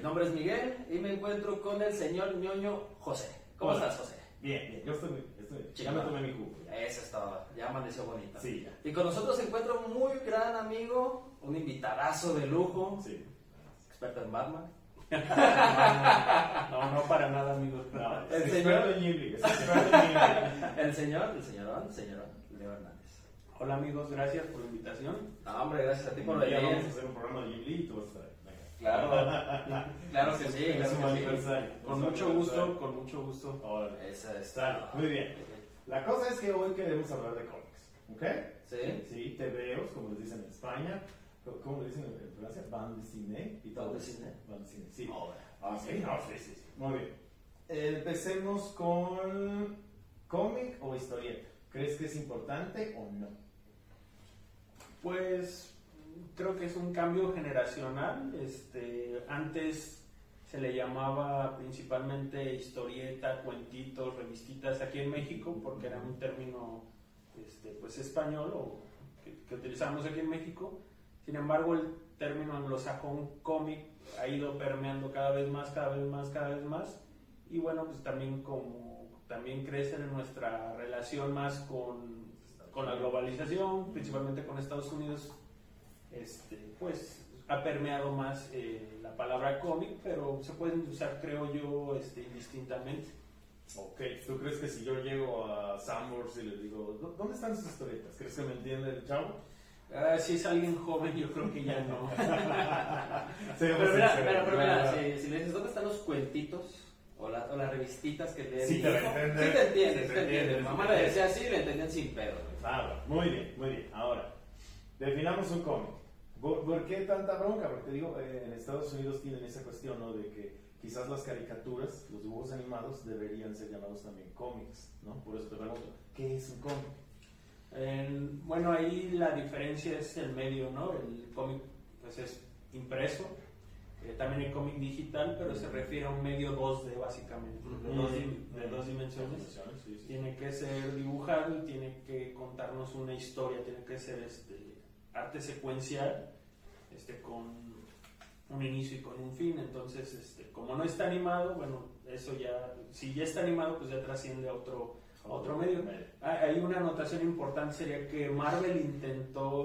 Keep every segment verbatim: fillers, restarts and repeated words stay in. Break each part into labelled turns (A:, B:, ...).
A: nombre es Miguel y me encuentro con el señor ñoño José. ¿Cómo
B: Hola.
A: estás, José?
B: Bien, bien, yo estoy muy, estoy,
A: Sí,
B: ya me
A: claro.
B: tomé mi jugo. ya.
A: Eso es todo, ya amaneció bonito.
B: Sí, ya.
A: Y con nosotros se encuentra un muy gran amigo, un invitadazo de lujo,
B: Sí.
A: experto en Batman.
C: No, no para nada, amigos.
B: No,
A: El
B: es
A: señor-
B: experto en Ghibli, es experto en Ghibli.
A: El señor, el señorón, el señorón, Leo Hernández.
C: Hola, amigos, gracias por la invitación.
A: No, hombre, gracias a ti por
B: Un día
A: venir.
B: vamos a hacer un programa de Ghibli y tú vas a estar ahí. Venga.
A: Claro, claro que sí,
B: Es
A: claro
B: un
A: que sí.
B: aniversario.
C: Con
B: Es un
C: mucho
B: aniversario.
C: gusto, con mucho gusto.
B: Órale.
A: Esa es.
B: Sale, muy bien. La cosa es que hoy queremos hablar de cómics, ¿ok?
A: Sí.
B: Sí, tebeos, como les dicen en España. ¿Cómo le dicen en Francia? Bande dessinée y todo.
A: Bande dessinée.
B: Bande dessinée, sí.
A: Ahora.
B: Ah, sí, no, sí, sí, sí. Muy bien. Empecemos con cómic o historieta. ¿Crees que es importante o no?
C: Pues creo que es un cambio generacional. Este, antes se le llamaba principalmente historieta, cuentitos, revistitas aquí en México, porque era un término este, pues español o que, que utilizamos aquí en México. Sin embargo, el término anglosajón cómic ha ido permeando cada vez más, cada vez más, cada vez más. Y bueno, pues también como también crece en nuestra relación más con, con la globalización, principalmente con Estados Unidos, este, pues ha permeado más eh, la palabra cómic, pero se pueden usar, creo yo, este, indistintamente.
B: Ok, ¿tú crees que si yo llego a Sanborns y les digo, "¿Dó- ¿dónde están sus historietas? ¿Crees que me entiende el chavo?
C: Ah, si es alguien joven, yo creo que ya no.
A: Pero mira, pero, pero mira, si, si le dices, ¿dónde están los cuentitos? O, la- o las revistitas que leen.
B: Sí te va a entender.
A: Sí te entiendes,
B: Sí te
A: te entiendes.
B: entiendes,
A: Mamá
B: sí
A: le
B: te
A: decía así y le entendían sin pedo. güey.
B: Ah, muy bien, muy bien. Ahora, definamos un cómic. ¿Por, por qué tanta bronca? Porque te digo, eh, en Estados Unidos tienen esa cuestión, ¿no? De que quizás las caricaturas, los dibujos animados, deberían ser llamados también cómics, ¿no? Por eso te pregunto, ¿qué es un cómic?
C: En- bueno, ahí la diferencia es el medio, ¿no? El cómic pues es impreso, eh, también hay cómic digital, pero se refiere a un medio dos D básicamente, de, dos, dim- de dos dimensiones.
B: Sí, sí.
C: Tiene que ser dibujado y tiene que contarnos una historia, tiene que ser este arte secuencial, este con un inicio y con un fin. Entonces, este, como no está animado, bueno, eso ya, si ya está animado, pues ya trasciende a otro, a otro medio. Ah, Hay una anotación importante, sería que Marvel intentó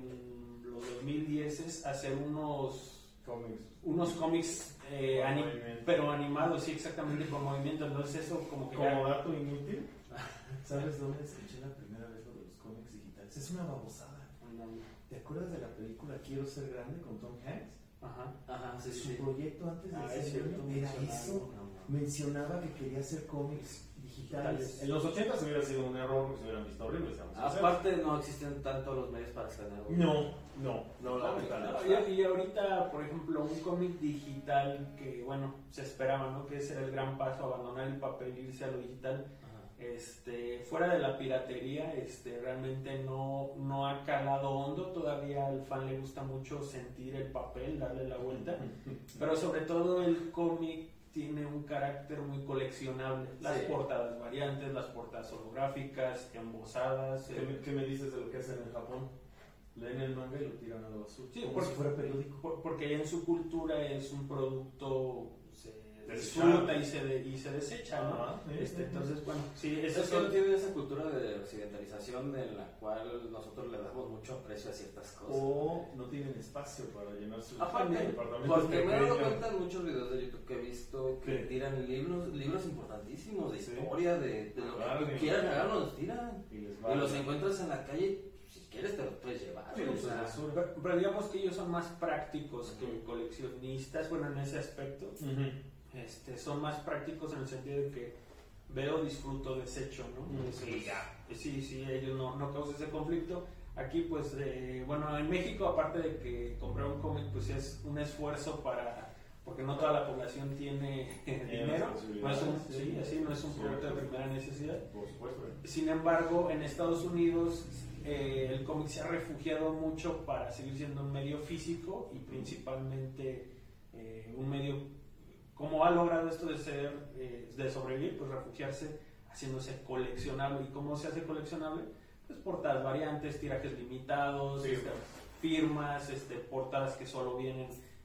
C: en los dos mil diez hacer unos
B: Cómics.
C: unos cómics eh,
B: Con
C: ani-
B: movimiento.
C: pero animados, sí, exactamente, con movimiento. Entonces eso como que ya-
B: Como dato inútil, ¿sabes dónde escuché la primera vez lo de los cómics digitales? Es una babosada. ¿Te acuerdas de la película Quiero ser grande con Tom Hanks?
C: Ajá.
A: Ajá, sí,
B: Su
A: sí.
B: proyecto antes de
C: Ah,
B: ser
C: es cierto,
B: niño era
C: mencionaba.
B: eso. Mencionaba que quería hacer cómics digitales.
C: Digitales.
B: En los ochenta hubiera sido un error porque se hubieran visto horribles. seamos sinceros.
A: Aparte, no existen tanto los medios para escanear. güey.
B: No, no, no, la
A: Cómic,
B: verdad.
C: No, y, y ahorita, por ejemplo, un cómic digital que, bueno, se esperaba, ¿no? Que ese era el gran paso, abandonar el papel e irse a lo digital.
A: Ajá.
C: Este, fuera de la piratería, este, realmente no, no ha calado hondo. Todavía al fan le gusta mucho sentir el papel, darle la vuelta. Pero sobre todo el cómic tiene un carácter muy coleccionable. Las
A: Sí.
C: portadas variantes, las portadas holográficas, embosadas.
B: ¿Qué
C: eh,
B: me, qué me dices de lo que hacen en Japón? Leen el manga y lo tiran a la basura.
C: Sí,
B: como
C: porque-
B: si fuera periódico.
C: por- porque ya en su cultura es un producto, se
B: Desechable.
C: disfruta y se, de- y se desecha, ¿no?
B: Ajá, sí,
C: Este,
B: sí.
C: entonces, bueno, sí,
A: Es
C: eso
A: que no
C: son-
A: tiene esa cultura de occidentalización en la cual nosotros le damos mucho aprecio a ciertas cosas.
B: O no tienen espacio para llenar su
A: Aparte,
B: departamento.
A: porque me he dado cuenta en muchos videos de YouTube que he visto que
B: ¿Qué?
A: tiran libros, libros importantísimos de
B: Sí.
A: historia, de, de lo
B: Claro,
A: que
B: sí.
A: quieran agarrar, los tiran.
B: Y les
A: Y
B: vale.
A: los encuentras en la calle, si quieres te los puedes llevar.
B: Sí,
A: o
B: pues,
A: sea,
B: basura.
C: pero, pero digamos que ellos son más prácticos que coleccionistas, bueno, en ese aspecto.
B: Ujú.
C: Este, son más prácticos en el sentido de que veo, disfruto, desecho, ¿no?
B: Mm,
C: Eso
B: sí,
C: es-
B: ya.
C: Sí, sí, ellos no, no causan ese conflicto. Aquí, pues, eh, bueno, en México, aparte de que comprar un cómic, pues es un esfuerzo para, porque no toda la población tiene dinero,
B: las
C: no es un,
B: posibilidades,
C: sí, así no es un
B: sí.
C: producto de primera necesidad.
B: Por supuesto. ¿eh?
C: Sin embargo, en Estados Unidos eh, el cómic se ha refugiado mucho para seguir siendo un medio físico y principalmente eh, un medio. ¿Cómo ha logrado esto de ser, eh, de sobrevivir? Pues refugiarse haciéndose coleccionable. ¿Y cómo se hace coleccionable? Pues portadas variantes, tirajes limitados,
B: Sí.
C: este, firmas, este, portadas que solo vienen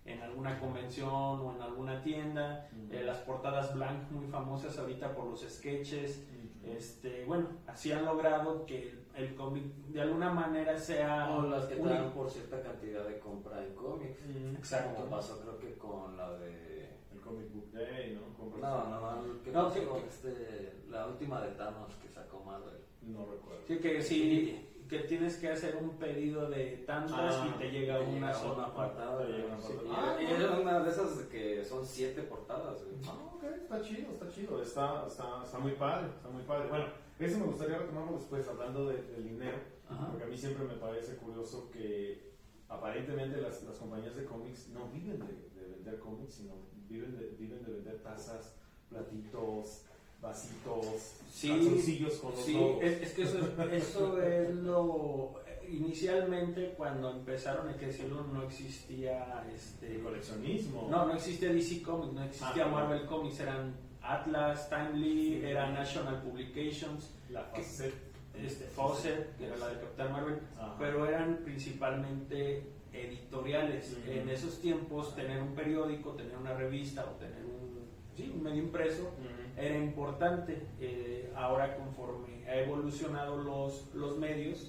C: en alguna convención o en alguna tienda, uh-huh. eh, las portadas blank muy famosas ahorita por los sketches, uh-huh. este, bueno, así han logrado que el, el cómic de alguna manera sea...
A: O las que te dan por cierta cantidad de compra en cómics.
C: Uh-huh. Exacto.
A: Como pasó creo que con la de...
B: El Comic Book Day, ¿no?
A: Compras no, no, no, ¿qué
C: no,
A: pasó
C: que,
A: con este, la última de Thanos que sacó Marvel?
B: No recuerdo.
C: Sí, que sí... que tienes que hacer un pedido de tantas ah, y te llega te una
A: sola una portada.
B: Sí.
A: Ah, y es una de esas que son siete portadas. Güey.
B: Ah, ok, está chido, está chido, está, está, está muy padre, está muy padre. Bueno, eso me gustaría retomarlo después, hablando de, del dinero, ajá. Porque a mí siempre me parece curioso que aparentemente las, las compañías de cómics no viven de, de vender cómics, sino viven de, viven de vender tazas, platitos, vasitos,
C: sí,
B: calzoncillos con los
C: sí,
B: logos.
C: Es, es que eso, eso es lo... Inicialmente, cuando empezaron, hay que decirlo, no existía este...
B: El coleccionismo.
C: No, no existía D C Comics, no existía
B: ah,
C: Marvel no. Comics, eran Atlas, Timely, sí, era National Publications,
B: la Fawcett,
C: este, Fawcett, que era la de Capitán Marvel, ajá. Pero eran principalmente editoriales. Uh-huh. En esos tiempos, tener un periódico, tener una revista o tener un, sí, un medio impreso, uh-huh. Era importante. Eh, ahora, conforme ha evolucionado los, los medios,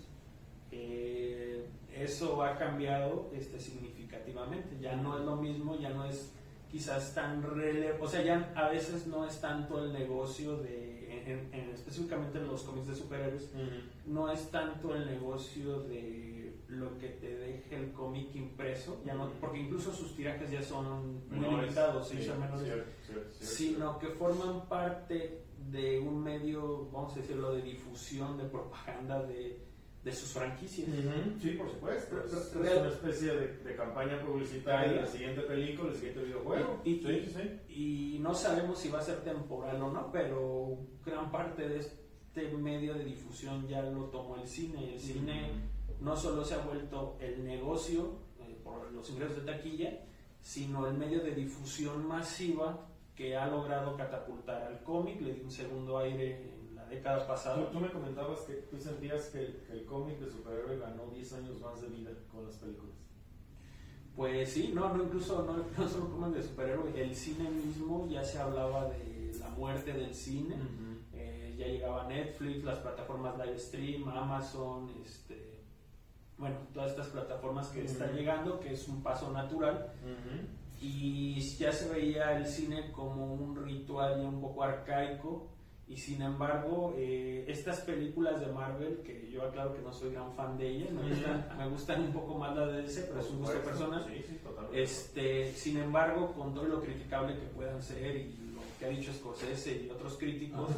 C: eh, eso ha cambiado este, significativamente. Ya no es lo mismo, ya no es quizás tan relevante, o sea, ya a veces no es tanto el negocio de, en, en, específicamente en los cómics de superhéroes, uh-huh. No es tanto el negocio de lo que te deje el cómic impreso, ya no, porque incluso sus tirajes ya son muy menores, limitados, sí, son menores, cierto, cierto, cierto, sino que forman parte de un medio, vamos a decirlo, de difusión, de propaganda de, de sus franquicias.
B: Uh-huh. Sí, por supuesto. Es, es una especie de, de campaña publicitaria, la siguiente película, el siguiente videojuego.
C: Y, y, sí, y, sí. y no sabemos si va a ser temporal o no, pero gran parte de este medio de difusión ya lo tomó el cine. El cine uh-huh. no solo se ha vuelto el negocio eh, por los ingresos de taquilla, sino el medio de difusión masiva que ha logrado catapultar al cómic, le dio un segundo aire en la década pasada.
B: Tú, tú me comentabas que tú sentías que el, el cómic de superhéroe ganó diez años más de vida con las películas.
C: Pues sí, no, no incluso no, no solo cómic de superhéroe, el cine mismo ya se hablaba de la muerte del cine, uh-huh. eh, ya llegaba Netflix, las plataformas live stream, Amazon, este, bueno, todas estas plataformas que uh-huh. están llegando, que es un paso natural. Uh-huh. Y ya se veía el cine como un ritual ya un poco arcaico, y sin embargo eh, estas películas de Marvel, que yo aclaro que no soy gran fan de ellas, me gustan, me gustan un poco más las de D C, pero es un gusto personal.
B: Sí, sí,
C: este, sin embargo, con todo lo criticable que puedan ser y lo que ha dicho Scorsese y otros críticos,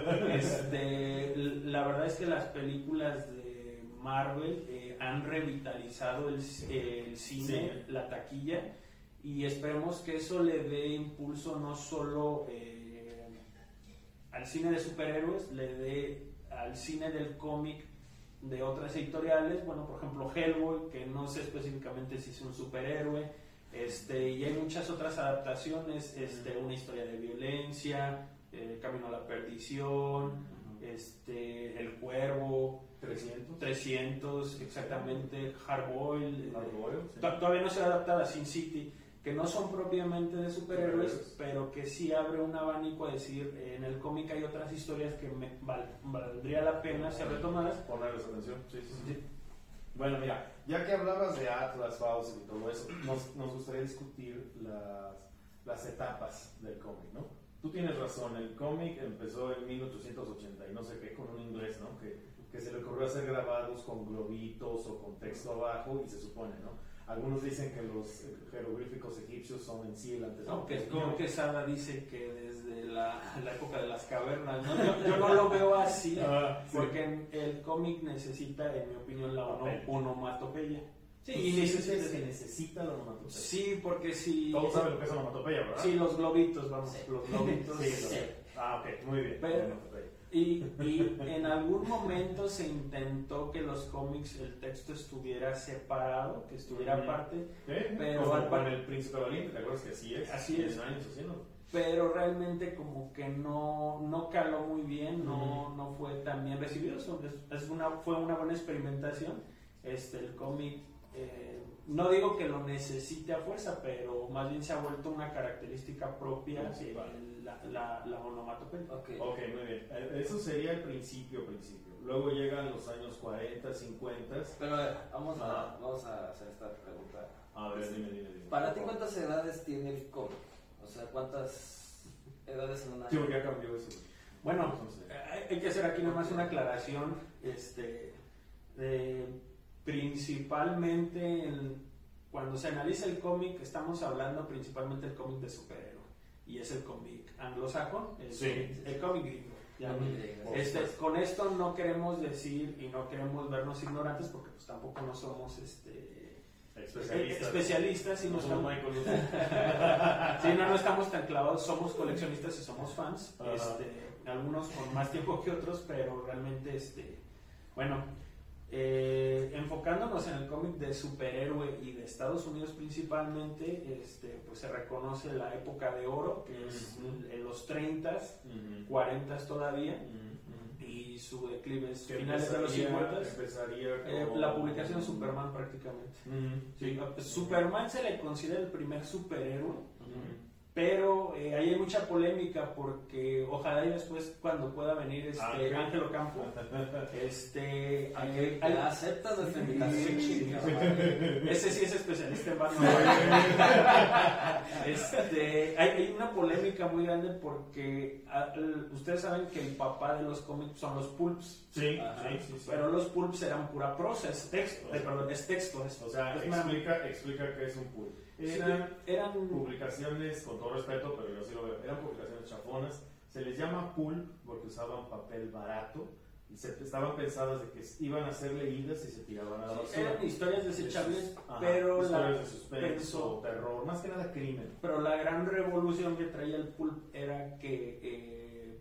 C: este, la verdad es que las películas de Marvel eh, han revitalizado el, eh, el cine, sí. La taquilla, y esperemos que eso le dé impulso no solo eh, al cine de superhéroes, le dé al cine del cómic de otras editoriales. Bueno, por ejemplo Hellboy, que no sé específicamente si es un superhéroe, este, y hay muchas otras adaptaciones, este, una historia de violencia, eh, Camino a la Perdición, uh-huh. este, El Cuervo,
B: trescientos,
C: trescientos exactamente, Hardboiled,
B: Hardboiled
C: eh,
B: sí.
C: Todavía no se ha adaptado a Sin City, que no son propiamente de superhéroes, superhéroes, pero que sí abre un abanico a decir, eh, en el cómic hay otras historias que me val, valdría la pena ser retomadas.
B: Ponerles atención, sí, sí, sí. sí. Bueno, mira, ya que hablabas de Atlas, Fawcett y todo eso, nos, nos gustaría discutir las, las etapas del cómic, ¿no? Tú tienes razón, el cómic empezó en mil ochocientos ochenta y no sé qué, con un inglés, ¿no? Que, que se le ocurrió hacer grabados con globitos o con texto abajo, y se supone, ¿no? Algunos dicen que los jeroglíficos egipcios son en sí el antecedente.
C: No, que Quesada dice que desde la, la época de las cavernas, ¿no? Yo, yo no lo veo así, ah, sí. Porque el cómic necesita, en mi opinión, la onomatopeya.
B: Sí, y necesita, se necesita la onomatopeya.
C: Sí, porque si...
B: Todos saben lo que es onomatopeya, ¿verdad?
C: Sí, los globitos, vamos,
A: sí.
C: los globitos.
B: Sí, sí. Ah, ok, muy bien.
C: Pero, y, y en algún momento se intentó que los cómics, el texto estuviera separado, que estuviera mm-hmm. aparte,
B: ¿Eh?
C: pero
B: como con el Príncipe Valiente, ¿te acuerdas que así es?
C: Así es.
B: Años haciendo.
C: Pero realmente como que no, no caló muy bien, no, mm-hmm. no fue tan bien recibido. Es una, fue una buena experimentación. Este, el cómic eh, no digo que lo necesite a fuerza, pero más bien se ha vuelto una característica propia
B: sí,
C: de
B: vale.
C: la, la, la onomatopeya.
B: Okay. ok, muy bien. Eso sería el principio, principio. Luego llegan los años cuarenta, cincuenta.
A: Pero a ver, vamos a, vamos a hacer esta pregunta.
B: A ver, dime, dime, dime.
A: Para ti, ¿cuántas edades tiene el cómic? O sea, ¿cuántas edades en un año?
B: Sí, porque ya cambió eso.
C: Bueno, Entonces, hay que hacer aquí nomás una aclaración. Este, eh, principalmente, en, cuando se analiza el cómic, estamos hablando principalmente del cómic de superhéroe. Y es el cómic anglosajón, el,
B: sí,
C: el, el cómic gringo. Ya,
A: gringo.
C: Este, con esto no queremos decir y no queremos vernos ignorantes, porque pues tampoco no somos este,
B: especialistas,
C: especialistas y no,
B: no
C: estamos,
B: Michael
C: sí, no, no estamos tan clavados, somos coleccionistas y somos fans, este, algunos con más tiempo que otros, pero realmente, este, bueno, eh, enfocándonos en el cómic de superhéroe y de Estados Unidos principalmente, este, pues se reconoce la época de oro, que uh-huh. es en los treintas, uh-huh. cuarentas todavía, uh-huh. y su declive es finales de los cincuentas. Eh, la publicación de Superman prácticamente. Uh-huh. Sí, Superman se le considera el primer superhéroe, uh-huh. pero eh, ahí hay mucha polémica porque ojalá y después cuando pueda venir este ah, okay. Ángel Ocampo este
A: hay, hay, aceptas nuestra invitación.
C: Sí, sí, ese sí es especialista en Batman. este hay, hay una polémica muy grande porque a, el, ustedes saben que el papá de los cómics son los pulps.
B: Sí, Ajá, sí, sí, sí.
C: Pero los pulps eran pura prosa, es texto, eh, perdón, es texto. Es,
B: o sea,
C: es
B: explica, una... explica qué es un pulp. Eran,
C: sí, eran
B: publicaciones, con todo respeto, pero yo sí lo veo, eran publicaciones chafonas. Se les llama pulp porque usaban papel barato y se, estaban pensadas de que iban a ser leídas y se tiraban a la basura.
C: Sí, eran historias desechables,
B: Ajá,
C: pero
B: historias
C: la,
B: de suspenso, pero, terror, más que nada crimen.
C: Pero la gran revolución que traía el pulp era que, eh,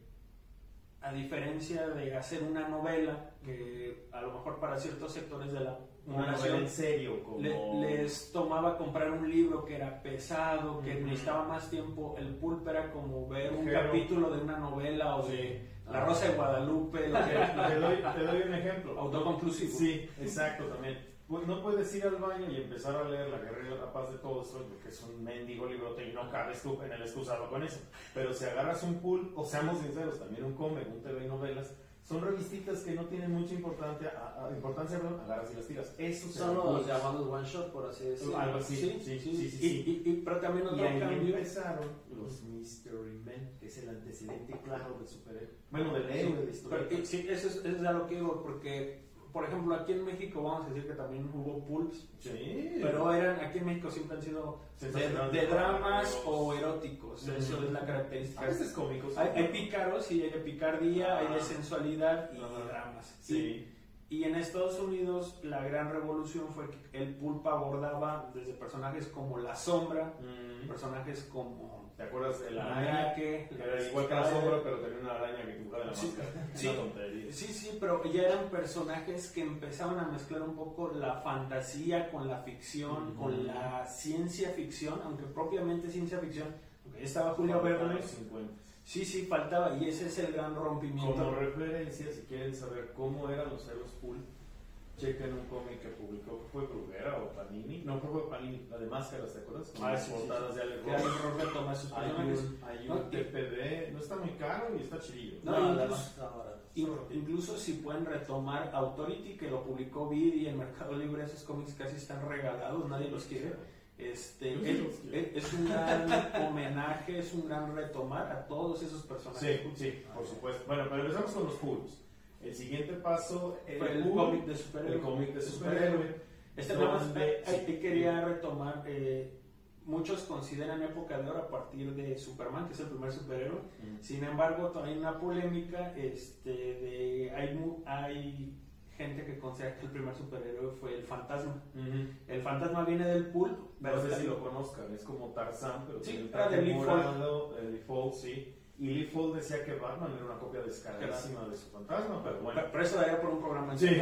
C: a diferencia de hacer una novela, que a lo mejor para ciertos sectores de la
B: una novela en serio, como...
C: Le, les tomaba comprar un libro que era pesado, que uh-huh. necesitaba más tiempo. El pulp era como ver un Pero, capítulo de una novela o de La Rosa de Guadalupe. Lo que,
B: te, doy, te doy un ejemplo.
C: Autoconclusivo.
B: Sí, exacto, también. No puedes ir al baño y empezar a leer La Guerra y la Paz de Todos, porque es un mendigo librote y no cabes tú en el excusado con eso. Pero si agarras un pulp, o seamos sinceros, también un cómic, un T V y novelas, son revistitas que no tienen mucha importancia, a, a, importancia, perdón, agarras y las tiras. Esos
A: son los llamados one shot, por así decirlo.
B: Algo así, sí, sí, sí. sí, sí, sí.
C: Y, y, y, pero también otro
B: y ahí
C: cambio.
B: empezaron los Mystery Men, que es el antecedente claro del superhéroe. Bueno, del héroe de historia.
C: Pero, sí, eso es, eso es a lo que digo, porque, por ejemplo, aquí en México vamos a decir que también hubo pulps.
B: Sí.
C: Pero eran, aquí en México siempre han sido de, de dramas o eróticos. Mm-hmm. Eso es la característica.
B: A veces cómicos.
C: Hay, hay pícaros y hay de picardía, ah, hay de sensualidad y
B: ah,
C: dramas.
B: Sí.
C: Y, y en Estados Unidos la gran revolución fue que el pulp abordaba desde personajes como La Sombra, mm-hmm. personajes como...
B: ¿Te acuerdas de la araña? Que, que era igual que La Sombra, pero tenía una araña que dibujaba de la
C: sí,
B: máscara.
C: Sí,
B: una tontería.
C: Sí, sí, pero ya eran personajes que empezaban a mezclar un poco la fantasía con la ficción, uh-huh. con la ciencia ficción, aunque propiamente ciencia ficción. Porque estaba Julio Verne. Sí, sí, faltaba, y ese es el gran rompimiento.
B: Como referencia, si quieren saber cómo eran los héroes pulp, chequen un cómic que publicó, que fue Bruguera o Panini, no fue Panini, la de Máscaras, ¿te acuerdas? Con
C: ah,
B: las
C: sí,
B: portadas
C: sí,
B: de Alex
C: Ross. Que Alex Ross retoma sus personajes.
B: Hay un, un T P D, no está muy caro y está chidillo.
C: No, no, incluso, incluso, incluso si pueden retomar Authority, que lo publicó Vid y en Mercado Libre, esos cómics casi están regalados, nadie los quiere. Este, es, es, es un gran homenaje, es un gran retomar a todos esos personajes.
B: Sí, sí, por supuesto. Bueno, pero empezamos con los pulps. El siguiente paso
C: el fue el cómic de superhéroe.
B: El cómic de superhéroe.
C: Este nada más sí, quería retomar. Eh, muchos consideran época de oro a partir de Superman, que es el primer superhéroe. Mm. Sin embargo, hay una polémica. Este, de, hay, hay gente que considera que el primer superhéroe fue el Fantasma. Mm-hmm. El Fantasma viene del pulp.
B: No sé si lo conozcan, es como Tarzán, pero
C: sí,
B: tiene el morado, el default, sí. Y Lee Falk decía que Batman era una copia descaradísima de su fantasma, pero bueno.
C: Pero eso daría por un programa en
B: sí,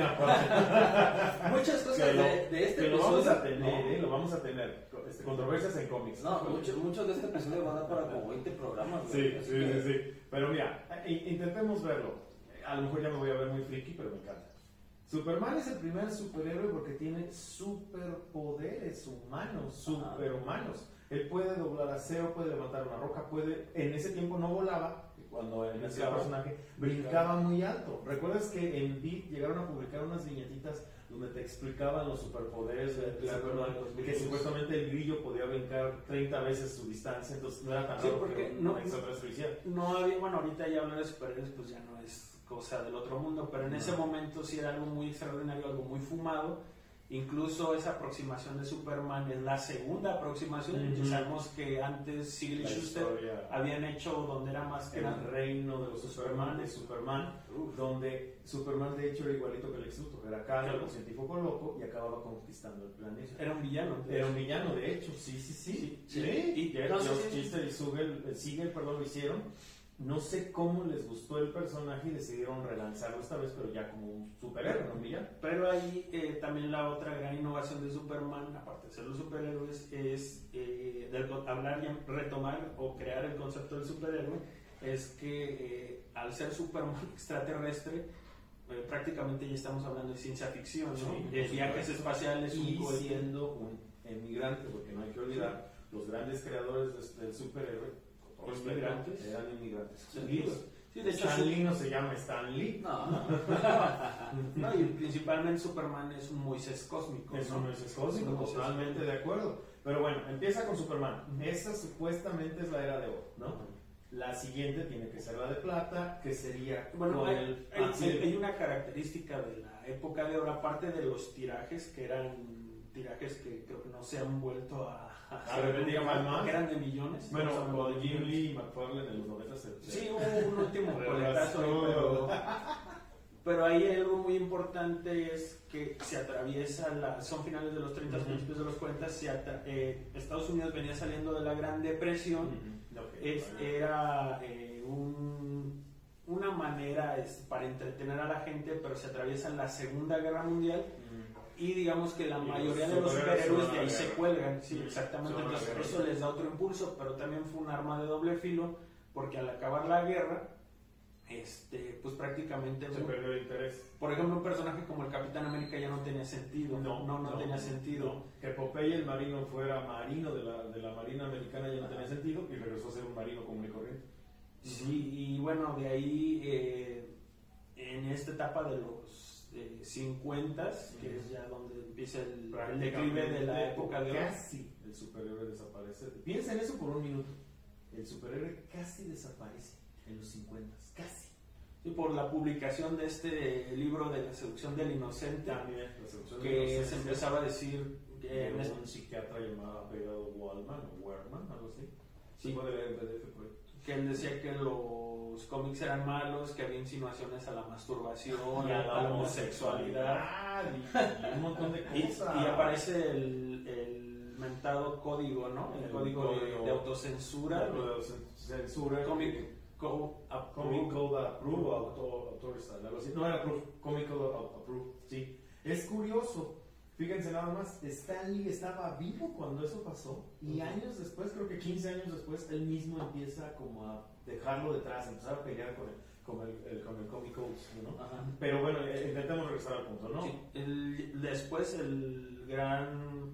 A: muchas cosas
B: lo,
A: de, de este
B: que
A: episodio.
B: Lo vamos a tener, no. eh, lo vamos a tener. Este, controversias en cómics.
A: No, muchos mucho de este episodio van a dar para como veinte programas.
B: Sí, sí, que... sí, sí. Pero mira, intentemos verlo. A lo mejor ya me voy a ver muy friki, pero me encanta. Superman es el primer superhéroe porque tiene superpoderes humanos, superhumanos. Él puede doblar acero, puede levantar una roca, puede... En ese tiempo no volaba, cuando en ese personaje brincaba muy alto. ¿Recuerdas que en Beat llegaron a publicar unas viñetitas donde te explicaban los superpoderes de, de Superman, que supuestamente el grillo podía brincar treinta veces su distancia, entonces no era tan raro
C: sí,
B: que
C: no,
B: un extraterrestre lo hiciera?
C: No había, bueno, ahorita ya hablar de superhéroes pues ya no es cosa del otro mundo, pero en no. ese momento sí era algo muy extraordinario, algo muy fumado. Incluso esa aproximación de Superman es la segunda aproximación. Uh-huh. Sabemos que antes Siegel y Shuster habían hecho donde era más que
B: el
C: era...
B: reino de los Superman, de Superman, Uf. donde Superman de hecho era igualito que el Lex Luthor, era calvo, claro. científico loco y acababa conquistando el planeta.
C: Era un villano.
B: Era un villano, de hecho, sí, sí, sí. sí, sí. sí. Y que no, los Shuster y Siegel, Siegel, perdón, lo hicieron. No sé cómo les gustó el personaje y decidieron relanzarlo esta vez, pero ya como un superhéroe, ¿no, villano?
C: Pero ahí eh, también la otra gran innovación de Superman, aparte de ser los superhéroes, es eh, del, hablar y retomar o crear el concepto del superhéroe, es que eh, al ser Superman extraterrestre, eh, prácticamente ya estamos hablando de ciencia ficción, ¿no? Sí, de viajes espaciales.
B: Y un siendo un emigrante, porque no hay que olvidar, los grandes creadores del superhéroe
C: los inmigrantes
B: eran inmigrantes.
C: Sí, sí, de hecho,
B: Stan Lee no se llama Stan Lee.
C: No, no. no y principalmente Superman es un Moisés cósmico.
B: Es
C: ¿no?
B: un Moisés cósmico, Moisés totalmente cósmico. De acuerdo. Pero bueno, empieza con Superman. Uh-huh. Esa supuestamente es la era de oro, ¿no? Uh-huh. La siguiente tiene que ser la de plata, que sería
C: bueno,
B: con
C: hay,
B: el...
C: Hay, ah, sí. hay una característica de la época de oro, aparte de los tirajes, que eran tirajes que creo que no se han vuelto a...
B: A repetir más, más.
C: Que eran de millones.
B: Bueno, con Jim Lee y McFarlane en los noventa se...
C: Sí, hubo un último coletazo ahí, pero... Pero ahí hay algo muy importante, es que se atraviesa, la, son finales de los treinta, uh-huh. principios de los cuarenta, se atra, eh, Estados Unidos venía saliendo de la Gran Depresión, uh-huh. okay, es, bueno. era eh, un, una manera es, para entretener a la gente, pero se atraviesa la Segunda Guerra Mundial, uh-huh. y digamos que la y mayoría de los superhéroes de ahí se cuelgan, sí, exactamente, entonces eso les da otro impulso, pero también fue un arma de doble filo, porque al acabar la guerra, este, pues prácticamente
B: se perdió el interés.
C: Por ejemplo, un personaje como el Capitán América ya no tenía sentido, no, no, no, no tenía sentido. No.
B: Que Popeye el marino fuera marino de la, de la Marina Americana ya no tenía sentido y regresó a ser un marino común y corriente.
C: Sí, y bueno, de ahí, eh, en esta etapa de los eh, cincuenta, que uh-huh. es ya donde empieza el, el declive de la época de oro.
B: Casi el superhéroe desaparece. Piensa en eso por un minuto. El superhéroe casi desaparece en los cincuenta, casi.
C: Y por la publicación de este libro de La seducción del inocente,
B: también, la seducción
C: que
B: del inocente,
C: se empezaba a decir que
B: en un psiquiatra llamado apellidado Waldman o Werman, algo así. Sí, puede leer en P D F por ahí.
C: Que él decía que los cómics eran malos, que había insinuaciones a la masturbación,
B: y a la,
C: a la homosexualidad,
B: y, y un montón de cosas.
C: Y, y aparece el, el mentado código, ¿no? El, el código, código de, de autocensura.
B: De autocensura.
C: Comic Code
B: Comic Code Approve, autorizado, algo así. No era Approve, Comic Code Approve, sí. Es curioso. Fíjense nada más, Stan Lee estaba vivo cuando eso pasó y años después, creo que quince años después, él mismo empieza como a dejarlo detrás, empezar a pelear con el, con el, el, con el Comic Code, ¿no? Ajá. Pero bueno, eh, intentemos regresar al punto, ¿no?
C: Sí, el, después el gran...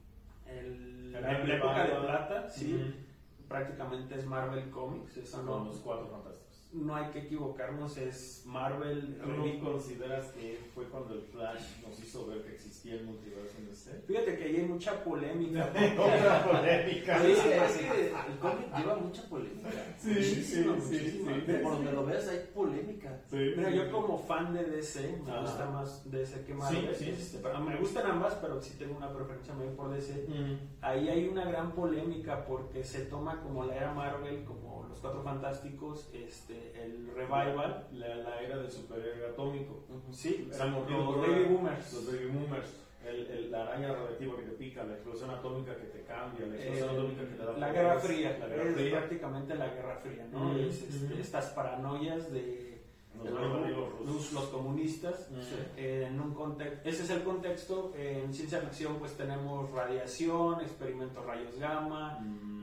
C: El,
B: el
C: la, la época de plata, sí, uh-huh. prácticamente es Marvel Comics, eso
B: con
C: no,
B: los Cuatro Fantásticos.
C: No hay que equivocarnos, es Marvel.
B: ¿Tú no consideras que fue cuando el Flash nos hizo ver que existía el multiverso en D C?
C: Fíjate que ahí hay mucha polémica.
B: Otra polémica.
A: Sí, sí, es que el cómic lleva mucha polémica.
B: Sí, muchísima,
A: sí, muchísima.
B: sí, sí,
A: Por sí, donde sí. lo ves hay polémica.
B: Sí,
C: Mira,
B: sí,
C: yo
B: sí.
C: como fan de D C, me ah. gusta más D C que Marvel.
B: Sí, sí.
C: Este, pero me gustan ambas, pero sí tengo una preferencia mayor por D C.
B: Mm.
C: Ahí hay una gran polémica porque se toma como la era Marvel, como los Cuatro Fantásticos, este, el revival.
B: La, la era del superhéroe atómico.
C: Uh-huh. Sí,
B: los
C: baby boomers.
B: Los baby boomers. El, el, la araña radiactiva que te pica, la explosión atómica que te cambia, la explosión eh, atómica que te da...
C: La Guerra Fría.
B: La Guerra
C: es
B: Fría.
C: prácticamente la Guerra Fría, ¿no?
B: Mm-hmm.
C: Es, este, estas paranoias de...
B: Los,
C: de
B: los,
C: los, los, los comunistas.
B: Mm-hmm.
C: eh, en un contexto, ese es el contexto. En ciencia ficción pues tenemos radiación, experimentos rayos gamma, mm-hmm.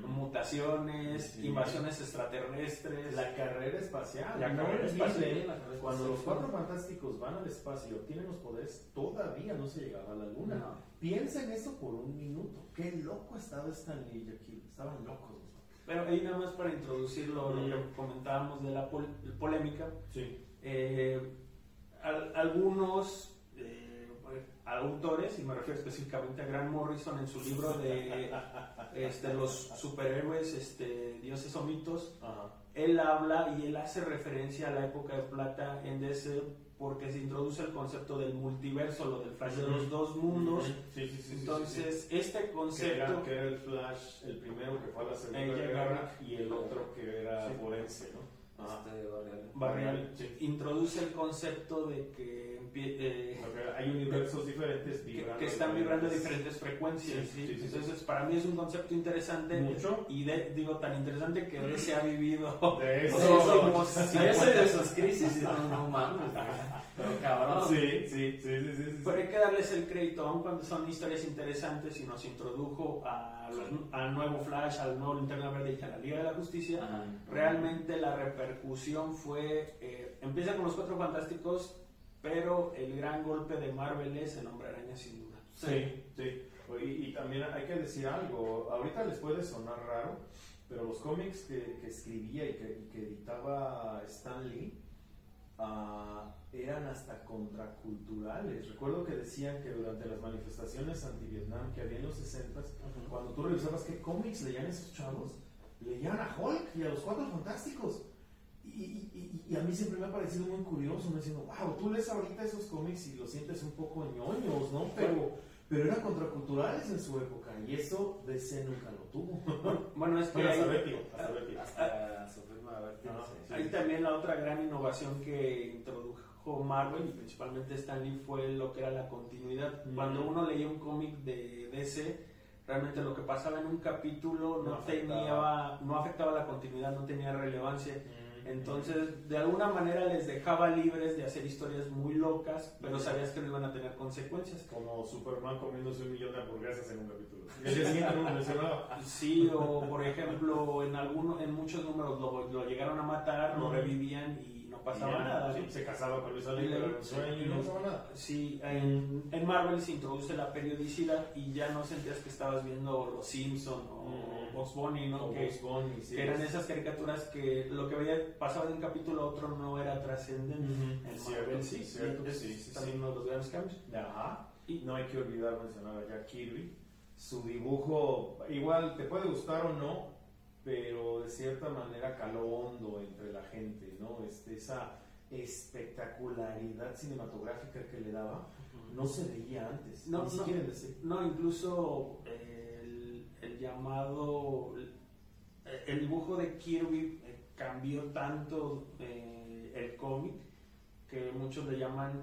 C: mutaciones, sí. invasiones extraterrestres,
B: la carrera espacial.
C: La
B: no
C: carrera espacial.
B: Cuando los Cuatro Fantásticos van al espacio y obtienen los poderes, todavía no se llegaba a la luna. No. Piensa en eso por un minuto. Qué loco estaba Stan Lee y Jack Kirby. Estaban locos.
C: Pero ahí nada más para introducirlo, mm. lo que comentábamos de la pol polémica.
B: Sí.
C: Eh, al, algunos eh, autores, y me refiero específicamente a Grant Morrison en su libro de este, los superhéroes, este, dioses o mitos,
B: Ajá.
C: él habla y él hace referencia a la época de plata en D C porque se introduce el concepto del multiverso, lo del Flash, uh-huh. de los dos mundos.
B: Uh-huh. Sí, sí, sí,
C: entonces,
B: sí, sí.
C: este concepto...
B: Que era, que era el Flash, el primero que fue a la Segunda Guerra, y el otro que era sí. forense, ¿no?
A: Este, Barrial.
C: Barrial sí. Introduce el concepto de que eh,
B: hay universos diferentes vibrando
C: que, que están vibrando a diferentes frecuencias.
B: Sí, sí, sí,
C: entonces
B: sí.
C: para mí es un concepto interesante.
B: Mucho.
C: Y de, digo tan interesante que él se ha vivido
B: de eso.
A: Como si fuese de esas crisis. No, no mames. Pero cabrón.
B: Sí, sí, sí, sí, sí, sí.
C: Pero hay que darles el crédito, aun cuando son historias interesantes y nos introdujo a los, al nuevo Flash, al nuevo Linterna Verde y a la Liga de la Justicia. Ajá. Realmente la repercusión fue, eh, empieza con los Cuatro Fantásticos, pero el gran golpe de Marvel es el Hombre Araña sin duda.
B: Sí, sí. Y, y también hay que decir algo, ahorita les puede sonar raro, pero los cómics que, que escribía y que, y que editaba Stan Lee uh, eran hasta contraculturales. Recuerdo que decían que durante las manifestaciones anti-Vietnam que había en los sesentas, uh-huh. cuando tú revisabas qué cómics leían esos chavos, leían a Hulk y a los Cuatro Fantásticos. Y, y, y a mí siempre me ha parecido muy curioso, me diciendo, wow, tú lees ahorita esos cómics y los sientes un poco ñoños, ¿no? Pero, pero eran contraculturales en su época y eso D C nunca lo tuvo.
C: Bueno, es que
B: bueno,
C: hay,
B: hasta Betty, hasta Betty.
A: Hasta su firma Betty.
C: No, sí, hay sí. también la otra gran innovación que introdujo Marvel y principalmente Stan Lee fue lo que era la continuidad. Mm. Cuando uno leía un cómic de D C, realmente lo que pasaba en un capítulo no, no tenía, no afectaba la continuidad, no tenía relevancia. Mm. Entonces, de alguna manera les dejaba libres de hacer historias muy locas, pero sabías que no iban a tener consecuencias.
B: Como Superman comiéndose un millón de hamburguesas en un capítulo. El día siguiente no lo mencionaba.
C: Sí, o por ejemplo, en alguno, en muchos números lo, lo llegaron a matar, lo revivían y no pasaba
B: y
C: nada.
B: Sí, se casaba con Luis Alí, pero en un sueño y no pasaba nada.
C: Sí, en, en Marvel se introduce la periodicidad y ya no sentías que estabas viendo Los Simpson o mm. Bugs Bunny, ¿no?
B: O
C: que,
B: Bugs Bunny, sí,
C: que eran esas caricaturas que lo que veía pasaba de un capítulo a otro no era trascendente.
B: Mm-hmm.
C: En
B: cierto,
C: Marvel
B: sí,
C: sí,
B: cierto,
C: es,
B: sí, sí,
C: también
B: sí.
C: uno de los grandes cambios.
B: Ajá. Y no hay que olvidar mencionar a Jack Kirby. Su dibujo, igual te puede gustar o no, pero de cierta manera caló hondo entre la gente, ¿no? Este, esa espectacularidad cinematográfica que le daba no se veía antes.
C: No,
B: ni
C: no,
B: quieren decir.
C: no incluso eh, el, el llamado el, el dibujo de Kirby eh, cambió tanto eh, el cómic que muchos le llaman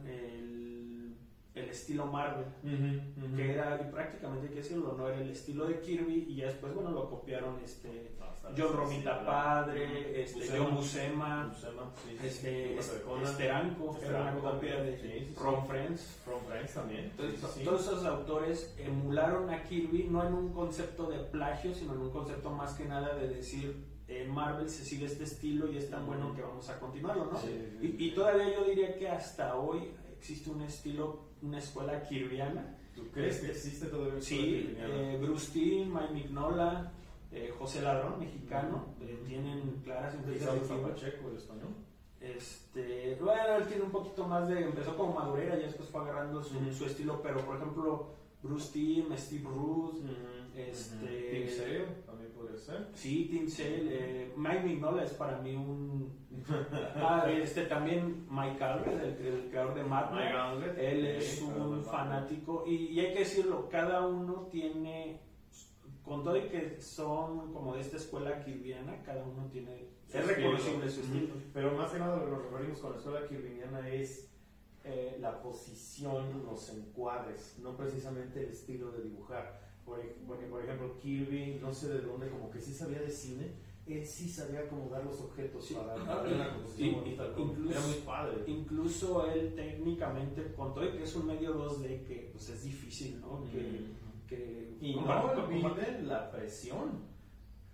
C: el, el estilo Marvel,
B: uh-huh, uh-huh.
C: que era, y prácticamente hay que decirlo, no era el estilo de Kirby, y ya después, bueno, lo copiaron este John Romita Padre, este,
B: Buscema,
C: John Buscema,
B: Buscema sí,
C: este,
B: sí,
C: Esteranco, era una copia de
B: sí, sí,
C: Ron
B: sí.
C: Friends.
B: Ron Friends también.
C: Entonces,
B: sí, sí.
C: todos esos autores emularon a Kirby, no en un concepto de plagio, sino en un concepto más que nada de decir, en Marvel se sigue este estilo y es tan bueno que vamos a continuarlo, ¿no?
B: Sí,
C: y,
B: sí.
C: y todavía yo diría que hasta hoy existe un estilo, una escuela kirviana.
B: ¿Tú crees que existe todavía una escuela
C: Sí,
B: kirviana?
C: eh, Bruce Timm, Mike Mignola, eh, José Ladrón, mexicano, uh-huh. eh, tienen claras influencias de Kirby.
B: Pacheco, el español?
C: Este, bueno, él tiene un poquito más de, empezó como madurera y después fue agarrando su,
B: uh-huh.
C: su estilo, pero por ejemplo Bruce Timm, Steve Ruth,
B: uh-huh.
C: este,
B: uh-huh. Tim Sale también podría ser.
C: Sí, Tim Sale, eh, Mike Mignola es para mí un ah, este también Mike Allred, el, el creador de Mad Men, él es un fanático y, y hay que decirlo, cada uno tiene, con todo y que son como de esta escuela kirviana, cada uno tiene,
B: su
C: es
B: estilo.
C: reconocible su estilo.
B: Pero más que nada lo que nos referimos con la escuela kirviana es eh, la posición, los encuadres, no precisamente el estilo de dibujar. Porque, por ejemplo, Kirby, no sé de dónde, como que sí sabía de cine, él sí sabía acomodar los objetos sí. para darle una composición bonita.
C: Incluso,
B: era muy padre.
C: Incluso él técnicamente, con todo y que es un medio dos D, que pues es difícil, ¿no? Mm. Que, que
B: y no olviden la presión.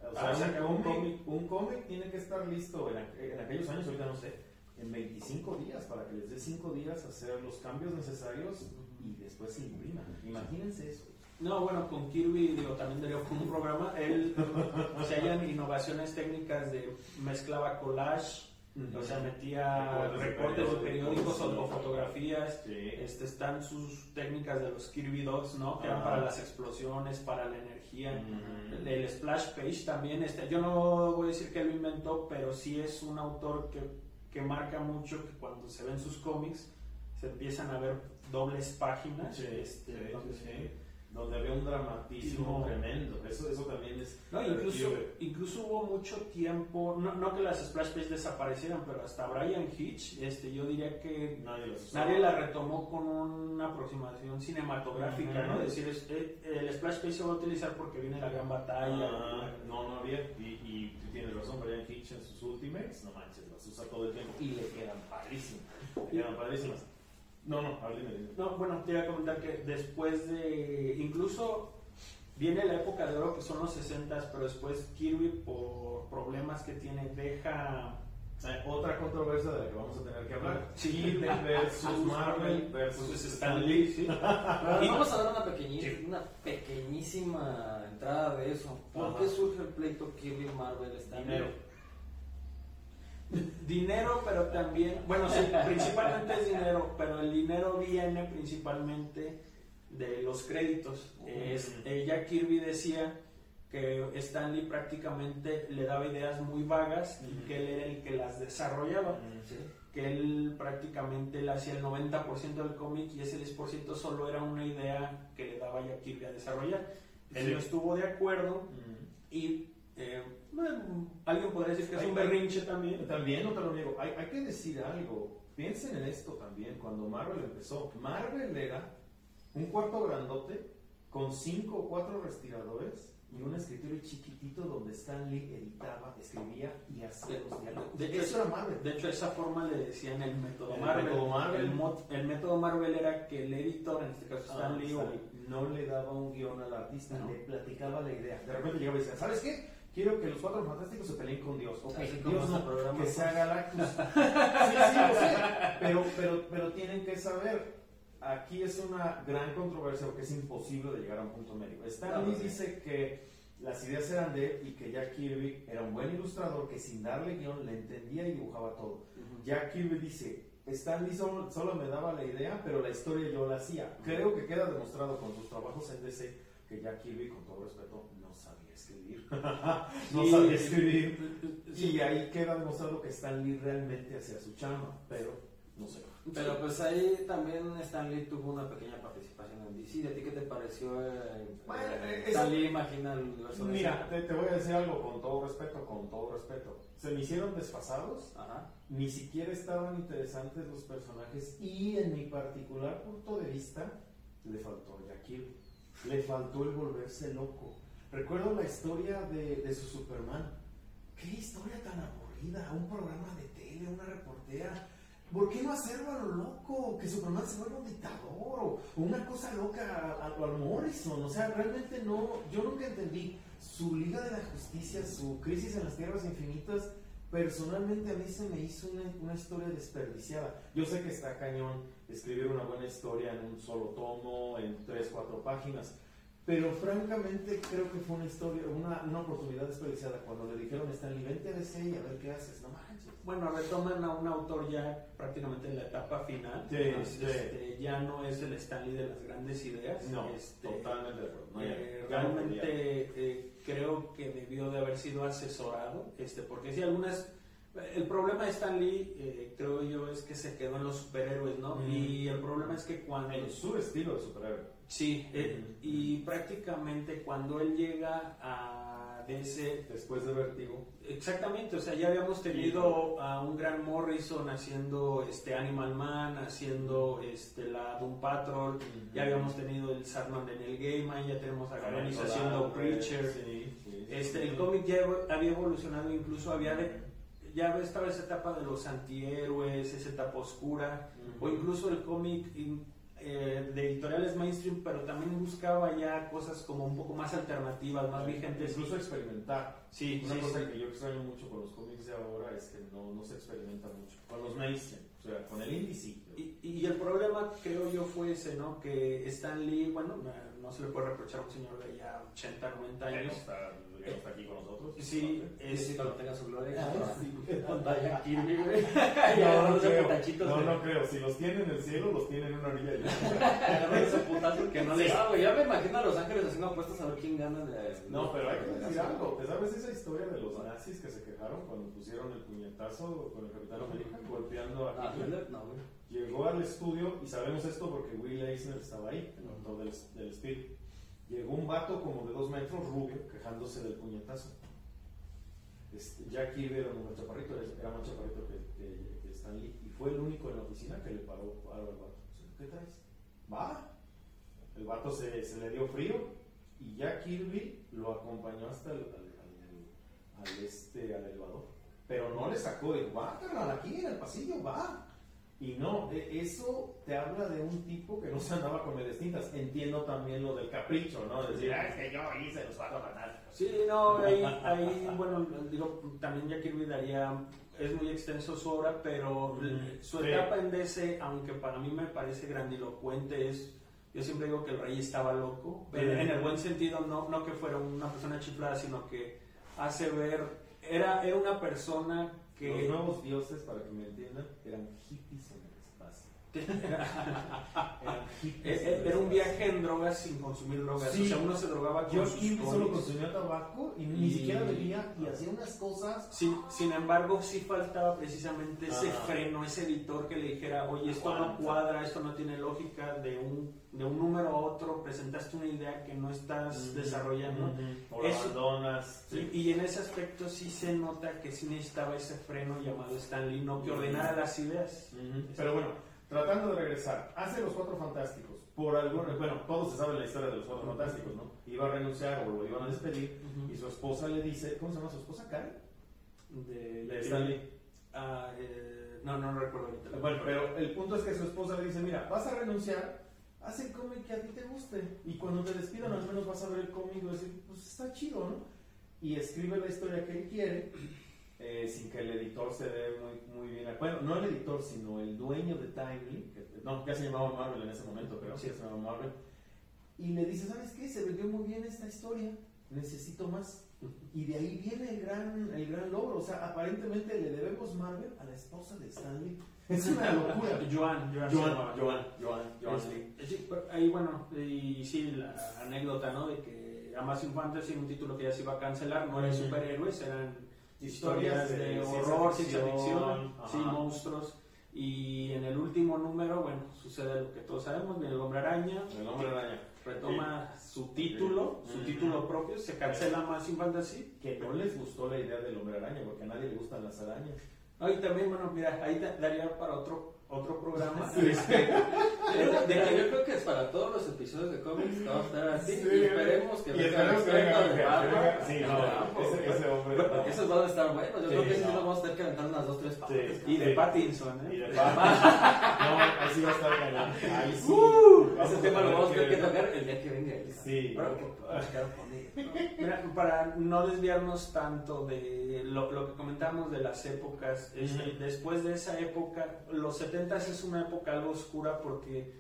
B: O sea,
C: ah,
B: un, cómic, un cómic tiene que estar listo en, en aquellos años, ahorita no sé, en veinticinco días, para que les dé cinco días hacer los cambios necesarios y después se impriman. Imagínense eso.
C: No, bueno, con Kirby, digo, también daría un programa. Él, o sea, hayan innovaciones técnicas de mezclaba collage, uh-huh. o sea, metía recortes de periódicos o fotografías. Sí. Este, están sus técnicas de los Kirby Dots, ¿no? Que uh-huh. eran para las explosiones, para la energía. Uh-huh. El, el splash page también. Este, yo no voy a decir que lo inventó, pero sí es un autor que, que marca mucho que cuando se ven sus cómics se empiezan a ver dobles páginas.
B: Sí,
C: este,
B: sí,
C: donde,
B: sí. donde había un dramatismo no, tremendo. Eso, eso también es.
C: No, incluso, incluso hubo mucho tiempo, no, no que las splash pages desaparecieran, pero hasta Brian Hitch, este, yo diría que
B: nadie,
C: nadie la retomó con una aproximación cinematográfica, uh-huh. ¿no? Es decir, es, el splash page se va a utilizar porque viene la gran batalla.
B: Uh-huh. No, no había. Y, y tú tienes razón, Brian Hitch en sus Ultimates, no manches, las usa todo el tiempo y le quedan padrísimas. Le quedan padrísimas. No, no, háblame.
C: No, bueno, te iba a comentar que después de, incluso viene la época de oro que son los sesentas, pero después Kirby por problemas que tiene deja
B: eh, otra controversia de la que vamos a tener que hablar.
C: Sí,
B: versus Marvel versus
C: Stan Lee. Sí.
A: Y vamos a dar una pequeñísima, sí. una pequeñísima entrada de eso. ¿Por Ajá. qué surge el pleito Kirby Marvel Stan Lee?
C: Dinero, pero también, bueno, sí, principalmente es dinero, pero el dinero viene principalmente de los créditos. Uh-huh. Es, ella Kirby decía que Stan Lee prácticamente le daba ideas muy vagas uh-huh. y que él era el que las desarrollaba. Uh-huh. ¿Sí? Que él prácticamente le hacía el noventa por ciento del cómic y ese diez por ciento solo era una idea que le daba ya Kirby a desarrollar. Sí. Él no estuvo de acuerdo uh-huh. y Eh, bueno, alguien podría decir que es un berrinche también.
B: También, no te lo niego. Hay, hay que decir algo. Piensen en esto también. Cuando Marvel empezó, Marvel era un cuarto grandote con cinco o cuatro respiradores y un escritorio chiquitito donde Stan Lee editaba, escribía y hacía los diálogos.
C: De hecho, eso era Marvel. De hecho, esa forma le decían el método
B: el
C: Marvel.
B: Método Marvel.
C: El, mod, el método Marvel era que el editor, en este caso Stan
B: ah,
C: Lee,
B: Stan Lee, no le daba un guión al artista, no. Le platicaba la idea. De repente llegaba y decía, ¿sabes qué? Quiero que los Cuatro Fantásticos se peleen con Dios. Ok,
A: Así
B: Dios no,
A: programa,
B: que sea Galactus. Sí, sí, lo sé. Pero, pero, pero tienen que saber, aquí es una gran controversia porque es imposible de llegar a un punto medio. Stan Lee dice que las ideas eran de él y que Jack Kirby era un buen ilustrador que sin darle guión le entendía y dibujaba todo. Uh-huh. Jack Kirby dice, Stan Lee solo, solo me daba la idea, pero la historia yo la hacía. Uh-huh. Creo que queda demostrado con sus trabajos en D C que Jack Kirby, con todo respeto, no sabía escribir. no sí, sabía escribir. Sí. Y ahí queda demostrado que Stan Lee realmente hacía su chamba, pero no sé.
A: Pero pues ahí también Stan Lee tuvo una pequeña participación en D C. ¿De ti qué te pareció eh,
B: bueno,
A: eh,
B: Stan
A: Lee imagina el universo?
B: Mira, te, te voy a decir algo con todo respeto, con todo respeto. Se me hicieron desfasados. Ajá. Ni siquiera estaban interesantes los personajes y en mi particular punto de vista le faltó Jack Kirby. Le faltó el volverse loco. Recuerdo la historia de, de su Superman. ¡Qué historia tan aburrida! Un programa de tele, una reportera. ¿Por qué no hacerlo a lo loco? Que Superman se vuelva un dictador o, o una cosa loca a, a, a Morrison. O sea, realmente no. Yo nunca entendí su Liga de la Justicia, su Crisis en las Tierras Infinitas. Personalmente a mí se me hizo una, una historia desperdiciada. Yo sé que está cañón escribir una buena historia en un solo tomo, en tres, cuatro páginas, pero francamente creo que fue una historia, una, una oportunidad desperdiciada cuando le dijeron a Stan Lee, vente a D C y a ver qué haces, no manches.
C: Bueno, retoman a un autor ya prácticamente en la etapa final.
B: Sí,
C: este,
B: sí.
C: Este, ya no es el Stan Lee de las grandes ideas.
B: No,
C: este,
B: totalmente de acuerdo. No,
C: eh, ya, realmente eh, creo que debió de haber sido asesorado, este, porque si algunas... El problema de Stan Lee, eh, creo yo, es que se quedó en los superhéroes, ¿no? Mm. Y el problema es que cuando...
B: En su estilo de superhéroe.
C: Sí, eh, mm. y prácticamente cuando él llega a D C...
B: Después de Vértigo.
C: Exactamente, o sea, ya habíamos tenido a un gran Morrison haciendo este Animal Man, haciendo este, la Doom Patrol, mm-hmm. Ya habíamos tenido el Sandman de Neil Gaiman, ya tenemos a Groening haciendo Preacher. Sí, sí, este, sí. El cómic ya había evolucionado, incluso había... De, ya estaba esa etapa de los antihéroes, esa etapa oscura, uh-huh. O incluso el cómic eh, de editoriales mainstream, pero también buscaba ya cosas como un poco más alternativas, más vigentes.
B: Incluso experimentar.
C: Sí,
B: Una
C: sí,
B: cosa
C: sí.
B: que yo extraño mucho con los cómics de ahora es que no, no se experimenta mucho. Con los mainstream, o sea, con el indie sí.
C: Y, y el problema, creo yo, fue ese, ¿no? Que Stan Lee, bueno, no se le puede reprochar a un señor de ya ochenta, noventa
B: Ya no
C: años.
B: está, ya no está aquí con nosotros.
C: Sí,
A: Es
C: es,
A: que cuando tenga su gloria.
C: Ah,
A: sí. En pantalla Kirby, güey.
B: No,
A: Ya,
B: no,
A: no sé,
B: creo,
A: putachitos,
B: no,
A: güey.
B: no creo. Si los tiene en el cielo, los tiene en una orilla.
A: Agarran ese putazo que no
C: Sí.
A: les. Ah, güey, ya me imagino a Los Ángeles haciendo apuestas a ver quién gana. De...
B: No, pero hay que decir algo. ¿Te sabes esa historia de los nazis que se quejaron cuando pusieron el puñetazo con el Capitán América golpeando a
A: Ah,
B: Hitler?
A: no, güey.
B: Llegó al estudio, y sabemos esto porque Will Eisner estaba ahí, el autor del, del Spirit. Llegó un vato como de dos metros, rubio, quejándose del puñetazo. Este, Jack Kirby era un chaparrito, era más chaparrito que, que, que Stan Lee, y fue el único en la oficina que le paró, paró al vato. ¿Qué traes? Va. El vato se, se le dio frío, y Jack Kirby lo acompañó hasta el, al, al, al, este, al elevador. Pero no le sacó, dijo, va, carnal, aquí en el pasillo, va. Y no, eso te habla de un tipo que no se andaba con medias tintas. Entiendo también lo del capricho, ¿no? De decir, ah, es que yo hice los cuatro matar.
C: Sí, no, ahí, ahí, bueno, digo, también Jack Kirby daría, es muy extenso su obra, pero
B: Mm,
C: su
B: sí.
C: etapa en D C, aunque para mí me parece grandilocuente, es, yo siempre digo que el rey estaba loco,
B: Sí.
C: en, en el buen sentido, no, no que fuera una persona chiflada, sino que hace ver, era, era una persona que...
B: Los nuevos dioses, para que me entiendan, eran hippies en el espacio. Eran hippies en el
C: Era un
B: espacio.
C: viaje en drogas sin consumir drogas,
B: Sí.
C: o sea, uno se drogaba con
B: Yo
C: sus
B: Kirby solo
C: cómics.
B: consumía tabaco y ni
C: Y-
B: siquiera bebía y hacía unas cosas.
C: Sin, sin embargo, sí faltaba precisamente ese
B: Ah.
C: freno, ese editor que le dijera, oye, esto no
B: Aguanta.
C: cuadra, esto no tiene lógica, de un, de un número a otro presentaste una idea que no estás
B: Mm,
C: desarrollando.
B: mm, O la
C: Eso-
B: abandonas.
C: Y, y en ese aspecto sí se nota que sí necesitaba ese freno llamado Stan Lee, no que ordenara las ideas.
B: Ujú. Pero bueno, tratando de regresar, hace Los Cuatro Fantásticos. Por algún, bueno, todos se saben la historia de Los Cuatro Fantásticos, ¿no? Iba a renunciar o lo iban a despedir y su esposa le dice, ¿cómo se llama su esposa? ¿Karen?
C: De,
B: De Stan Lee.
C: Ah, eh, no, no recuerdo ahorita.
B: Bueno, pero el punto es que su esposa le dice, mira, vas a renunciar, haz el cómic que a ti te guste y cuando te despidan al menos vas a ver el cómic y vas a decir, pues está chido, ¿no? Y escribe la historia que él quiere, eh, sin que el editor se dé muy, muy bien. Bueno, no el editor, sino el dueño de Timely, que, no, ya se llamaba Marvel en ese momento, pero sí se llamaba Marvel, y le dice, ¿sabes qué? Se vendió muy bien esta historia, necesito más. Y de ahí viene el gran, el gran logro. O sea, aparentemente le debemos Marvel a la esposa de Stan Lee. Es una locura.
C: Joan, Joan, se
B: Joan,
C: llamaba.
B: Joan, Joan, Joan
C: Este,
B: Lee.
C: sí, pero ahí bueno, y sí, la anécdota, ¿no? De que Amazing Fantasy, un título que ya se iba a cancelar, no eran
B: Ujú.
C: superhéroes, eran
B: Historias
C: historias de,
B: de
C: horror,
B: ciencia
C: ciencia ficción,
B: ficción,
C: sí,
B: ajá.
C: monstruos. Y en el último número, bueno, sucede lo que todos sabemos, viene el Hombre Araña,
B: El Hombre Araña.
C: retoma su título,
B: Sí.
C: su
B: Ujú.
C: título propio, se cancela Amazing Fantasy.
B: Que no les gustó la idea del Hombre Araña, porque a nadie le gustan las arañas.
C: Ah, y también, bueno, mira, ahí da- daría para otro, otro programa.
B: Sí.
C: Este, de- de-
A: Mira,
C: de-
A: yo creo que es para todos los episodios de cómics que vamos a estar así.
B: Sí.
A: Y esperemos que
B: Y esperemos que
A: venga
B: venga,
A: de
B: que
A: Batman.
B: venga- sí,
A: de
B: no,
A: Batman,
B: ese-
A: porque-
B: ese hombre,
A: porque
B: no.
A: esos van a estar buenos. Yo
B: Sí,
A: creo que sí
B: no.
A: nos vamos a tener que aventar unas dos, tres partes.
B: Sí.
C: y de Pattinson, ¿eh?
B: Y de Batman. No, ahí sí va a estar cañón. Ahí sí.
A: Uh,
B: Vamos
A: ese
B: a
A: tema lo
B: tener
A: vamos a tener que
B: que-
A: tocar el día que venga. él.
B: Sí.
A: Pero que platicar con él.
C: Mira, para no desviarnos tanto de lo, lo que comentábamos de las épocas, este,
B: Ujú.
C: después de esa época, los setentas es una época algo oscura porque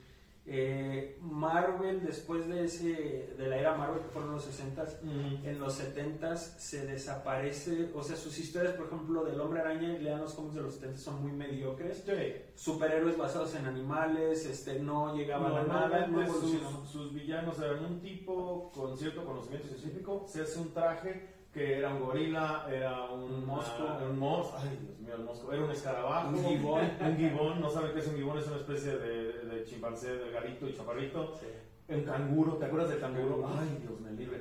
C: eh, Marvel, después de ese de la era Marvel que fueron los sesentas,
B: Ujú.
C: en los setentas se desaparece, o sea, sus historias, por ejemplo, del Hombre Araña, lean los cómics de los setentas, son muy mediocres.
B: Sí.
C: Superhéroes basados en animales, este, no llegaban a nada, no
B: Normalmente
C: evolucionaban.
B: sus, sus villanos eran un tipo con cierto conocimiento científico, se hace un traje que era un gorila, era un,
C: Un mosco.
B: ah, un mosco, ay Dios mío, el mosco, era un escarabajo,
C: Un gibón.
B: un gibón, no saben qué es un gibón, es una especie de, de, de chimpancé delgadito y chaparrito, el canguro, ¿te acuerdas del canguro? Ay Dios me libre.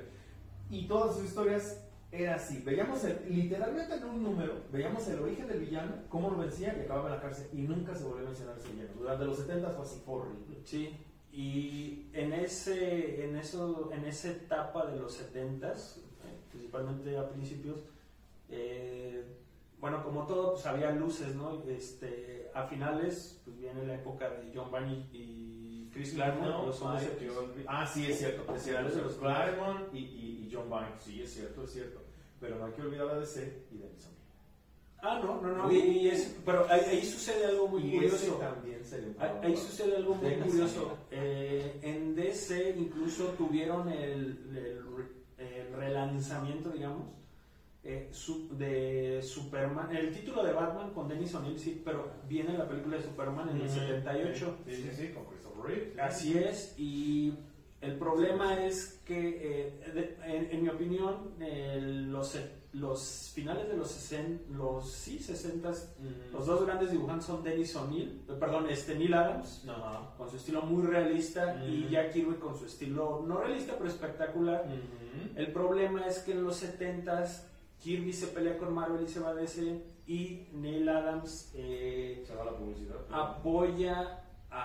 B: Y todas sus historias era así, veíamos el, literalmente en un número, veíamos el origen del villano, cómo lo vencía y acababa en la cárcel y nunca se volvió a mencionar ese villano. Durante los setenta fue así horrible.
C: Sí, y en ese, en eso, en esa etapa de los setentas, eh, principalmente a principios, eh, bueno, como todo, pues había luces, ¿no? Este, a finales, pues viene la época de John Byrne y Chris Claremont,
B: No,
C: los hombres
B: ay,
C: X.
B: Dios. Ah, sí, es cierto. Es cierto. Es los Claremont y, y, y John Byrne. Sí, es cierto, es cierto. pero no hay que olvidar a D C y Dennis O'Neil.
C: Ah, no, no, no, y, y es, pero ahí, ahí sucede algo muy
B: y
C: curioso.
B: Ese también sería un
C: ahí, ahí sucede algo muy
B: Dennis
C: curioso. Eh, en D C incluso tuvieron el, el, el relanzamiento, digamos, eh, su, de Superman. El título de Batman con Dennis O'Neil, sí, pero viene la película de Superman en el
B: mm-hmm.
C: setenta y ocho.
B: Sí, sí, sí, con Christopher Reeve.
C: Así es, y el problema es que, eh, de, en, en mi opinión, eh, los, los finales de los sesenta, los sí, sesentas,
B: mm-hmm.
C: los dos grandes dibujantes son Dennis O'Neil, eh, perdón, este Neil Adams,
B: uh-huh.
C: con su estilo muy realista,
B: mm-hmm.
C: y Jack Kirby con su estilo no realista pero espectacular.
B: Mm-hmm.
C: El problema es que en los setentas Kirby se pelea con Marvel y se va a D C, y Neil Adams eh,
B: se va a la publicidad,
C: apoya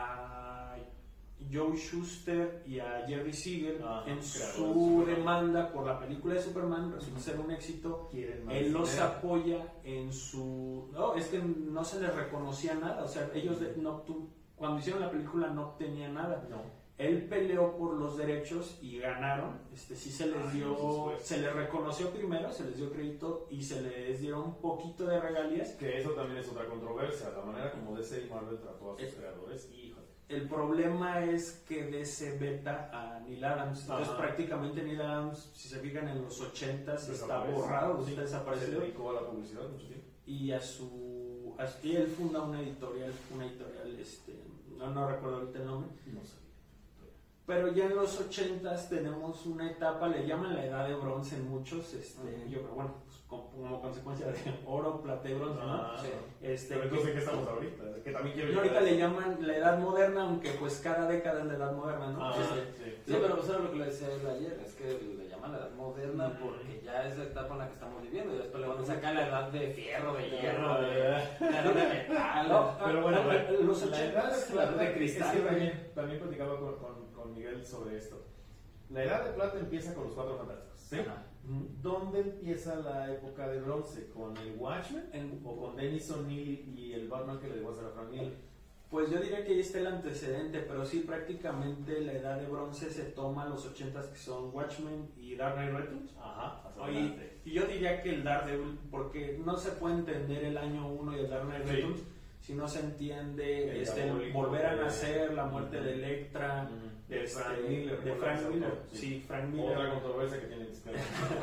C: a Joe Shuster y a Jerry Siegel
B: ah,
C: en
B: claro,
C: su demanda por la película de Superman. Resulta ser un éxito. Él los
B: dinero.
C: apoya en su... No, es que no se les reconocía nada. O sea, ellos de, no, tu, cuando hicieron la película no obtenían nada.
B: No.
C: Él peleó por los derechos y ganaron. Este, sí se les
B: Ay,
C: dio...
B: no,
C: se les reconoció primero, se les dio crédito y se les dieron un poquito de regalías.
B: Que eso también es otra controversia. La manera como D C y Marvel trató a sus
C: es,
B: creadores. Híjole.
C: El problema es que D C veta a Neil Adams. Entonces,
B: Ajá.
C: prácticamente Neil Adams, si se fijan en los ochentas, está
B: Desaparece.
C: borrado,
B: Sí,
C: está desaparecido.
B: Se dedicó a la publicidad mucho tiempo.
C: Y a su. A, y él funda una editorial, una editorial, este, no, no recuerdo ahorita el nombre.
B: No sé.
C: Pero ya en los ochentas tenemos una etapa, le llaman la edad de bronce en muchos, este, uh-huh. yo creo, bueno, pues, como, como consecuencia de oro, plata y bronce,
B: ah,
C: ¿no?
B: Sí.
C: Este,
B: Pero entonces, ¿en qué estamos ahorita? Que también quiero
C: y ahorita le llaman la edad moderna, aunque pues cada década es la edad moderna, ¿no?
B: Ah,
C: este,
A: sí. sí, pero pues era lo que le decía él ayer, es que le llaman la edad moderna uh-huh. porque ya es la etapa en la que estamos viviendo, y después le van a sacar la edad de fierro, de hierro, de, la edad de metal.
B: No, pero bueno,
C: bueno, los
B: la edad de plata
A: de cristal.
B: Es que también, también platicaba con, con, con Miguel sobre esto. La edad de plata empieza con los Cuatro Fantásticos, ¿sí?
C: Ajá.
B: ¿Dónde empieza la época de bronce? ¿Con el Watchmen?
C: En,
B: ¿O con Dennis O'Neil y el Batman que le dejó hacer a Frank Miller?
C: Pues yo diría que ahí está el antecedente, pero sí, prácticamente la edad de bronce se toma a los ochentas, que son Watchmen y Dark Knight Returns.
B: Ajá,
C: y, y yo diría que el Daredevil, porque no se puede entender el año uno y el Dark Knight Returns, sí. si no se entiende el este, el volver a nacer, la muerte uh-huh. de Electra, uh-huh. de,
B: de Frank este, Miller.
C: De Frank Miller, sí. sí, Frank Miller.
B: Otra controversia que tiene el sistema.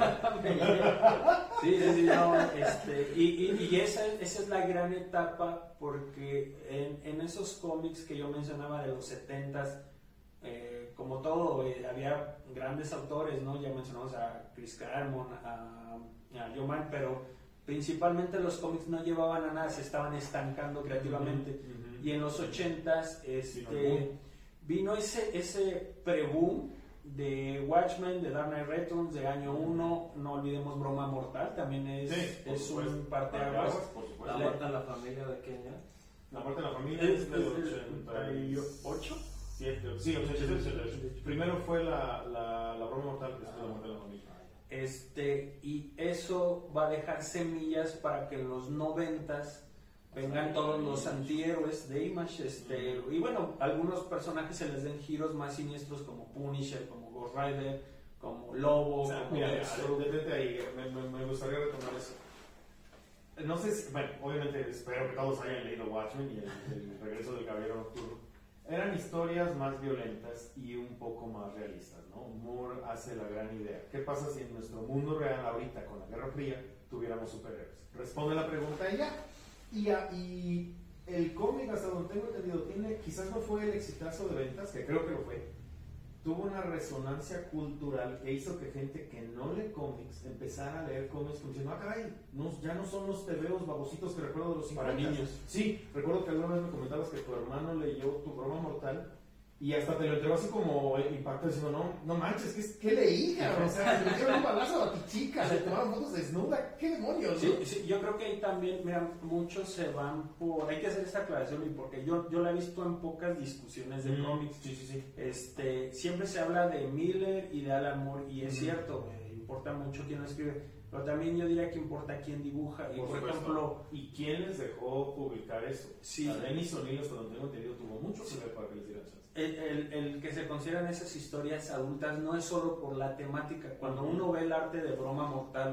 C: sí, sí, sí, no, este, y, y, y esa, esa es la gran etapa, porque en, en esos cómics que yo mencionaba de los setentas, eh, como todo, eh, había grandes autores, ¿no? Ya mencionamos a Chris Claremont, a, a Joe Mann, pero principalmente los cómics no llevaban a nada, se estaban estancando creativamente. Uh-huh, uh-huh. Y en los ochentas este, vino ese, ese pre-boom de Watchmen, de Dark Knight Returns, de año uno, no olvidemos Broma Mortal, también es,
B: sí,
C: es un parteaguas.
A: La muerte en la familia de Kenia.
B: La muerte en la familia es, es del ochenta y ocho. siete, sí, ochenta y siete. Primero fue la, la, la Broma Mortal, después la muerte en la familia.
C: Este, y eso va a dejar semillas para que en los noventas vengan todos los antihéroes de Image, este, y bueno, algunos personajes se les den giros más siniestros como Punisher, como Ghost Rider, como Lobo,
B: o sea,
C: como
B: mira, detente ahí, me, me, me gustaría retomar eso. No sé si, bueno, obviamente espero que todos hayan leído Watchmen y el, el regreso del Caballero Nocturno. Eran historias más violentas y un poco más realistas, ¿no? Moore hace la gran idea. ¿Qué pasa si en nuestro mundo real ahorita, con la Guerra Fría, tuviéramos superhéroes? Responde la pregunta y ya. Y, a, y el cómic, hasta donde tengo entendido, tiene, quizás no fue el exitazo de ventas, que creo que lo fue, tuvo una resonancia cultural que hizo que gente que no lee cómics empezara a leer cómics como diciendo, ah, caray, no, ya no son los tebeos babositos que recuerdo de los cincuenta.
C: Para niños.
B: Sí, recuerdo que alguna vez me comentabas que tu hermano leyó Tu Broma Mortal y hasta te lo entregó así como impacto diciendo, no, no manches, ¿qué, qué leí, cabrón? O sea, le dieron un balazo a tu chica, le tomaron fotos desnuda, ¿qué demonios?
C: Sí, ¿no? Sí, yo creo que ahí también, mira, muchos se van por, hay que hacer esta aclaración, porque yo, yo la he visto en pocas discusiones de mm, cómics.
B: Sí, sí, sí.
C: Este, siempre se habla de Miller y de Alan Moore, y es mm. cierto, eh, importa mucho quién lo escribe. Pero también yo diría que importa quién dibuja. Y por, por ejemplo,
B: ¿y quién les dejó publicar eso?
C: Sí.
B: A Dennis O'Neil, hasta donde tengo entendido, tuvo mucho que ver para que les dieran chance.
C: El, el, el que se consideran esas historias adultas no es solo por la temática. Cuando uh-huh. uno ve el arte de Broma Mortal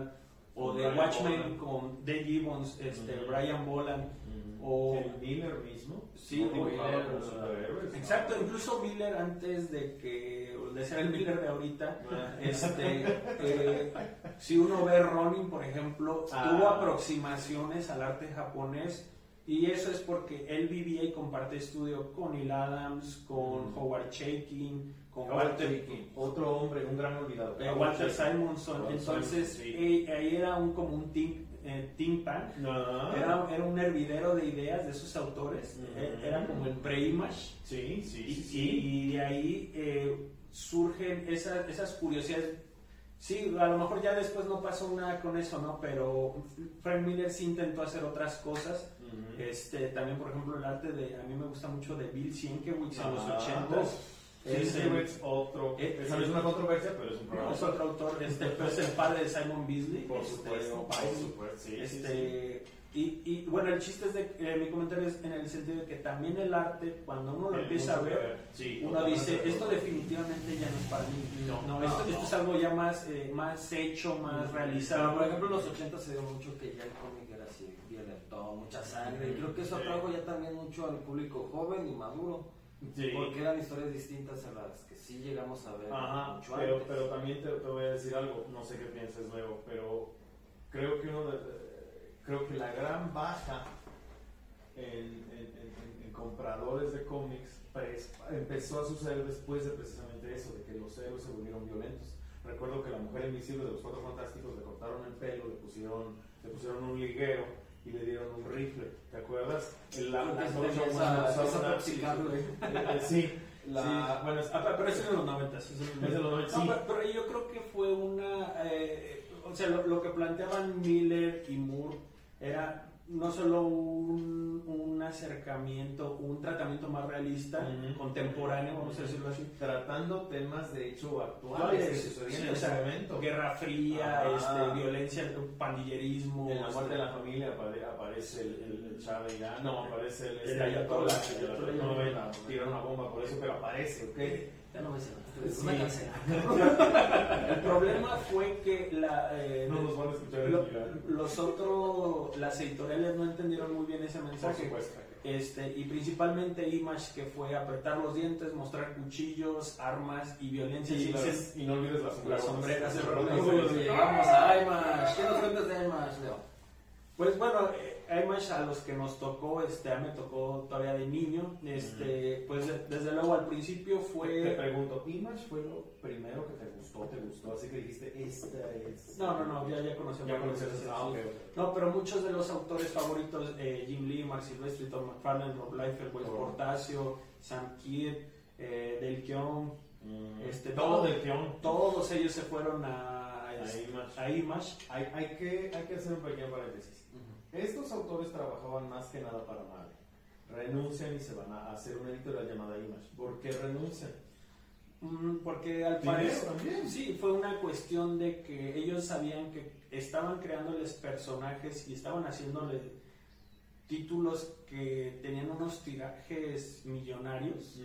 C: o de
B: Brian
C: Watchmen
B: Boland.
C: con Dave Gibbons, este,
B: Uh-huh.
C: Brian Boland,
B: Uh-huh.
C: o
B: el Miller mismo.
C: sí,
B: no dibujaba
A: Miller,
B: como
A: uh,
B: superhéroes.
C: exacto, incluso Miller antes de que de ser el Miller de ahorita, este, eh, si uno ve Ronin, por ejemplo,
B: Ah.
C: tuvo aproximaciones al arte japonés. Y eso es porque él vivía y comparte estudio con Neil Adams, con
B: Mm.
C: Howard Chaykin, con
B: Howard
C: Walter,
B: Chaykin, otro hombre, un gran olvidado.
C: eh,
B: Howard
C: Walter
B: Chaykin.
C: Simonson.
B: Walter
C: Entonces,
B: Simonson, sí.
C: eh, ahí era un, como un think, eh, think tank.
B: Ah.
C: Era, era un hervidero de ideas de esos autores.
B: Mm.
C: Eh, Era como el pre-image.
B: Sí, sí,
C: Y,
B: sí, sí.
C: y de ahí eh, surgen esas, esas curiosidades. Sí, a lo mejor ya después no pasó nada con eso, ¿no? Pero Frank Miller sí intentó hacer otras cosas.
B: Ujú.
C: Este, también, por ejemplo, el arte de, a mí me gusta mucho de Bill Sienkiewicz en los
B: Ah,
C: ochentas.
B: Sí,
C: Es
B: sí,
C: el-
B: es otro.
C: eh,
B: Esa no es una controversia, pero es un
C: No,
B: programa.
C: es otro autor, este, pero es el padre de Simon Beasley.
B: Por
C: este,
B: supuesto,
C: o
B: por
C: Beasley.
B: supuesto, sí, sí,
C: Este, Y, y bueno, el chiste es de eh, mi comentario es en el sentido de que también el arte, cuando uno lo
B: sí.
C: empieza a ver,
B: Sí,
C: uno
B: totalmente
C: dice,
B: de acuerdo.
C: esto definitivamente ya no es para mí.
B: No,
C: No,
B: no,
C: esto,
B: no.
C: esto es algo ya más, eh, más hecho, más
A: Pero,
C: realizado.
A: por ejemplo, en los ochenta se dio mucho que ya el cómic era así, violento, mucha sangre. Y creo que eso
B: Sí.
A: atrajo ya también mucho al público joven y maduro.
B: Sí.
A: Porque eran historias distintas a las que sí llegamos a ver
B: Ajá,
A: mucho
B: pero,
A: antes.
B: pero también te, te voy a decir algo, no sé qué piensas luego, pero creo que uno de, creo que la gran baja en, en, en, en compradores de cómics pues, empezó a suceder después de precisamente eso, de que los héroes se volvieron violentos. Recuerdo que la Mujer Invisible de los Cuatro Fantásticos le cortaron el pelo, le pusieron, le pusieron un liguero y le dieron un rifle, ¿te acuerdas? El, la,
A: Creo que
B: la
A: es
B: Tocha
A: esa-
B: Humana
A: esa
B: usaba una-
A: toxicable.
B: Eh, eh, sí, la,
C: Sí.
B: bueno, es-
C: Ah, pero eso es de los noventas. eso
B: Es de los noventas,
C: No,
B: sí.
C: pero, pero yo creo que fue una... eh, o sea, lo, lo que planteaban Miller y Moore era no solo un, un acercamiento, un tratamiento más realista,
B: Ujú.
C: contemporáneo, vamos a decirlo así.
B: tratando temas de hecho actuales que
C: Sí,
B: sucedían
C: sí,
B: en
C: o sea,
B: ese momento.
C: Guerra Fría,
B: Ah.
C: este, violencia, pandillerismo.
B: En la muerte
C: este,
B: de la familia apare- aparece el, el, el Shah de Irán, no, aparece el,
C: El
B: este,
C: Ayatollah.
B: el Ayatollah, no ven a tirar una bomba por eso, pero aparece, ¿ok?
A: Ya no me sé.
B: Sí.
A: Una cancela.
C: El problema fue que la, eh,
B: No nos van a escuchar
C: lo-
B: en Irán.
C: los otros, las editoriales no entendieron muy bien ese
B: Por
C: mensaje.
B: supuesto.
C: Este, y principalmente Image, que fue apretar los dientes, mostrar cuchillos, armas y violencia.
B: Y,
C: Y
B: las-
C: se-
B: y no olvides las
C: las sombreras de ropa.
A: Uy, llegamos a IMAX. ¿Qué nos cuentas de IMAX, Leo?
C: Pues bueno, eh, Image a los que nos tocó, este, a mí me tocó todavía de niño, este, pues de- desde luego al principio
B: Te
C: fue...
B: pregunto, ¿Image fue lo primero que te gustó? ¿Te gustó? Así que dijiste, esta es...
C: No, no, no, ya, ya conocemos.
B: Ya conocías esa. Ah, ok,
C: Sí.
B: ok.
C: No, pero muchos de los autores favoritos, eh, Jim Lee, Mark Silvestri, Tom McFarlane, Rob Liefeld, Wes
B: Oh.
C: Portacio, Sam Kidd, eh, Dale Keown,
B: Mm,
C: Este,
B: todo
C: todo-
B: del guión.
C: todos ellos se fueron a,
B: A Image.
C: a Image.
B: Hay, hay, que, hay que hacer un pequeño paréntesis. Estos autores trabajaban más que nada para Marvel. Renuncian y se van a hacer una editorial llamada Image. ¿Por qué renuncian?
C: Mm, Porque al
B: Dinero
C: parecer,
B: también.
C: sí, fue una cuestión de que ellos sabían que estaban creándoles personajes y estaban haciéndole títulos que tenían unos tirajes millonarios.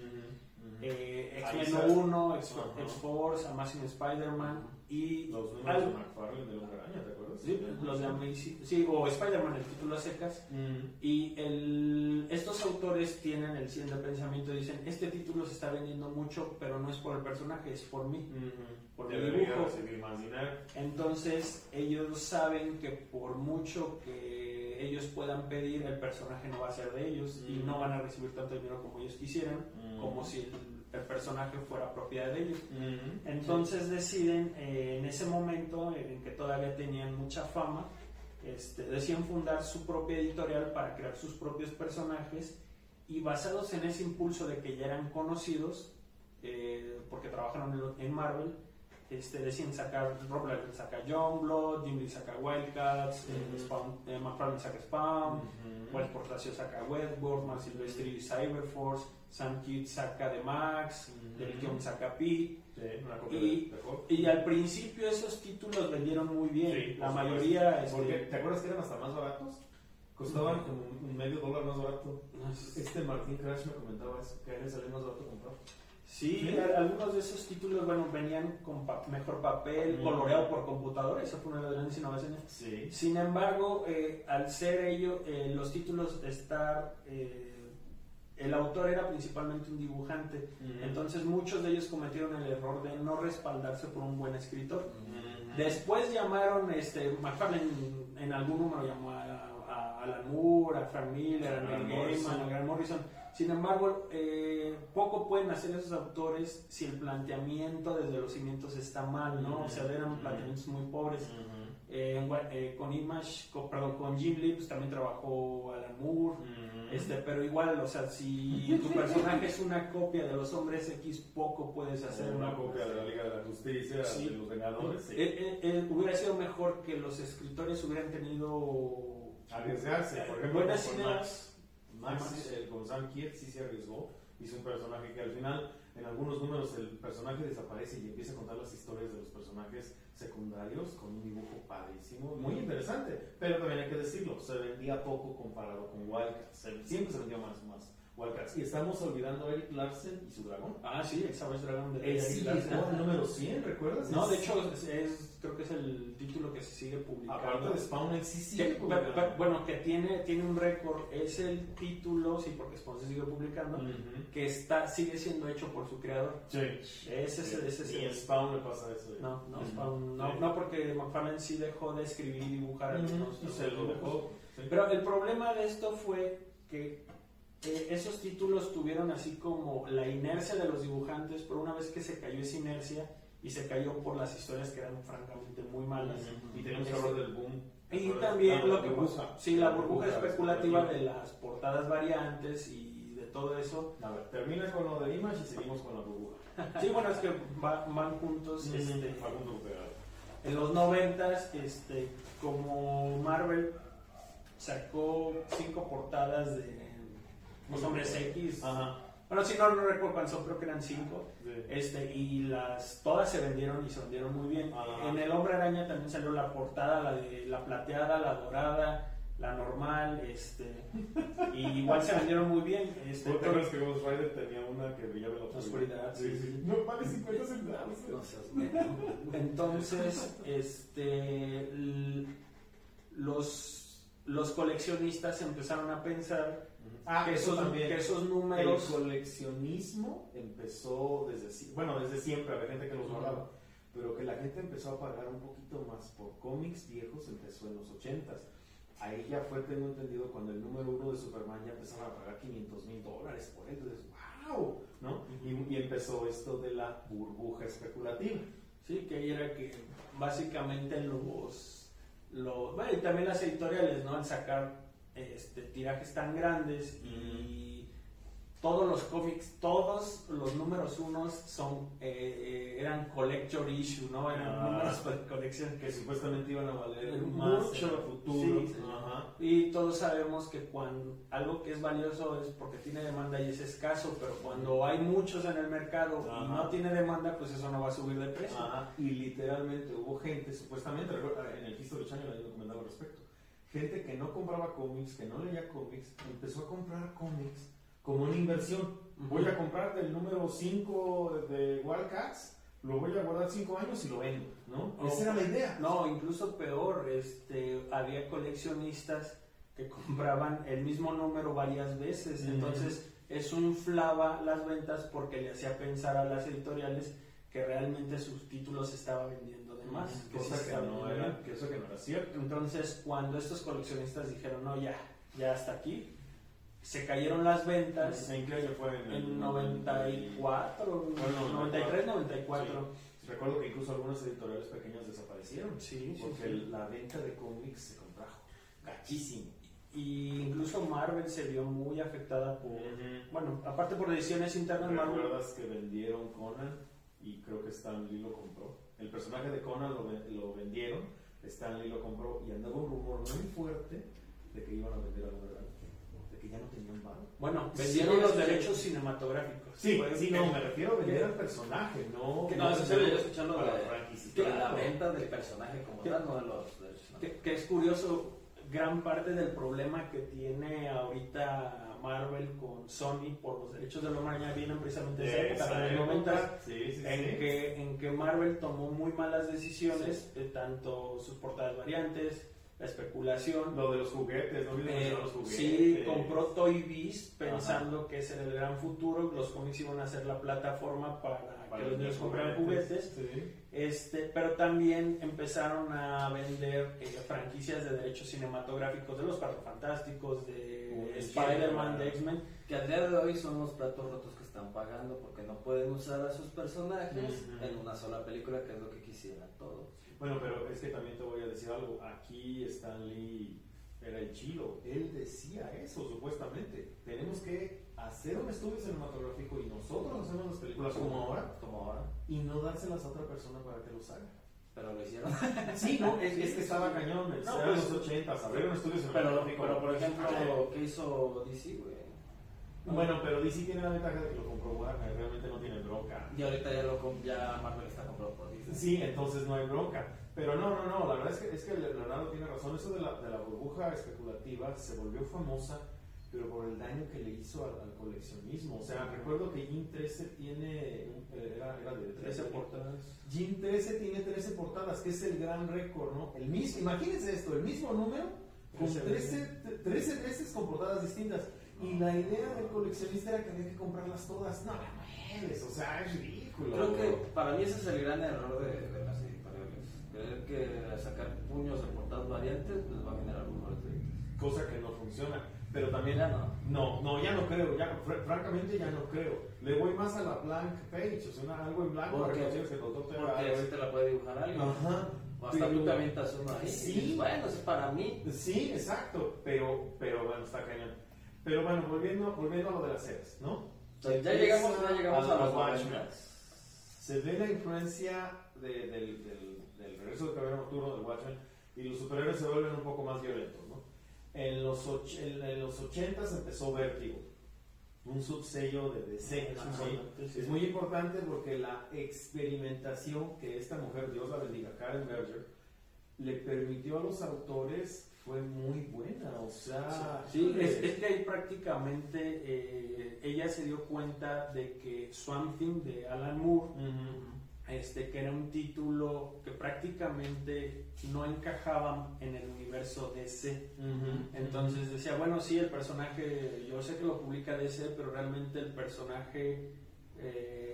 C: Eh,
B: Ahí
C: X-Men
B: está.
C: uno, X-
B: Ajá.
C: X-Force, Amazing Spider-Man y
B: Los números
C: al-
B: de McFarlane de la Araña, ¿te acuerdas?
C: sí, los de Amazing, sí, o Spider-Man, el título a secas.
B: Mm.
C: Y el, estos autores tienen el siguiente pensamiento, dicen, este título se está vendiendo mucho, pero no es por el personaje, es por mí, por mi
B: Debería
C: dibujo.
B: recibir más dinero.
C: Entonces ellos saben que por mucho que ellos puedan pedir, el personaje no va a ser de ellos y
B: Mm.
C: no van a recibir tanto dinero como ellos quisieran,
B: Mm.
C: como si el, el personaje fuera propiedad de ellos.
B: Mm.
C: Entonces deciden, eh, en ese momento en que todavía tenían mucha fama, este, deciden fundar su propia editorial para crear sus propios personajes y basados en ese impulso de que ya eran conocidos, eh, porque trabajaron en, en Marvel, este, deciden sacar, Rob Liefeld saca Youngblood, Jim Lee saca Wildcats, eh,
B: Ujú.
C: Spawn, eh, McFarlane saca Spawn,
B: Ujú.
C: Wes Portacio saca Westworld, Mark Silvestri Cyberforce, Sam Kidd saca The Max,
B: Ujú.
C: Del Keown saca Pi.
B: Sí, una copia
C: Y-
B: de- de Hulk.
C: Y al principio esos títulos vendieron muy bien.
B: Sí,
C: la
B: por
C: mayoría.
B: supuesto. Porque,
C: Este,
B: ¿te acuerdas que eran hasta más baratos? Costaban como un medio dólar más barato.
C: no sé.
B: Este Martín Crash me comentaba eso, que a él le salía más barato comprar.
C: Sí,
B: ¿Sí?
C: algunos de esos títulos, bueno, venían con pa- mejor papel,
B: Mm.
C: coloreado por computadora, esa fue una de las grandes innovaciones.
B: Sí.
C: Sin embargo, eh, al ser ello, eh, los títulos estar, eh, el autor era principalmente un dibujante,
B: Mm.
C: entonces muchos de ellos cometieron el error de no respaldarse por un buen escritor.
B: Mm.
C: Después llamaron, este, McFarlane en, en algún número llamó a, a Alan Moore, a Frank Miller, a
B: A
C: Neil
B: Grant
C: Gaiman,
B: Morrison.
C: a Grant Morrison. Sin embargo, eh, poco pueden hacer esos autores si el planteamiento desde los cimientos está mal, ¿no? O sea, eran planteamientos muy pobres.
B: Ujú.
C: Eh, en Wa- eh, con Image, con, perdón, con Jim Lee, pues también trabajó Alan Moore.
B: Ujú.
C: Este, pero igual, o sea, si tu personaje es una copia de los Hombres X, poco puedes hacer.
B: una
C: ¿no?
B: copia de la Liga de la Justicia,
C: Sí.
B: de los Vengadores. Sí.
C: Eh, eh, eh, hubiera sido mejor que los escritores hubieran tenido
B: Arriesgarse, por ejemplo,
C: buenas
B: con
C: ideas.
B: Max. Max, el, con Sam Kier, sí se arriesgó. Hizo un personaje que al final, en algunos números, el personaje desaparece y empieza a contar las historias de los personajes secundarios con un dibujo padrísimo, muy interesante. Pero también hay que decirlo, se vendía poco comparado con Wildcats. Se- Siempre se vendió más, más Wildcats. Y estamos olvidando a Eric Larsen y su dragón.
C: Ah, sí, el Savage Dragon de
B: Él
C: Eric
B: sí
C: Larsen.
B: llegó al número cien, ¿recuerdas?
C: No, de
B: Es-
C: hecho, es, es- creo que es el título que se sigue publicando.
B: aparte de Spawn, él sí
C: Que-
B: sigue
C: pe-
B: publicando.
C: pe- bueno, que tiene, tiene un récord, es el título, sí, porque Spawn se sigue publicando,
B: Ujú.
C: que está, sigue siendo hecho por su creador.
B: Sí.
C: Ese es el- ese es
B: Y
C: el-
B: en Spawn le pasa eso.
C: No, no,
B: Ujú.
C: Spawn, no,
B: Sí.
C: no, porque McFarlane sí dejó de escribir y dibujar
B: Ujú.
C: algunos
B: Y se lo
C: dibujos.
B: dejó. Sí.
C: Pero el problema de esto fue que eh, esos títulos tuvieron así como la inercia de los dibujantes, pero una vez que se cayó esa inercia y se cayó por las historias que eran francamente muy malas.
B: Y tenemos que hablar del boom.
C: Y también
B: Ah,
C: lo que
B: burbuja.
C: sí, la burbuja
B: Burbuja
C: especulativa
B: especulativa.
C: de las portadas variantes y de todo eso.
B: A ver, termina con lo de Image y seguimos con la burbuja.
C: Sí, bueno, es que va- van juntos. Este,
B: Facundo Pegado.
C: en los noventas, este, como Marvel sacó cinco portadas de Los Hombres X.
B: Ajá.
C: Bueno, si no, no recuerdo cuántas son, creo que eran cinco.
B: Sí.
C: Este, y las todas se vendieron y se vendieron muy bien.
B: Ajá.
C: En el Hombre Araña también salió la portada, la de la plateada, la dorada, la normal, este, y igual se vendieron muy bien. Este,
B: ¿Tú te acuerdas que Ghost Rider tenía una que brillaba en la
C: La oscuridad,
B: Sí,
C: sí,
B: sí.
C: sí.
B: No vale cincuenta centavos.
A: No seas bueno.
C: Entonces, este, l- los, los coleccionistas empezaron a pensar
B: Ah,
C: que,
B: eso
C: esos,
B: también.
C: que esos
B: El
C: números...
B: coleccionismo empezó desde sie- bueno, desde siempre, había gente que los guardaba, pero que la gente empezó a pagar un poquito más por cómics viejos empezó en los ochentas. Ahí ya fue, tengo entendido, cuando el número uno de Superman ya empezaban a pagar quinientos mil dólares por él. Entonces, wow, ¿no? Y, y empezó esto de la burbuja especulativa.
C: Sí, que ahí era que básicamente los, los... Bueno, y también las editoriales, ¿no? Al sacar este, tirajes tan grandes y todos los cómics, todos los números unos son, eh, eh, eran collector issue, ¿no? Eran
B: Ah.
C: números de colección.
B: Que supuestamente iban a valer
C: Mucho.
B: más en el futuro.
C: Sí, sí.
B: Ajá.
C: Y todos sabemos que cuando algo que es valioso es porque tiene demanda y es escaso, pero cuando hay muchos en el mercado
B: Ajá.
C: y no tiene demanda, pues eso no va a subir de precio.
B: Ajá, y literalmente hubo gente, supuestamente, recuerdo, en el History Channel hay un documental al respecto, gente que no compraba cómics, que no leía cómics, empezó a comprar cómics como una inversión.
C: Ujú.
B: Voy a comprar del número cinco de Wildcats, lo voy a guardar cinco años y lo vendo, ¿no?
C: Oh.
B: Esa era la idea.
C: No, incluso peor, este, había coleccionistas que compraban el mismo número varias veces,
B: Mm.
C: entonces eso inflaba las ventas porque le hacía pensar a las editoriales que realmente sus títulos se estaban vendiendo de más, que sí
B: Cosa
C: se
B: que
C: estaban
B: no
C: vendiendo
B: era,
C: bien.
B: que eso que no era cierto.
C: Entonces, cuando estos coleccionistas dijeron, no, ya, ya hasta aquí, se cayeron las ventas
B: ¿En qué año fue? En el
C: en noventa y cuatro,
B: Bueno,
C: noventa y tres, noventa y cuatro.
B: Sí. Recuerdo que incluso algunos editoriales pequeños desaparecieron.
C: Sí, sí,
B: Porque
C: sí.
B: la venta de cómics se contrajo. Gachísimo.
C: Y incluso Marvel se vio muy afectada por, bueno, aparte por decisiones internas, Marvel.
B: ¿Recuerdas que vendieron Conan? Y creo que Stan Lee lo compró. El personaje de Conan lo, ve- lo vendieron, Stan Lee lo compró y andaba un rumor muy fuerte de que iban a vender a Hombre Araña, de que ya no tenían valor.
C: Bueno,
A: Sí,
C: vendieron los
A: sí.
C: derechos cinematográficos.
B: Sí,
C: Fue-
B: sí, no, me refiero a vender al personaje, no.
A: Que no, eso se lo yo escuchando
B: para
A: de,
B: la franquicia.
A: de la venta del personaje como
C: ¿Qué?
A: tal, no de los derechos.
C: Que, que es curioso, gran parte del problema que tiene ahorita Marvel con Sony por los derechos del hombre araña vienen precisamente de esa época, de los noventa,
B: sí, sí,
C: en,
B: sí.
C: que, en que Marvel tomó muy malas decisiones, sí. eh, tanto sus portadas variantes, la especulación.
B: Lo de los juguetes, no olvides
C: eh,
B: los juguetes.
C: Sí, compró Toy Biz pensando Ajá. que ese era el gran futuro, los cómics iban a ser la plataforma para, para que los niños compraran juguetes. Sí. Este, pero también empezaron a vender eh, franquicias de derechos cinematográficos de los Cuatro Fantásticos, de uh, Spider-Man, de X-Men.
A: Que al día de hoy son los platos rotos que están pagando porque no pueden usar a sus personajes uh-huh. en una sola película, que es lo que quisieran todos.
B: Bueno, pero es que también te voy a decir algo. Aquí Stan Lee era el chilo. Él decía eso, supuestamente. Tenemos que hacer un estudio cinematográfico y nosotros hacemos las películas como ahora,
A: como ahora,
B: y no dárselas a otra persona para que los haga.
A: Pero lo hicieron.
B: Sí, no, es, es que estaba cañón. En no, pues, los ochentas, abrir un estudio cinematográfico.
A: Pero, pero por ejemplo, ¿qué hizo D C, güey?
B: Bueno, pero D C tiene la ventaja de que lo compró Warner, realmente no tiene bronca.
A: Y ahorita ya, lo, ya Marvel está comprado por Disney.
B: Sí, entonces no hay bronca. Pero no, no, no, la verdad es que, es que Leonardo tiene razón. Eso de la, de la burbuja especulativa se volvió famosa, pero por el daño que le hizo al, al coleccionismo. O sea, recuerdo que Jim trece tiene, era, era de
C: trece portadas.
B: Jim trece tiene trece portadas, que es el gran récord, ¿no? El mismo, imagínense esto, el mismo número, con trece veces con portadas distintas. Y la idea del coleccionista era que había que comprarlas todas. No, mames, o sea, es ridículo.
A: Creo que para mí ese es el gran error de, de las editoriales. Creer que sacar puños de portadas variantes les va a generar mejores ventas.
B: Cosa que no funciona. Pero también
A: ya no.
B: No, no, ya no creo. Ya, fr- francamente ya no creo. Le voy más a la blank page, o sea, una, algo en blanco
A: porque,
B: para que que el doctor te
A: porque así te la puede dibujar alguien.
B: Ajá.
A: O hasta tú te avientas uno ahí.
B: Sí.
A: Y dices, bueno, es para mí.
B: Sí, exacto. Pero, pero bueno, está cañón. Pero bueno, volviendo, volviendo a lo de las series, ¿no?
A: Entonces, ya llegamos, ya llegamos a, a los
B: Watchmen. Se ve la influencia de, del, del, del regreso del Caballero Nocturno, del Watchmen, y los superhéroes se vuelven un poco más violentos, ¿no? En los, och, en, en los ochentas empezó Vértigo, un subsello de D C.
C: Es,
B: ¿sí? Sí. Es muy importante porque la experimentación que esta mujer, Dios la bendiga, Karen Berger, le permitió a los autores fue muy buena, o sea...
C: Sí, sí es, es que ahí prácticamente eh, ella se dio cuenta de que Swamp Thing de Alan Moore, uh-huh. este, que era un título que prácticamente no encajaba en el universo D C. Uh-huh. Entonces decía, bueno, sí, el personaje, yo sé que lo publica D C, pero realmente el personaje... Eh,